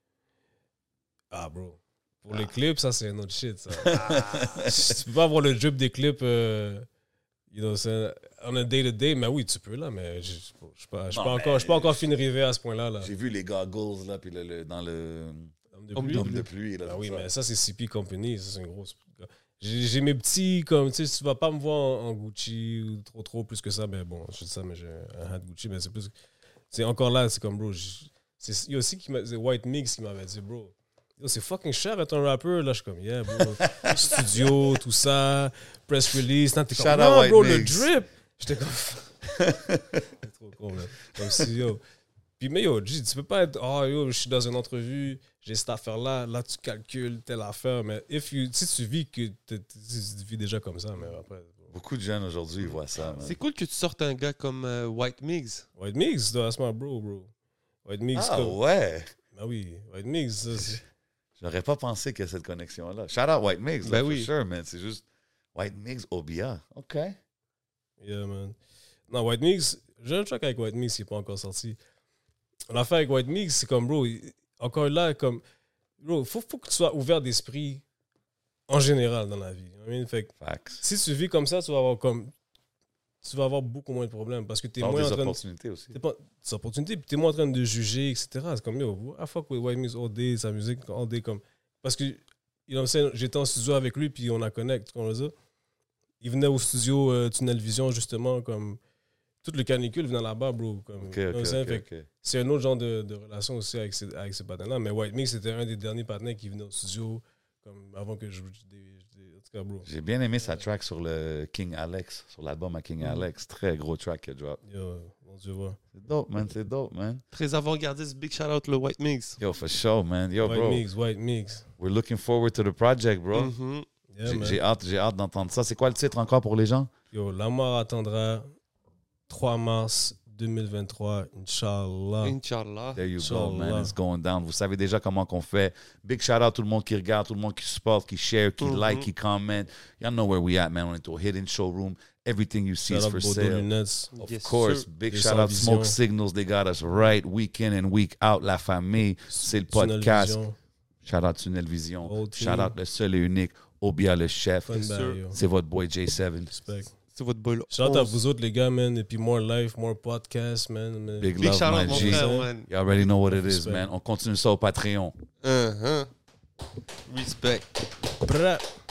Speaker 5: Ah, bro. Pour les clips, ça, c'est un autre shit, ça. Tu peux pas avoir le drip des clips, euh, you know, c'est on a day-to-day, mais oui, tu peux, là, mais je je suis pas, je suis pas, je suis
Speaker 2: Non,
Speaker 5: pas
Speaker 2: mais-
Speaker 5: encore, je suis pas encore fini rêvé à ce point-là, là.
Speaker 2: J'ai vu les goggles, là, puis le, le- dans le...
Speaker 5: Homme de
Speaker 1: Homme
Speaker 5: pluie.
Speaker 1: de
Speaker 2: Homme de pluie, là.
Speaker 5: Ah oui,
Speaker 2: ça.
Speaker 5: mais ça, c'est C P Company. Ça, c'est une grosse. J'ai j'ai mes petits, comme, tu sais, tu vas pas me voir en, en Gucci ou trop, trop plus que ça. Mais bon, je dis ça, mais j'ai un hat Gucci, mais c'est plus. C'est encore là, c'est comme, bro. j'- c'est- Il y a aussi qui m'a- c'est White Mix qui m'avait dit, bro. Yo, c'est fucking cher être un rappeur. Là, je suis comme, yeah, bro. Studio, tout ça, press release. Non, t'es comme,
Speaker 2: Shout out
Speaker 5: non,
Speaker 2: White
Speaker 5: bro, le
Speaker 2: Mix.
Speaker 5: drip. J'étais comme. C'est trop con, man. Comme si, yo. Puis, mais yo, G, tu peux pas être, oh, yo, je suis dans une entrevue, j'ai cette affaire-là, là, tu calcules telle affaire. Mais if you, si tu vis que t'es- tu tu vis déjà comme ça, mais après.
Speaker 2: Beaucoup de jeunes aujourd'hui, ils voient ça, man.
Speaker 1: C'est cool que tu sortes un gars comme euh, White Mix.
Speaker 5: White Mix, that's my bro, bro. White Mix,
Speaker 2: Ah
Speaker 5: comme.
Speaker 2: ouais!
Speaker 5: Ben oui, White Mix, ça, c'est-
Speaker 2: J'aurais pas pensé qu'il y a cette connexion-là. Shout out White Mix, là,
Speaker 1: Ben
Speaker 2: for
Speaker 1: oui.
Speaker 2: sure, man. C'est juste White Mix, O B A. OK.
Speaker 5: Yeah, man. Non, White Mix, j'ai un track avec White Mix qui n'est pas encore sorti. L'affaire avec White Mix, c'est comme, bro, il- encore là, comme, bro, faut, faut que tu sois ouvert d'esprit en général dans la vie. You know what I mean? Fait que
Speaker 2: Facts.
Speaker 5: si tu vis comme ça, tu vas avoir comme, tu vas avoir beaucoup moins de problèmes parce que tu es
Speaker 2: Avoir
Speaker 5: moins
Speaker 2: des
Speaker 5: en train de,
Speaker 2: opportunités aussi.
Speaker 5: t'es pas, des opportunités, puis t'es moins en train de juger, et cetera. C'est comme, yo, I fuck with White Mix all day, sa musique all day, comme, Parce que, you know what I'm saying, j'étais en studio avec lui, puis on a connecté, on ça. Il venait au studio euh, Tunnel Vision, justement, comme... Tout le canicule venait là-bas, bro. Comme,
Speaker 2: Ok,
Speaker 5: you know what I'm
Speaker 2: ok,
Speaker 5: saying?
Speaker 2: ok,
Speaker 5: Fait que
Speaker 2: ok.
Speaker 5: c'est un autre genre de, de relation aussi avec ces, avec ces patins-là. Mais White Mix, c'était un des derniers partenaires qui venait au studio comme avant que je joue des, des... En tout cas, bro.
Speaker 2: J'ai bien aimé sa track sur le King Alex, sur l'album à King
Speaker 5: Mhm.
Speaker 2: Alex. Très gros track qu'il a drop.
Speaker 5: Yo, bon Dieu, ouais.
Speaker 2: C'est dope, man. C'est dope, man.
Speaker 1: Très avant-gardiste, big shout out le White Mix.
Speaker 2: Yo, for sure, man. Yo,
Speaker 5: White
Speaker 2: bro.
Speaker 5: Mix, White Mix.
Speaker 2: We're looking forward to the project, bro.
Speaker 1: Mhm.
Speaker 5: Yeah,
Speaker 2: J'ai-
Speaker 5: man.
Speaker 2: J'ai hâte, j'ai hâte d'entendre ça. C'est quoi le titre encore pour les gens?
Speaker 5: Yo, la mort attendra trois mars deux mille vingt-trois, Inch'Allah.
Speaker 1: Inch'Allah.
Speaker 2: There you go, man.
Speaker 5: Inch'Allah.
Speaker 2: It's going down. Vous savez déjà comment qu'on fait. Big shout out tout le monde qui regarde, tout le monde qui supporte, qui share, qui
Speaker 1: Mhm.
Speaker 2: like, qui comment. Y'all know where we at, man. On est au Hidden Showroom. Everything you see
Speaker 5: Shout
Speaker 2: is
Speaker 5: out
Speaker 2: for
Speaker 5: Bordeaux
Speaker 2: sale.
Speaker 5: Lunettes.
Speaker 2: Of
Speaker 1: Yes,
Speaker 2: course,
Speaker 1: sir.
Speaker 2: big
Speaker 5: Les
Speaker 2: shout
Speaker 5: Sans
Speaker 2: out
Speaker 5: Vision.
Speaker 2: Smoke Signals. They got us right week in and week out. La famille, c'est le
Speaker 5: Tunnel
Speaker 2: podcast.
Speaker 5: Vision,
Speaker 2: Shout out Tunnel Vision.
Speaker 5: Whole team.
Speaker 2: Shout out le seul et unique, Obia le chef.
Speaker 5: Fun
Speaker 1: Yes,
Speaker 5: Bar,
Speaker 1: sir.
Speaker 5: yo.
Speaker 2: C'est votre boy J sept.
Speaker 5: Respect.
Speaker 1: C'est votre boy.
Speaker 5: Shout out à
Speaker 1: onze.
Speaker 5: vous autres, les gars, man. Et puis more life, more podcast, man. man.
Speaker 2: Big
Speaker 1: Big
Speaker 2: love,
Speaker 1: shout out
Speaker 2: my
Speaker 1: mon
Speaker 2: G.
Speaker 1: frère,
Speaker 5: G.
Speaker 1: man.
Speaker 2: You already know what it is,
Speaker 5: Respect.
Speaker 2: man. On continue ça au Patreon.
Speaker 1: Uh-huh. Respect.
Speaker 5: Brrrr.